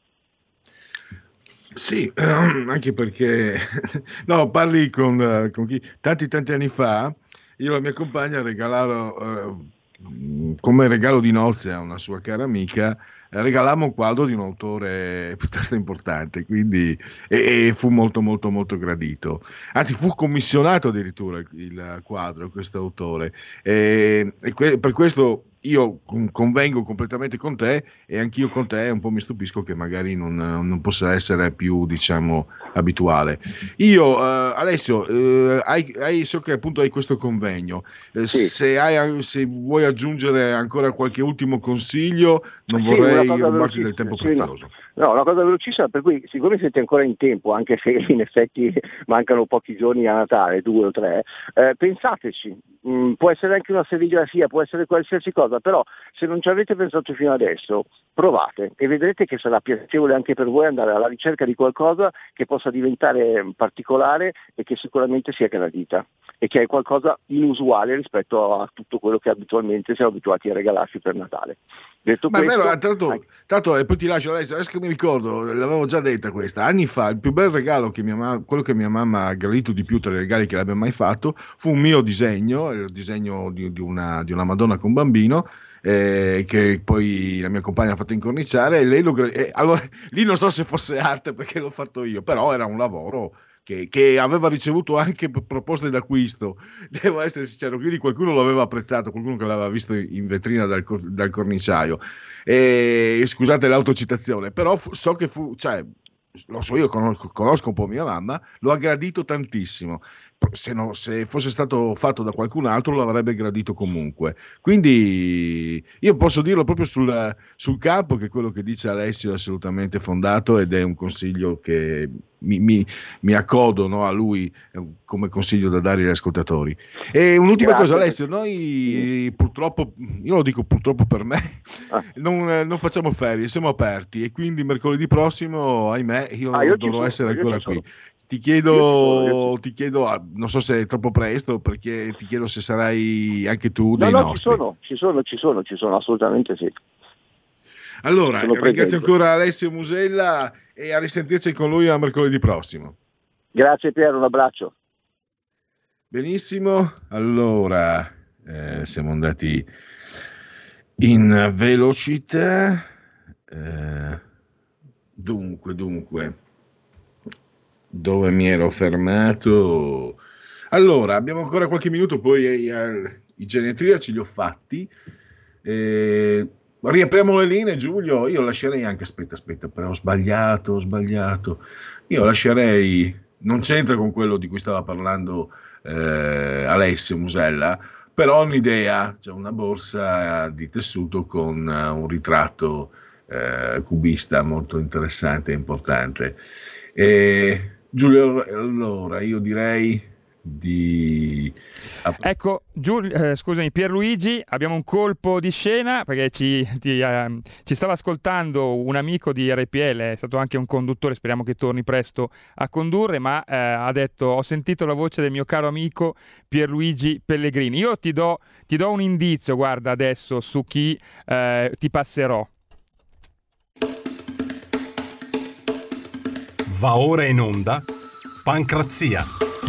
Speaker 5: Sì, anche perché no, parli con, con chi tanti tanti anni fa io e la mia compagna regalavo eh, come regalo di nozze a una sua cara amica, regalammo un quadro di un autore piuttosto importante, quindi e, e fu molto molto molto gradito, anzi fu commissionato addirittura il, il quadro questo autore, e, e que, per questo io convengo completamente con te, e anch'io con te un po' mi stupisco che magari non, non possa essere più, diciamo, abituale. Io, uh, Alessio, uh, hai, hai, so che appunto hai questo convegno, uh, sì. se, hai, se vuoi aggiungere ancora qualche ultimo consiglio, non sì, vorrei rubarti del tempo sì, prezioso.
Speaker 21: No. no, una cosa velocissima, per cui siccome siete ancora in tempo, anche se in effetti mancano pochi giorni a Natale, due o tre, eh, pensateci, mm, può essere anche una serigrafia, può essere qualsiasi cosa, però se non ci avete pensato fino adesso, provate e vedrete che sarà piacevole anche per voi andare alla ricerca di qualcosa che possa diventare particolare e che sicuramente sia gradita e che è qualcosa inusuale rispetto a tutto quello che abitualmente siamo abituati a regalarci per Natale. Detto
Speaker 5: Ma
Speaker 21: questo,
Speaker 5: è vero, tanto, tanto e poi ti lascio adesso, adesso che mi ricordo, l'avevo già detta questa, anni fa il più bel regalo che mia mamma, quello che mia mamma ha gradito di più tra i regali che l'abbia mai fatto, fu un mio disegno, il disegno di, di, una, di una Madonna con bambino, eh, che poi la mia compagna ha fatto incorniciare, e lei lo, eh, allora, lì non so se fosse arte perché l'ho fatto io, però era un lavoro Che, che aveva ricevuto anche proposte d'acquisto, devo essere sincero, quindi qualcuno l'aveva apprezzato, qualcuno che l'aveva visto in vetrina dal, dal corniciaio, e scusate l'autocitazione, però fu, so che fu, cioè, lo so, io conosco, conosco un po' mia mamma, lo ha gradito tantissimo. Se, no, se fosse stato fatto da qualcun altro lo avrebbe gradito comunque, quindi io posso dirlo proprio sul, sul campo che quello che dice Alessio è assolutamente fondato, ed è un consiglio che mi, mi, mi accodo, no, a lui come consiglio da dare agli ascoltatori. E un'ultima Grazie. cosa, Alessio, noi purtroppo, io lo dico purtroppo per me, ah. non, non facciamo ferie, siamo aperti, e quindi mercoledì prossimo, ahimè, io, ah, io dovrò sono, essere ancora qui. Ti chiedo, io sono, io ti chiedo, non so se è troppo presto, perché ti chiedo se sarai anche tu dei
Speaker 21: no, no,
Speaker 5: nostri.
Speaker 21: ci sono, ci sono, ci sono, ci sono, assolutamente sì.
Speaker 5: Allora, ringrazio ancora Alessio Musella e a risentirci con lui a mercoledì prossimo.
Speaker 21: Grazie Piero, un abbraccio.
Speaker 5: Benissimo, allora eh, siamo andati in velocità. Eh, dunque, dunque. Dove mi ero fermato? Allora, abbiamo ancora qualche minuto, poi eh, i genetriaci li ho fatti. Eh, riapriamo le linee, Giulio. Io lascerei anche, aspetta, aspetta, però ho sbagliato, ho sbagliato. Io lascerei, non c'entra con quello di cui stava parlando eh, Alessio Musella, però ho un'idea, c'è una borsa di tessuto con uh, un ritratto uh, cubista molto interessante e importante. E Giulio, allora io direi di...
Speaker 4: Ecco, Giulio, eh, scusami Pierluigi, abbiamo un colpo di scena perché ci, ti, eh, ci stava ascoltando un amico di R P L, è stato anche un conduttore, speriamo che torni presto a condurre, ma eh, ha detto: ho sentito la voce del mio caro amico Pierluigi Pellegrini. Io ti do, ti do un indizio, guarda, adesso su chi eh, ti passerò.
Speaker 8: Va ora in onda Pancrazia.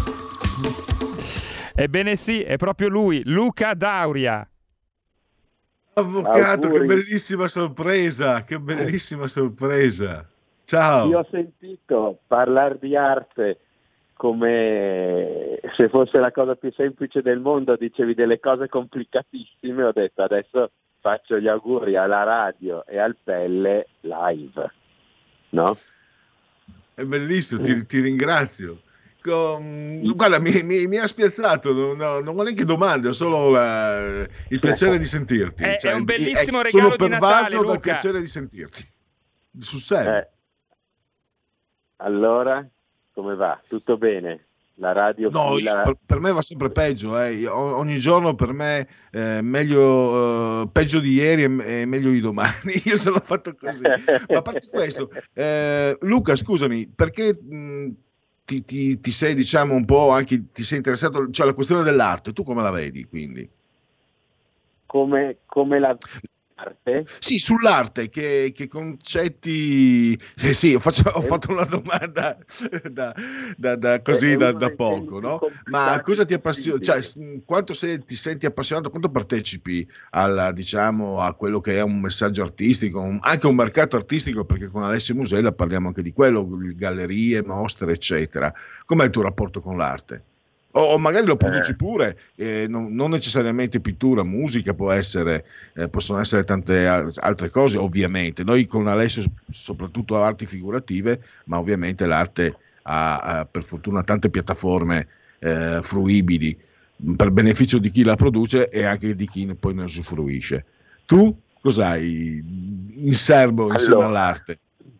Speaker 4: Ebbene sì, è proprio lui, Luca Dauria.
Speaker 5: Avvocato,
Speaker 21: Auguri.
Speaker 5: che bellissima sorpresa, che bellissima sorpresa. Ciao.
Speaker 1: Io ho sentito parlare di arte come se fosse la cosa più semplice del mondo, dicevi delle cose complicatissime, ho detto adesso faccio gli auguri alla radio e al Pelle live, no?
Speaker 5: È bellissimo, ti, ti ringrazio. Con... Guarda, mi, mi, mi ha spiazzato, non, non ho neanche domande, ho solo la, il piacere di sentirti.
Speaker 4: È,
Speaker 5: cioè,
Speaker 4: è un bellissimo
Speaker 5: è,
Speaker 4: regalo
Speaker 5: sono
Speaker 4: di Natale,
Speaker 5: pervaso dal
Speaker 4: Luca.
Speaker 5: piacere di sentirti. Sul serio.
Speaker 1: Eh. Allora, come va? Tutto bene? La radio
Speaker 5: No,
Speaker 1: fila...
Speaker 5: per, per me va sempre peggio, eh. O, ogni giorno per me eh, meglio, eh, peggio di ieri e, e meglio di domani. Io sono fatto così. Ma a parte questo, eh, Luca, scusami, perché mh, ti, ti, ti sei, diciamo, un po' anche ti sei interessato, cioè la questione dell'arte, tu come la vedi, quindi?
Speaker 1: Come, come la... Arte?
Speaker 5: Sì, sull'arte, che, che concetti... Eh sì, ho, faccio, ho fatto una domanda da, da, da così da, da poco, no? Ma cosa ti appassiona? Cioè, quanto sei, ti senti appassionato, quanto partecipi alla, diciamo, a quello che è un messaggio artistico, un, anche un mercato artistico, perché con Alessio Musella parliamo anche di quello, gallerie, mostre, eccetera. Com'è il tuo rapporto con l'arte? O magari lo produci pure, eh, non, non necessariamente pittura, musica può essere, eh, possono essere tante altre cose, ovviamente. Noi con Alessio soprattutto arti figurative, ma ovviamente l'arte ha, ha per fortuna tante piattaforme eh, fruibili per beneficio di chi la produce e anche di chi poi ne usufruisce. Tu cos'hai in serbo insieme
Speaker 1: allora,
Speaker 5: all'arte?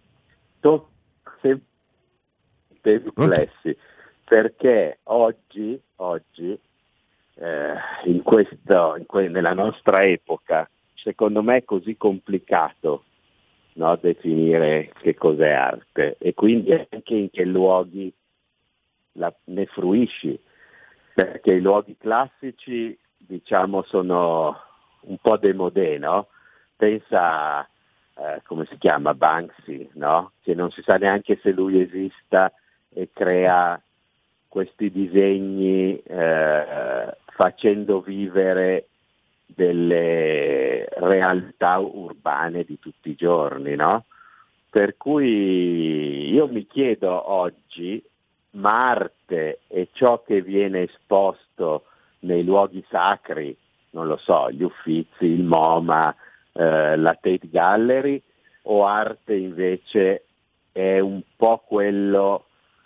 Speaker 1: Sempre complessi. Perché oggi, oggi eh, in questo, in que- nella nostra epoca, secondo me è così complicato, no, definire che cos'è arte e quindi anche in che luoghi la, ne fruisci, perché i luoghi classici, diciamo, sono un po' démodé, no? Pensa, eh, come si chiama, Banksy, no? Che non si sa neanche se lui esista e crea questi disegni eh, facendo vivere delle realtà urbane di tutti i giorni, no? Per cui io mi chiedo oggi, ma arte è ciò che viene esposto nei luoghi sacri, non lo so, gli Uffizi, il MoMA, eh, la Tate Gallery, o arte invece è un po' quello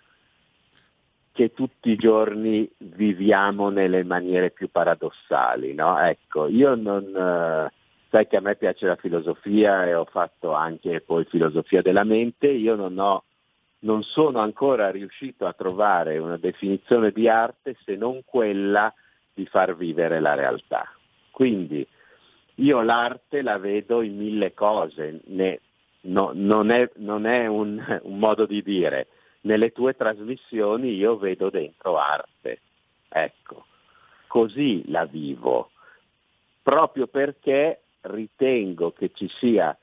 Speaker 1: che tutti i giorni viviamo nelle maniere più paradossali, no? Ecco, io non... Eh, sai che a me piace la filosofia e ho fatto anche poi filosofia della mente, io non ho, non sono ancora riuscito a trovare una definizione di arte se non quella di far vivere la realtà. Quindi io l'arte la vedo in mille cose, ne, no, non è, non è un, un modo di dire. Nelle tue trasmissioni io vedo dentro arte, ecco, così la vivo, proprio perché ritengo che ci sia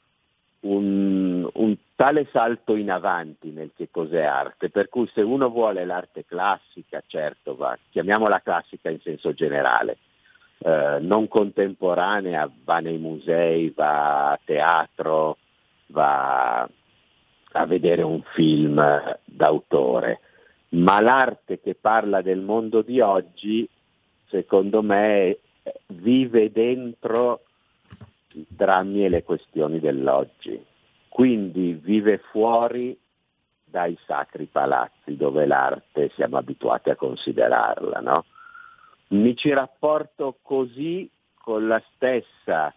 Speaker 1: un, un tale salto in avanti nel che cos'è arte, per cui se uno vuole l'arte classica, certo, va, chiamiamola classica in senso generale, eh, non contemporanea, va nei musei, va a teatro, va a vedere un film d'autore, ma l'arte che parla del mondo di oggi, secondo me, vive dentro i drammi e le questioni dell'oggi, quindi vive fuori dai sacri palazzi dove l'arte siamo abituati a considerarla, no? Mi ci rapporto così con la stessa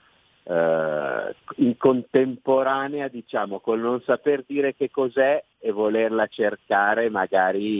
Speaker 1: Uh, in contemporanea, diciamo, col non saper dire che cos'è e volerla cercare magari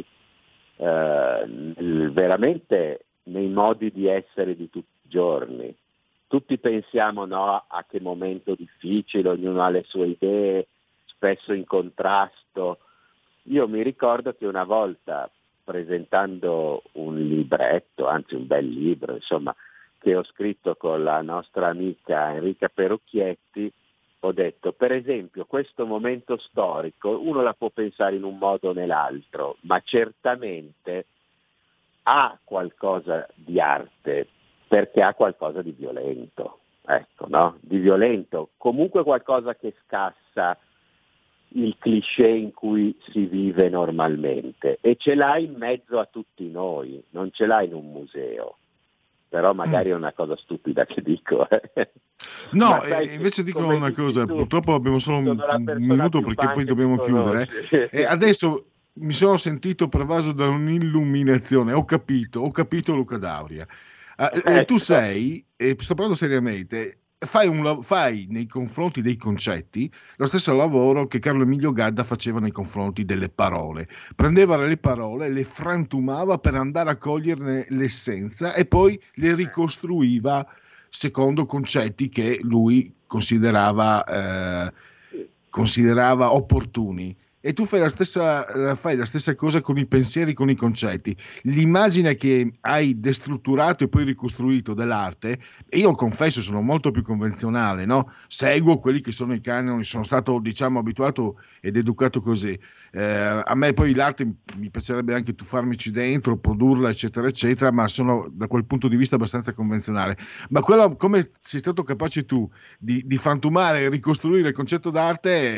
Speaker 1: uh, veramente nei modi di essere di tutti i giorni. Tutti pensiamo, no, a che momento difficile, ognuno ha le sue idee, spesso in contrasto. Io mi ricordo che una volta, presentando un libretto, anzi un bel libro, insomma, che ho scritto con la nostra amica Enrica Perucchietti, ho detto, per esempio, questo momento storico uno la può pensare in un modo o nell'altro, ma certamente ha qualcosa di arte, perché ha qualcosa di violento, ecco, no? Di violento, comunque qualcosa che scassa il cliché in cui si vive normalmente, e ce l'ha in mezzo a tutti noi, non ce l'ha in un museo. Però magari è una cosa stupida che dico. Eh.
Speaker 5: No, sai, invece dico una cosa, tu, purtroppo abbiamo solo un, un minuto perché poi dobbiamo chiudere. E adesso mi sono sentito pervaso da un'illuminazione, ho capito, ho capito Luca D'Auria. Uh, eh, tu sei, e sto parlando seriamente, fai, un, fai nei confronti dei concetti lo stesso lavoro che Carlo Emilio Gadda faceva nei confronti delle parole. Prendeva le parole, le frantumava per andare a coglierne l'essenza e poi le ricostruiva secondo concetti che lui considerava, eh, considerava opportuni. E tu fai la stessa, fai la stessa cosa con i pensieri, con i concetti. L'immagine che hai destrutturato e poi ricostruito dell'arte, e io confesso sono molto più convenzionale, no? Seguo quelli che sono i canoni, sono stato, diciamo, abituato ed educato così. Eh, a me poi l'arte mi piacerebbe anche tuffarmici dentro, produrla, eccetera, eccetera, ma sono da quel punto di vista abbastanza convenzionale. Ma quello, come sei stato capace tu di, di frantumare e ricostruire il concetto d'arte,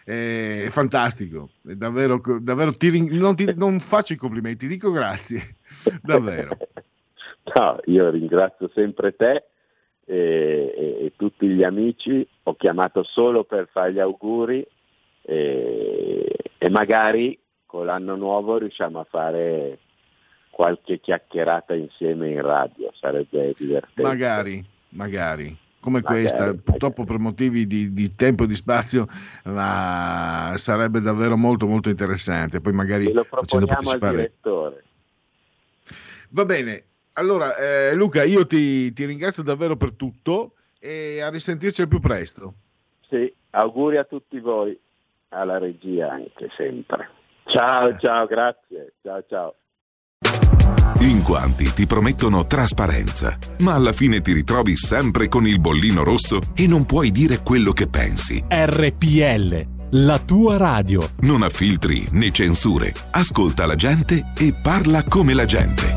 Speaker 5: è fantastico, è davvero, davvero ti ring- non, ti, non faccio i complimenti, dico grazie, davvero.
Speaker 1: No, io ringrazio sempre te e, e, e tutti gli amici, ho chiamato solo per fare gli auguri e, e magari con l'anno nuovo riusciamo a fare qualche chiacchierata insieme in radio, sarebbe divertente.
Speaker 5: Magari, magari, come
Speaker 1: magari,
Speaker 5: questa,
Speaker 1: magari.
Speaker 5: purtroppo per motivi di, di tempo e di spazio, ma sarebbe davvero molto molto interessante, poi magari
Speaker 1: lo
Speaker 5: facendo
Speaker 1: proponiamo al
Speaker 5: partecipare.
Speaker 1: direttore.
Speaker 5: Va bene, allora eh, Luca, io ti, ti ringrazio davvero per tutto e a risentirci al più presto.
Speaker 1: Sì, auguri a tutti voi, alla regia anche sempre. Ciao, ciao, grazie, ciao, ciao.
Speaker 7: In quanti ti promettono trasparenza, ma alla fine ti ritrovi sempre con il bollino rosso e non puoi dire quello che pensi.
Speaker 2: R P L, la tua radio.
Speaker 7: Non ha filtri né censure. Ascolta la gente e parla come la gente.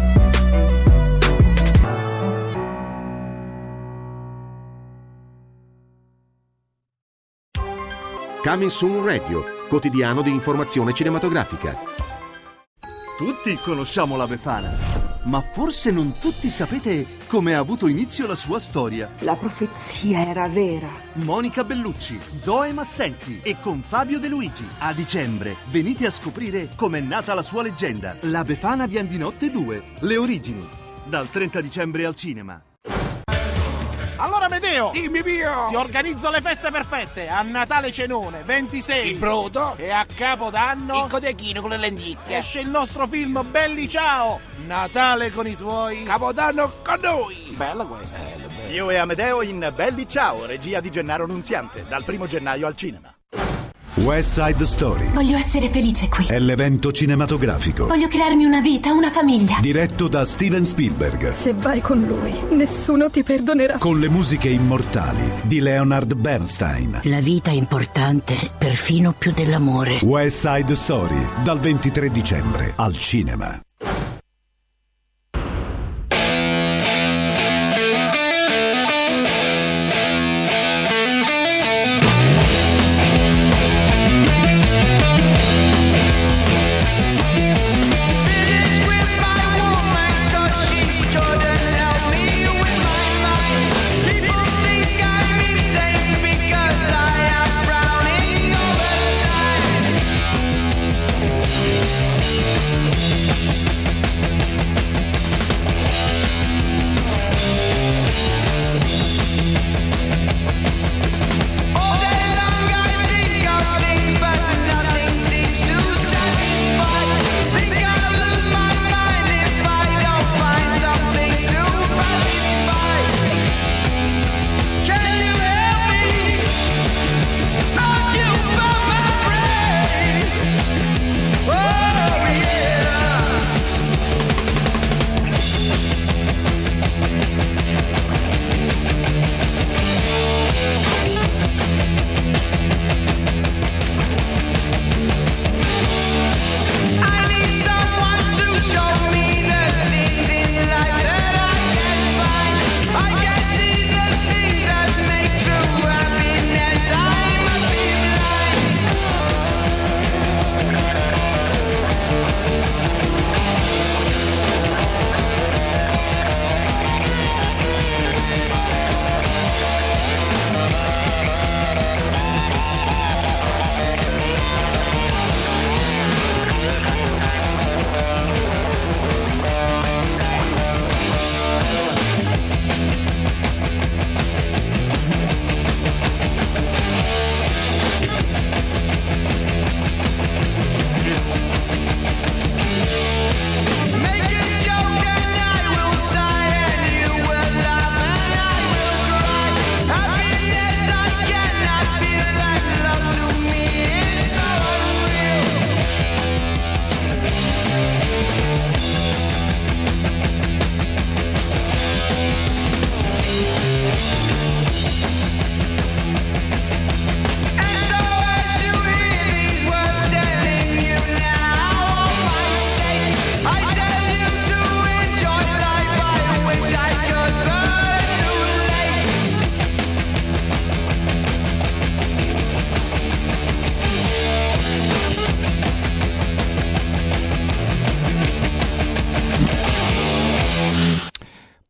Speaker 3: Coming Soon Radio, quotidiano di informazione cinematografica.
Speaker 22: Tutti conosciamo la Befana, ma forse non tutti sapete come ha avuto inizio la sua storia.
Speaker 23: La profezia era vera.
Speaker 22: Monica Bellucci, Zoe Massenti e con Fabio De Luigi. A dicembre venite a scoprire com'è nata la sua leggenda. La Befana Biandinotte due, le origini. Dal trenta dicembre al cinema.
Speaker 24: Allora Medeo, dimmi mio, ti organizzo le feste perfette. A Natale cenone, ventisei, il brodo, e a Capodanno
Speaker 25: il codechino con le lenticchie.
Speaker 24: Esce il nostro film Belli Ciao, Natale con i tuoi,
Speaker 25: Capodanno con noi.
Speaker 24: Bella questa.
Speaker 25: Bello, bello.
Speaker 22: Io e Amedeo in Belli Ciao, regia di Gennaro Nunziante, dal primo gennaio al cinema.
Speaker 26: West Side Story
Speaker 27: Voglio essere felice qui.
Speaker 26: è l'evento cinematografico
Speaker 27: Voglio crearmi una vita, una famiglia.
Speaker 26: diretto da Steven Spielberg,
Speaker 27: Se vai con lui, nessuno ti perdonerà.
Speaker 26: con le musiche immortali di Leonard Bernstein.
Speaker 27: La vita è importante, perfino più dell'amore.
Speaker 26: West Side Story, dal ventitré dicembre al cinema.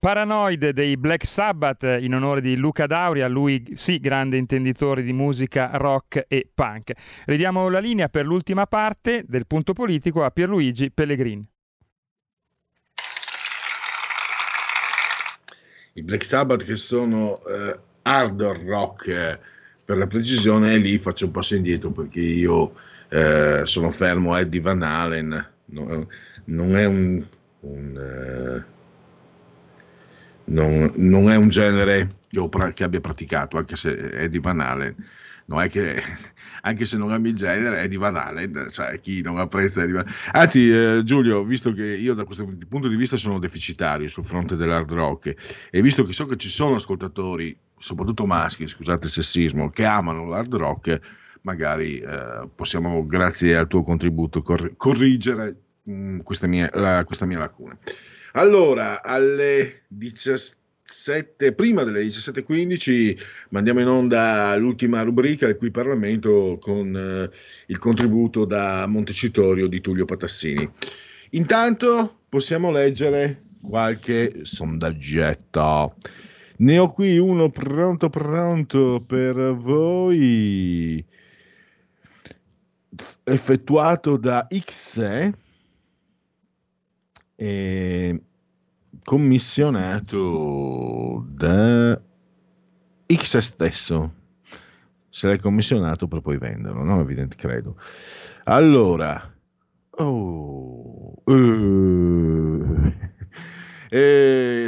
Speaker 4: Paranoid dei Black Sabbath in onore di Luca Dauria, lui sì grande intenditore di musica rock e punk. Ridiamo la linea per l'ultima parte del punto politico a Pierluigi Pellegrini.
Speaker 5: I Black Sabbath, che sono eh, hard rock eh, per la precisione, e lì faccio un passo indietro perché io eh, sono fermo a Eddie Van Halen. No, non è un, un eh, non, non è un genere che, ho, che abbia praticato, anche se Eddie Van Halen non è che, anche se non ami il genere, Eddie Van Halen, cioè chi non apprezza Eddie Van Halen. Anzi, eh, Giulio, visto che io da questo punto di vista sono deficitario sul fronte dell'hard rock, e visto che so che ci sono ascoltatori, soprattutto maschi, scusate il sessismo, che amano l'hard rock, magari eh, possiamo, grazie al tuo contributo, cor- corriggere mh, questa, mia, la, questa mia lacuna. Allora, alle diciassette, prima delle diciassette e quindici, mandiamo in onda l'ultima rubrica, il Qui Parlamento, con eh, il contributo da Montecitorio di Tullio Patassini. Intanto possiamo leggere qualche sondaggetto. Ne ho qui uno pronto pronto per voi, effettuato da X e commissionato da X stesso. Se l'hai commissionato per poi venderlo, no? Evidente, credo. Allora, oh, uh, eh,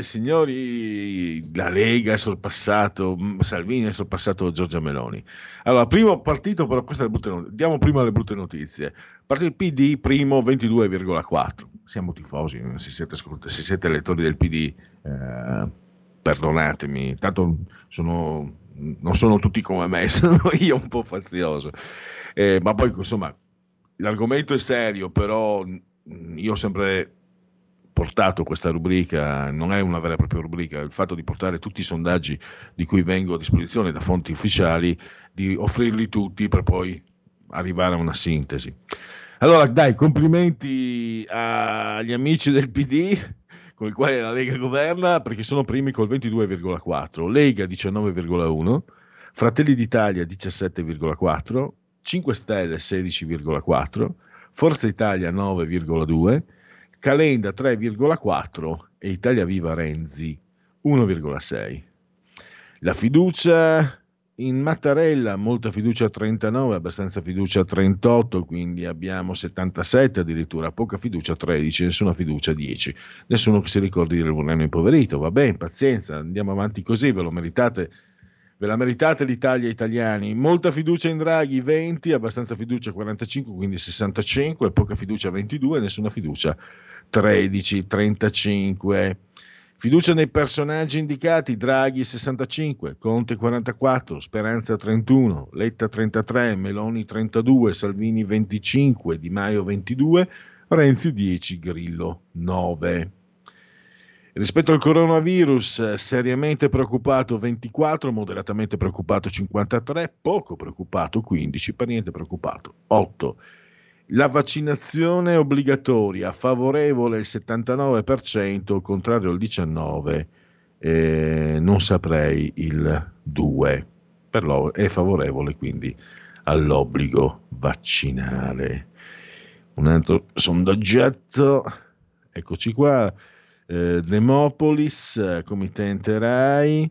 Speaker 5: signori, la Lega è sorpassato, Salvini è sorpassato Giorgia Meloni. Allora, primo partito, però queste le brutte notizie. Diamo prima le brutte notizie. Partito P D, primo ventidue virgola quattro. Siamo tifosi, se siete, se siete lettori del P D, eh, perdonatemi, tanto sono, non sono tutti come me, sono io un po' fazioso. Eh, ma poi, insomma, l'argomento è serio, però io ho sempre portato questa rubrica, non è una vera e propria rubrica, il fatto di portare tutti i sondaggi di cui vengo a disposizione da fonti ufficiali, di offrirli tutti per poi arrivare a una sintesi. Allora dai, complimenti agli amici del P D con i quali la Lega governa, perché sono primi col ventidue virgola quattro, Lega diciannove virgola uno, Fratelli d'Italia diciassette virgola quattro, cinque Stelle sedici virgola quattro, Forza Italia nove virgola due, Calenda tre virgola quattro e Italia Viva Renzi uno virgola sei. La fiducia in Mattarella, molta fiducia trentanove, abbastanza fiducia trentotto, quindi abbiamo settantasette addirittura, poca fiducia tredici, nessuna fiducia dieci. Nessuno che si ricordi del Vulneno impoverito, va bene, pazienza, andiamo avanti così, ve lo meritate, ve la meritate l'Italia italiani. Molta fiducia in Draghi venti, abbastanza fiducia quarantacinque, quindi sessantacinque, poca fiducia ventidue, nessuna fiducia tredici, trentacinque. Fiducia nei personaggi indicati: Draghi sessantacinque, Conte quarantaquattro, Speranza trentuno, Letta trentatré, Meloni trentadue, Salvini venticinque, Di Maio ventidue, Renzi dieci, Grillo nove. Rispetto al coronavirus, seriamente preoccupato ventiquattro, moderatamente preoccupato cinquantatré, poco preoccupato quindici, per niente preoccupato otto. La vaccinazione obbligatoria, favorevole il settantanove per cento, contrario il diciannove per cento, eh, non saprei il due per cento, però è favorevole quindi all'obbligo vaccinale. Un altro sondaggetto, eccoci qua, eh, Demopolis, committente Rai,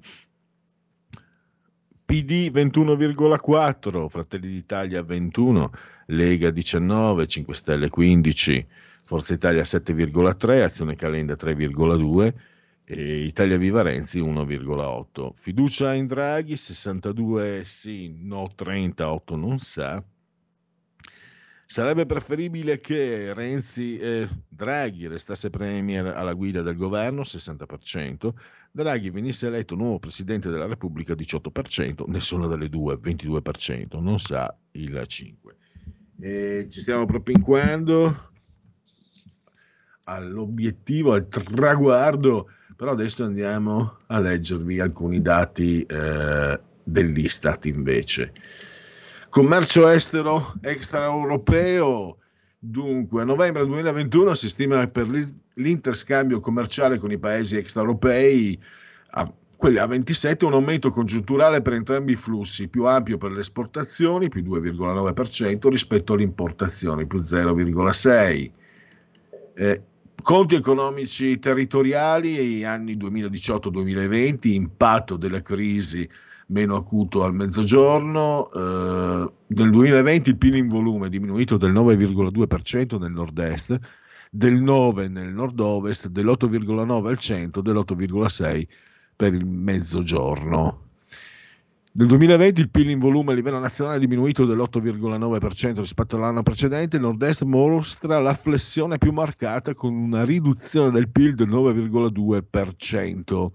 Speaker 5: P D ventuno virgola quattro, Fratelli d'Italia ventuno, Lega diciannove, cinque Stelle quindici, Forza Italia sette virgola tre, Azione Calenda tre virgola due e Italia Viva Renzi uno virgola otto. Fiducia in Draghi sessantadue sì, no trentotto non sa. Sarebbe preferibile che Renzi eh, Draghi restasse premier alla guida del governo, sessanta per cento, Draghi venisse eletto nuovo Presidente della Repubblica, diciotto per cento, nessuna delle due, ventidue per cento, non sa il cinque per cento. E ci stiamo propinquando all'obiettivo, al traguardo, però adesso andiamo a leggervi alcuni dati eh, dell'Istat invece. Commercio estero extraeuropeo, Dunque, a novembre duemilaventuno si stima che per l'interscambio commerciale con i paesi extraeuropei, a, quelli a ventisette, un aumento congiunturale per entrambi i flussi, più ampio per le esportazioni, più due virgola nove per cento, rispetto alle importazioni, più zero virgola sei per cento. Eh, conti economici territoriali, anni duemiladiciotto duemilaventi, impatto della crisi meno acuto al mezzogiorno. Eh, nel duemilaventi il P I L in volume è diminuito del nove virgola due per cento nel nord-est, del nove per cento nel nord-ovest, dell'otto virgola nove per cento al centro, dell'otto virgola sei per cento per il mezzogiorno. Nel duemilaventi il P I L in volume a livello nazionale è diminuito dell'otto virgola nove per cento rispetto all'anno precedente. Il nord-est mostra la flessione più marcata con una riduzione del P I L del nove virgola due per cento.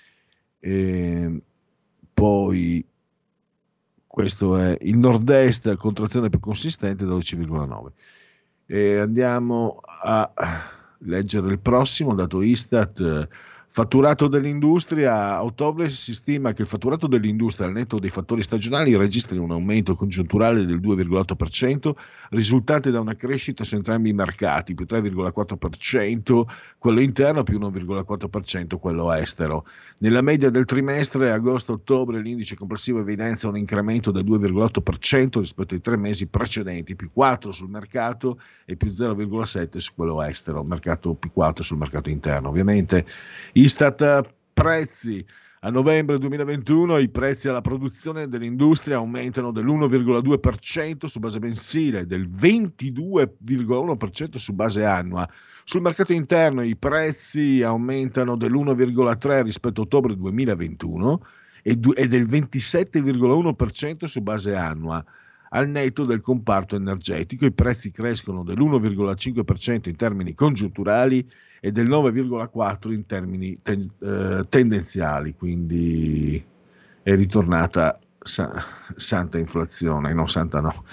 Speaker 5: E poi questo è il nord-est, contrazione più consistente, dodici virgola nove. E andiamo a leggere il prossimo dato Istat. Fatturato dell'industria. A ottobre si stima che il fatturato dell'industria al netto dei fattori stagionali registri un aumento congiunturale del due virgola otto per cento, risultante da una crescita su entrambi i mercati, più tre virgola quattro per cento quello interno, più uno virgola quattro per cento quello estero. Nella media del trimestre agosto-ottobre l'indice complessivo evidenzia un incremento del due virgola otto per cento rispetto ai tre mesi precedenti, più quattro sul mercato e più zero virgola sette su quello estero, mercato più quattro sul mercato interno. Ovviamente Istat prezzi. A novembre duemilaventuno i prezzi alla produzione dell'industria aumentano dell'uno virgola due per cento su base mensile, del ventidue virgola uno per cento su base annua. Sul mercato interno i prezzi aumentano dell'uno virgola tre per cento rispetto a ottobre duemilaventuno e del ventisette virgola uno per cento su base annua. Al netto del comparto energetico i prezzi crescono dell'uno virgola cinque per cento in termini congiunturali e del nove virgola quattro per cento in termini ten, eh, tendenziali, quindi è ritornata sa- santa inflazione, no santa no.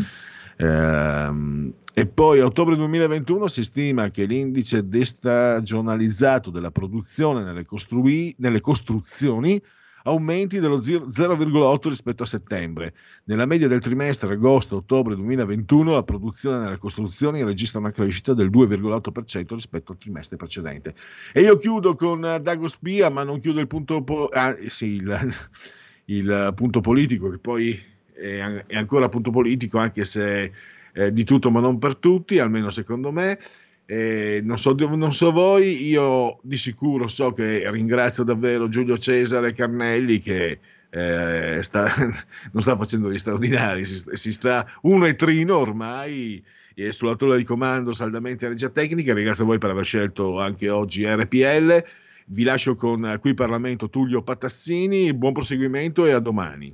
Speaker 5: Ehm, e poi a ottobre duemilaventuno si stima che l'indice destagionalizzato della produzione nelle, costrui- nelle costruzioni aumenti dello zero virgola otto rispetto a settembre. Nella media del trimestre agosto-ottobre duemilaventuno la produzione nelle costruzioni registra una crescita del due virgola otto per cento rispetto al trimestre precedente. E io chiudo con Dago Spia, ma non chiudo il punto, po- ah, sì, il, il punto politico, che poi è, è ancora punto politico, anche se è di tutto ma non per tutti, almeno secondo me. Eh, non, so, non so voi, io di sicuro so che ringrazio davvero Giulio Cesare Carnelli che eh, sta, non sta facendo gli straordinari, si, si sta uno e trino ormai eh, sulla tolla di comando saldamente a regia tecnica. Ringrazio voi per aver scelto anche oggi R P L. Vi lascio con Qui Parlamento Tullio Patassini, buon proseguimento e a domani.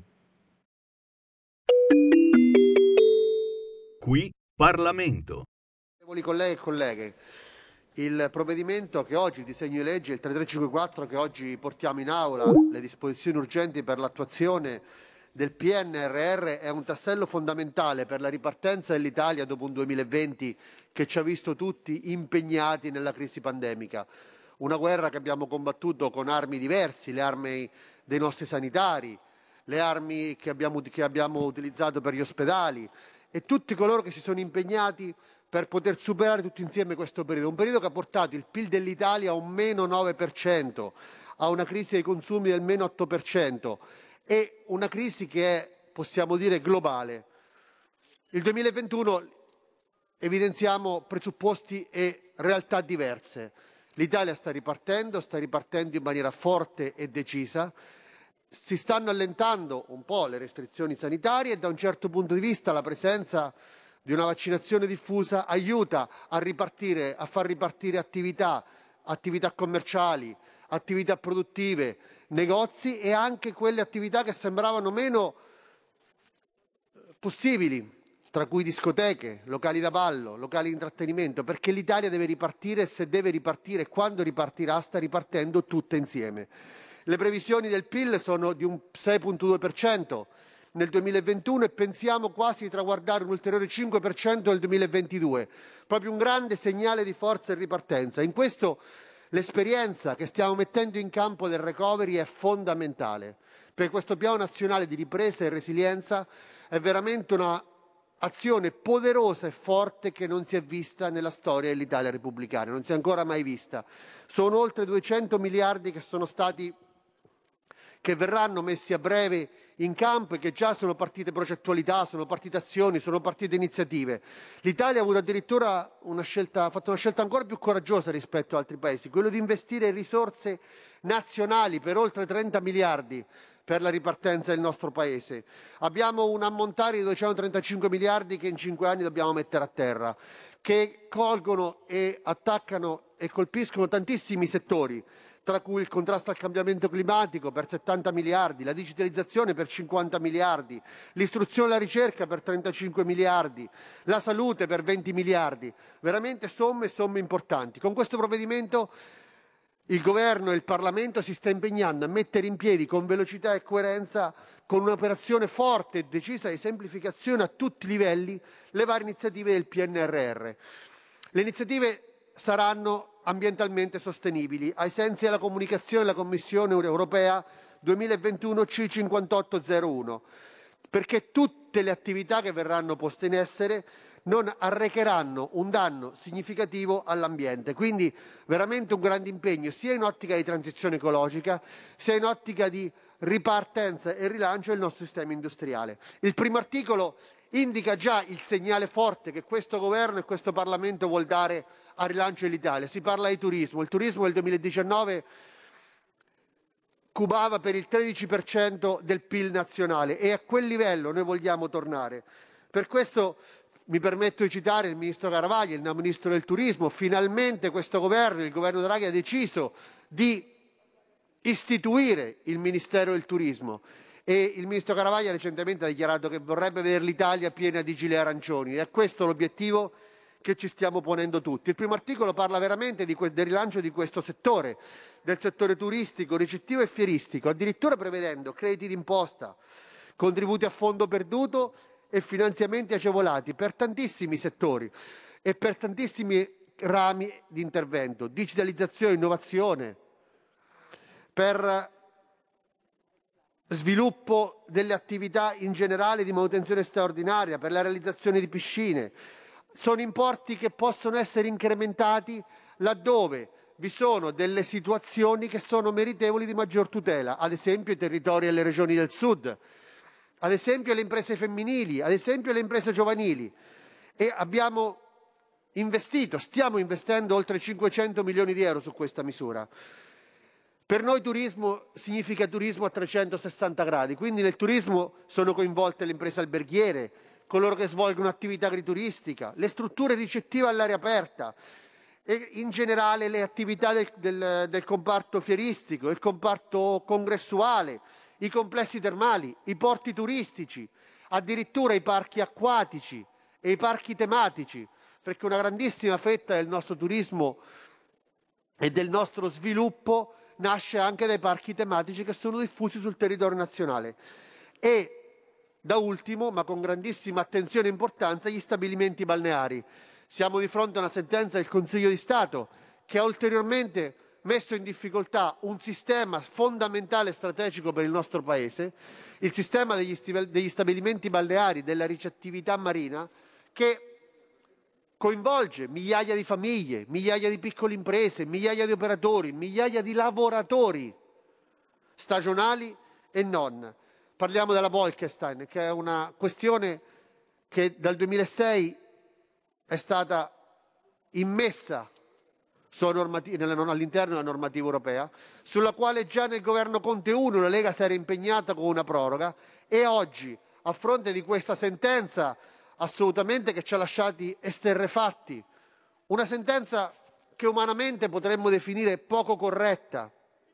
Speaker 22: Qui Parlamento.
Speaker 6: Onorevoli colleghi e colleghe, il provvedimento che oggi, il disegno di legge, il tremilatrececentocinquantaquattro che oggi portiamo in aula, le disposizioni urgenti per l'attuazione del P N R R, è un tassello fondamentale per la ripartenza dell'Italia dopo un duemilaventi che ci ha visto tutti impegnati nella crisi pandemica. Una guerra che abbiamo combattuto con armi diverse, le armi dei nostri sanitari, le armi che abbiamo, che abbiamo utilizzato per gli ospedali e tutti coloro che si sono impegnati per poter superare tutti insieme questo periodo, un periodo che ha portato il P I L dell'Italia a un meno nove per cento, a una crisi dei consumi del meno otto per cento e una crisi che è, possiamo dire, globale. Il duemilaventuno evidenziamo presupposti e realtà diverse. L'Italia sta ripartendo, sta ripartendo in maniera forte e decisa, si stanno allentando un po' le restrizioni sanitarie e da un certo punto di vista la presenza di una vaccinazione diffusa aiuta a ripartire, a far ripartire attività, attività commerciali, attività produttive, negozi e anche quelle attività che sembravano meno possibili, tra cui discoteche, locali da ballo, locali di intrattenimento, perché l'Italia deve ripartire e se deve ripartire e quando ripartirà sta ripartendo tutta insieme. Le previsioni del P I L sono di un sei virgola due per cento nel duemilaventuno e pensiamo quasi di traguardare un ulteriore cinque per cento nel duemilaventidue, proprio un grande segnale di forza e ripartenza. In questo l'esperienza che stiamo mettendo in campo del recovery è fondamentale, perché questo piano nazionale di ripresa e resilienza è veramente una azione poderosa e forte che non si è vista nella storia dell'Italia repubblicana, non si è ancora mai vista. Sono oltre duecento miliardi che sono stati, che verranno messi a breve in campo e che già sono partite progettualità, sono partite azioni, sono partite iniziative. L'Italia ha avuto addirittura una scelta, ha fatto una scelta ancora più coraggiosa rispetto ad altri paesi, quello di investire in risorse nazionali per oltre trenta miliardi per la ripartenza del nostro Paese. Abbiamo un ammontare di duecentotrentacinque miliardi che in cinque anni dobbiamo mettere a terra, che colgono e attaccano e colpiscono tantissimi settori, tra cui il contrasto al cambiamento climatico per settanta miliardi, la digitalizzazione per cinquanta miliardi, l'istruzione e la ricerca per trentacinque miliardi, la salute per venti miliardi, veramente somme e somme importanti. Con questo provvedimento il Governo e il Parlamento si sta impegnando a mettere in piedi con velocità e coerenza, con un'operazione forte e decisa di semplificazione a tutti i livelli, le varie iniziative del P N R R. Le iniziative saranno ambientalmente sostenibili, ai sensi della comunicazione della Commissione europea duemilaventuno C cinquantotto zero uno, perché tutte le attività che verranno poste in essere non arrecheranno un danno significativo all'ambiente. Quindi veramente un grande impegno sia in ottica di transizione ecologica, sia in ottica di ripartenza e rilancio del nostro sistema industriale. Il primo articolo indica già il segnale forte che questo Governo e questo Parlamento vuol dare al rilancio dell'Italia. Si parla di turismo. Il turismo nel duemiladiciannove cubava per il tredici per cento del P I L nazionale e a quel livello noi vogliamo tornare. Per questo mi permetto di citare il Ministro Garavaglia, il Ministro del Turismo. Finalmente questo Governo, il Governo Draghi, ha deciso di istituire il Ministero del Turismo e il Ministro Garavaglia recentemente ha dichiarato che vorrebbe vedere l'Italia piena di gilet arancioni e è questo l'obiettivo che ci stiamo ponendo tutti. Il primo articolo parla veramente di que- del rilancio di questo settore, del settore turistico, ricettivo e fieristico, addirittura prevedendo crediti d'imposta, contributi a fondo perduto e finanziamenti agevolati per tantissimi settori e per tantissimi rami di intervento, digitalizzazione, innovazione, per sviluppo delle attività in generale di manutenzione straordinaria, per la realizzazione di piscine. Sono importi che possono essere incrementati laddove vi sono delle situazioni che sono meritevoli di maggior tutela, ad esempio i territori e le regioni del sud, ad esempio le imprese femminili, ad esempio le imprese giovanili. E abbiamo investito, stiamo investendo oltre cinquecento milioni di euro su questa misura. Per noi turismo significa turismo a trecentosessanta gradi, quindi nel turismo sono coinvolte le imprese alberghiere, coloro che svolgono attività agrituristica, le strutture ricettive all'aria aperta e in generale le attività del, del, del comparto fieristico, il comparto congressuale, i complessi termali, i porti turistici, addirittura i parchi acquatici e i parchi tematici, perché una grandissima fetta del nostro turismo e del nostro sviluppo nasce anche dai parchi tematici che sono diffusi sul territorio nazionale. E da ultimo, ma con grandissima attenzione e importanza, gli stabilimenti balneari. Siamo di fronte a una sentenza del Consiglio di Stato che ha ulteriormente messo in difficoltà un sistema fondamentale e strategico per il nostro Paese, il sistema degli, stiv- degli stabilimenti balneari, della ricettività marina, che coinvolge migliaia di famiglie, migliaia di piccole imprese, migliaia di operatori, migliaia di lavoratori stagionali e non. Parliamo della Bolkestein, che è una questione che dal duemilasei è stata immessa normativa, all'interno della normativa europea, sulla quale già nel governo Conte uno la Lega si era impegnata con una proroga e oggi, a fronte di questa sentenza assolutamente che ci ha lasciati esterrefatti, una sentenza che umanamente potremmo definire poco corretta,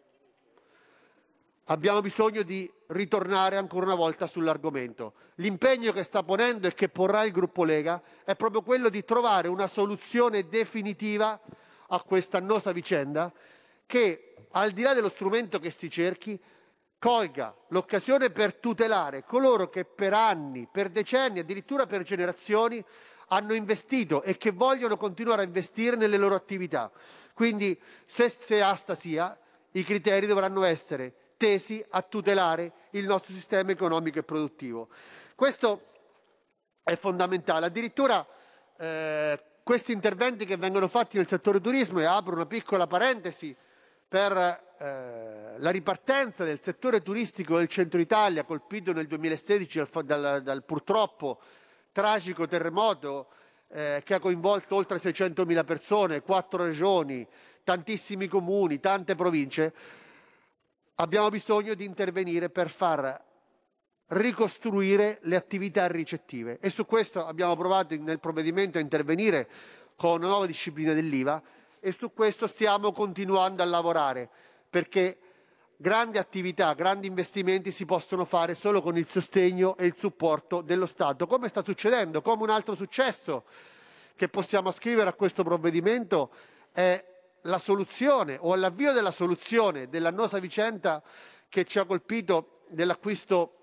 Speaker 6: abbiamo bisogno di ritornare ancora una volta sull'argomento. L'impegno che sta ponendo e che porrà il gruppo Lega è proprio quello di trovare una soluzione definitiva a questa annosa vicenda che, al di là dello strumento che si cerchi, colga l'occasione per tutelare coloro che per anni, per decenni, addirittura per generazioni hanno investito e che vogliono continuare a investire nelle loro attività. Quindi, se, se asta sia, i criteri dovranno essere tesi a tutelare il nostro sistema economico e produttivo. Questo è fondamentale. Addirittura eh, questi interventi che vengono fatti nel settore turismo, e apro una piccola parentesi, per eh, la ripartenza del settore turistico del centro Italia, colpito nel duemilasedici dal, dal, dal purtroppo tragico terremoto eh, che ha coinvolto oltre seicentomila persone, quattro regioni, tantissimi comuni, tante province. Abbiamo bisogno di intervenire per far ricostruire le attività ricettive, e su questo abbiamo provato nel provvedimento a intervenire con una nuova disciplina dell'I V A, e su questo stiamo continuando a lavorare, perché grandi attività, grandi investimenti si possono fare solo con il sostegno e il supporto dello Stato, come sta succedendo. Come un altro successo che possiamo ascrivere a questo provvedimento è la soluzione o l'avvio della soluzione dell'annosa vicenda che ci ha colpito dell'acquisto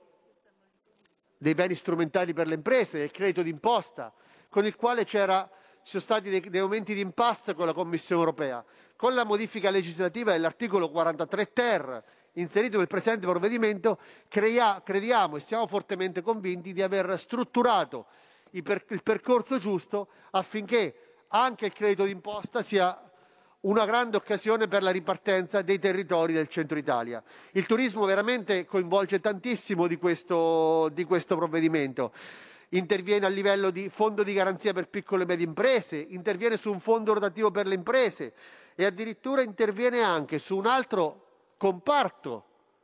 Speaker 6: dei beni strumentali per le imprese, del credito d'imposta, con il quale c'era, ci sono stati dei, dei momenti di impasse con la Commissione europea. Con la modifica legislativa dell'articolo quarantatré ter inserito nel presente provvedimento, crea, crediamo e siamo fortemente convinti di aver strutturato il, per, il percorso giusto affinché anche il credito d'imposta sia una grande occasione per la ripartenza dei territori del centro Italia. Il turismo veramente coinvolge tantissimo di questo, di questo provvedimento. Interviene a livello di fondo di garanzia per piccole e medie imprese, interviene su un fondo rotativo per le imprese e addirittura interviene anche su un altro comparto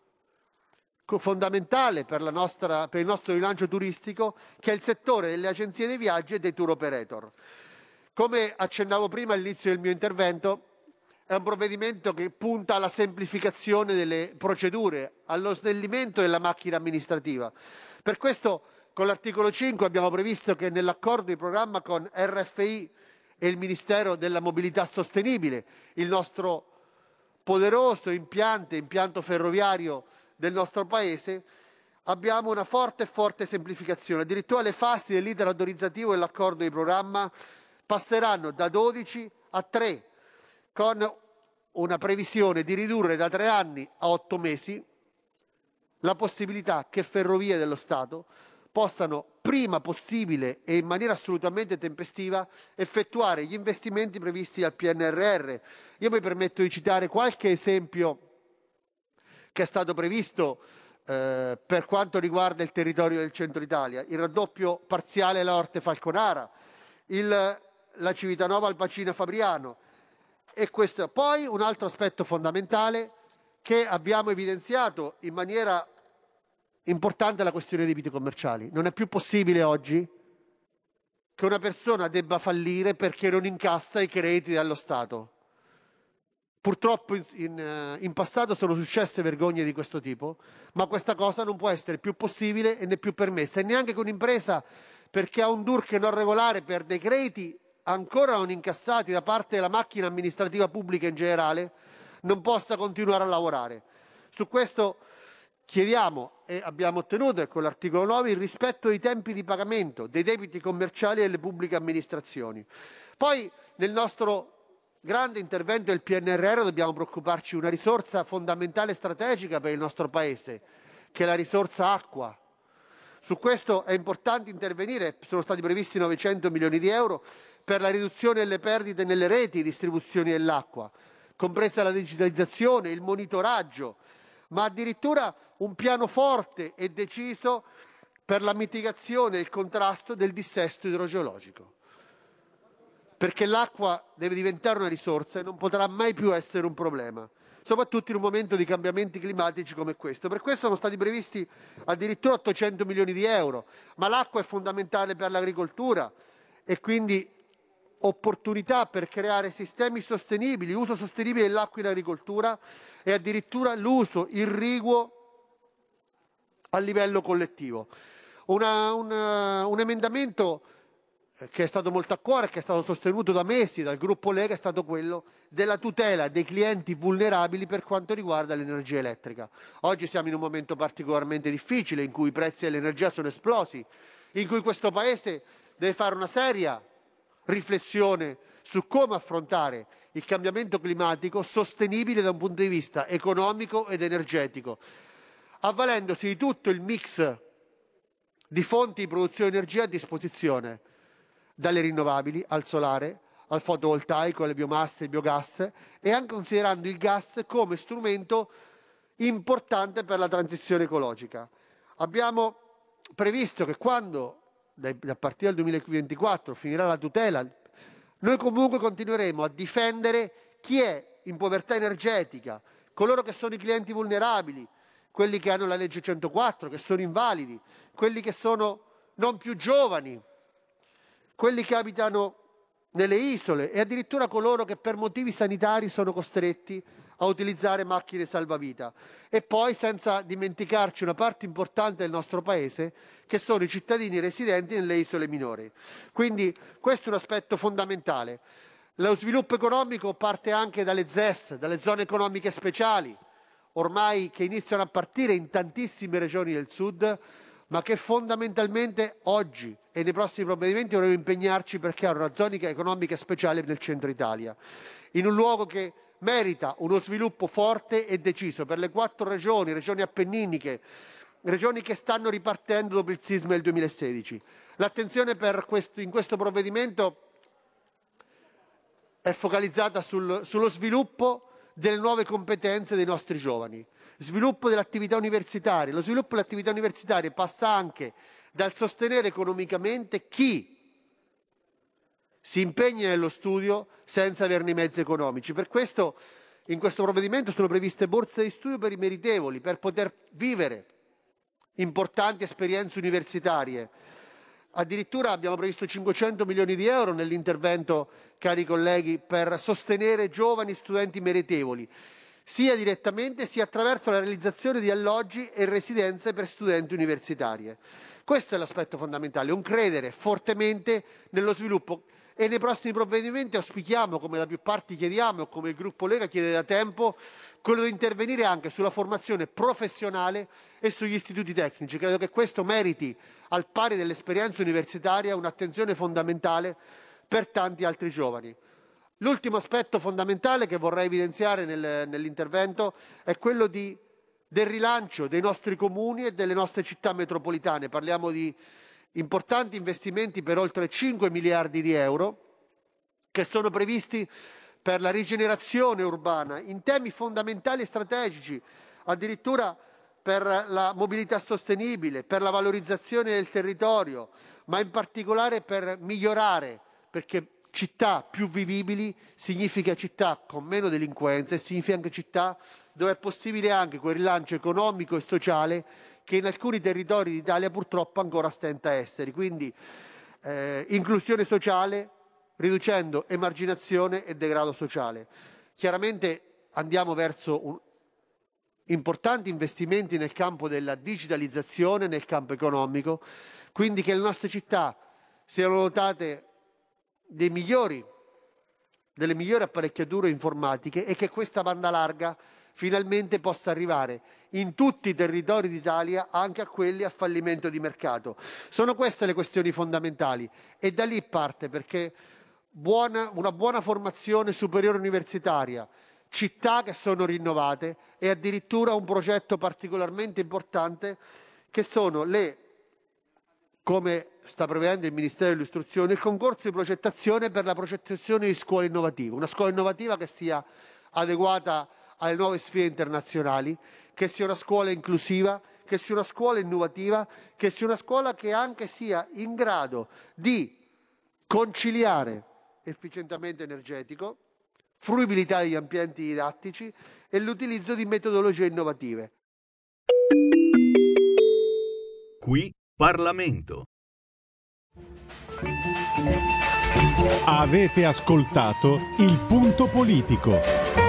Speaker 6: fondamentale per, la nostra, per il nostro rilancio turistico, che è il settore delle agenzie dei viaggi e dei tour operator. Come accennavo prima all'inizio del mio intervento, è un provvedimento che punta alla semplificazione delle procedure, allo snellimento della macchina amministrativa. Per questo, con l'articolo cinque abbiamo previsto che nell'accordo di programma con R F I e il Ministero della Mobilità Sostenibile, il nostro poderoso impiante, impianto ferroviario del nostro Paese, abbiamo una forte e forte semplificazione. Addirittura le fasi dell'iter autorizzativo dell'accordo di programma passeranno da dodici a tre, con una previsione di ridurre da tre anni a otto mesi la possibilità che Ferrovie dello Stato possano prima possibile e in maniera assolutamente tempestiva effettuare gli investimenti previsti dal P N R R. Io mi permetto di citare qualche esempio che è stato previsto eh, per quanto riguarda il territorio del centro Italia: il raddoppio parziale alla Orte-Falconara, il la Civitanova al Bacino Fabriano, e questo. Poi un altro aspetto fondamentale che abbiamo evidenziato in maniera importante è la questione dei vitei commerciali. Non è più possibile oggi che una persona debba fallire perché non incassa i crediti dallo Stato. Purtroppo in, in, in passato sono successe vergogne di questo tipo, ma questa cosa non può essere più possibile e né più permessa, e neanche che un'impresa, perché ha un D U R C non regolare per dei crediti ancora non incassati da parte della macchina amministrativa pubblica in generale, non possa continuare a lavorare. Su questo chiediamo, e abbiamo ottenuto con l'articolo nove, il rispetto dei tempi di pagamento dei debiti commerciali delle pubbliche amministrazioni. Poi nel nostro grande intervento del P N R R dobbiamo preoccuparci di una risorsa fondamentale e strategica per il nostro Paese, che è la risorsa acqua. Su questo è importante intervenire, sono stati previsti novecento milioni di euro per la riduzione delle perdite nelle reti di distribuzione dell'acqua, compresa la digitalizzazione, il monitoraggio, ma addirittura un piano forte e deciso per la mitigazione e il contrasto del dissesto idrogeologico. Perché l'acqua deve diventare una risorsa e non potrà mai più essere un problema, soprattutto in un momento di cambiamenti climatici come questo. Per questo sono stati previsti addirittura ottocento milioni di euro, ma l'acqua è fondamentale per l'agricoltura e quindi opportunità per creare sistemi sostenibili, uso sostenibile dell'acqua in agricoltura e addirittura l'uso irriguo a livello collettivo. Una, una, un emendamento che è stato molto a cuore, che è stato sostenuto da mesi dal gruppo Lega, è stato quello della tutela dei clienti vulnerabili per quanto riguarda l'energia elettrica. Oggi siamo in un momento particolarmente difficile, in cui i prezzi dell'energia sono esplosi, in cui questo Paese deve fare una seria riflessione su come affrontare il cambiamento climatico sostenibile da un punto di vista economico ed energetico, avvalendosi di tutto il mix di fonti di produzione di energia a disposizione, dalle rinnovabili al solare, al fotovoltaico, alle biomasse, al biogas, e anche considerando il gas come strumento importante per la transizione ecologica. Abbiamo previsto che quando, a partire dal duemilaventiquattro, finirà la tutela, noi comunque continueremo a difendere chi è in povertà energetica, coloro che sono i clienti vulnerabili, quelli che hanno la legge centoquattro, che sono invalidi, quelli che sono non più giovani, quelli che abitano nelle isole e addirittura coloro che per motivi sanitari sono costretti a utilizzare macchine salvavita. E poi senza dimenticarci una parte importante del nostro paese, che sono i cittadini residenti nelle isole minori. Quindi questo è un aspetto fondamentale. Lo sviluppo economico parte anche dalle Z E S, dalle zone economiche speciali, ormai che iniziano a partire in tantissime regioni del sud, ma che fondamentalmente oggi e nei prossimi provvedimenti dovremo impegnarci perché hanno una zona economica speciale nel centro Italia, in un luogo che merita uno sviluppo forte e deciso per le quattro regioni, regioni appenniniche, regioni che stanno ripartendo dopo il sisma del duemilasedici. L'attenzione per questo, in questo provvedimento è focalizzata sul, sullo sviluppo delle nuove competenze dei nostri giovani, sviluppo dell'attività universitaria. Lo sviluppo dell'attività universitaria passa anche dal sostenere economicamente chi si impegna nello studio senza averne i mezzi economici. Per questo in questo provvedimento sono previste borse di studio per i meritevoli, per poter vivere importanti esperienze universitarie. Addirittura abbiamo previsto cinquecento milioni di euro nell'intervento, cari colleghi, per sostenere giovani studenti meritevoli, sia direttamente sia attraverso la realizzazione di alloggi e residenze per studenti universitarie. Questo è l'aspetto fondamentale, un credere fortemente nello sviluppo. E nei prossimi provvedimenti auspichiamo, come da più parti chiediamo, come il gruppo Lega chiede da tempo, quello di intervenire anche sulla formazione professionale e sugli istituti tecnici. Credo che questo meriti, al pari dell'esperienza universitaria, un'attenzione fondamentale per tanti altri giovani. L'ultimo aspetto fondamentale che vorrei evidenziare nel, nell'intervento è quello di, del rilancio dei nostri comuni e delle nostre città metropolitane. Parliamo di importanti investimenti per oltre cinque miliardi di euro che sono previsti per la rigenerazione urbana in temi fondamentali e strategici, addirittura per la mobilità sostenibile, per la valorizzazione del territorio, ma in particolare per migliorare, perché città più vivibili significa città con meno delinquenza e significa anche città dove è possibile anche quel rilancio economico e sociale che in alcuni territori d'Italia purtroppo ancora stenta a essere. Quindi eh, inclusione sociale, riducendo emarginazione e degrado sociale. Chiaramente andiamo verso un, importanti investimenti nel campo della digitalizzazione, nel campo economico, quindi che le nostre città siano dotate dei migliori, delle migliori apparecchiature informatiche e che questa banda larga finalmente possa arrivare in tutti i territori d'Italia, anche a quelli a fallimento di mercato. Sono queste le questioni fondamentali e da lì parte, perché buona, una buona formazione superiore universitaria, città che sono rinnovate e addirittura un progetto particolarmente importante che sono le, come sta prevedendo il Ministero dell'Istruzione, il concorso di progettazione per la progettazione di scuole innovative, una scuola innovativa che sia adeguata alle nuove sfide internazionali, che sia una scuola inclusiva, che sia una scuola innovativa, che sia una scuola che anche sia in grado di conciliare efficientamento energetico, fruibilità degli ambienti didattici e l'utilizzo di metodologie innovative.
Speaker 11: Qui Parlamento.
Speaker 2: Avete ascoltato Il Punto Politico.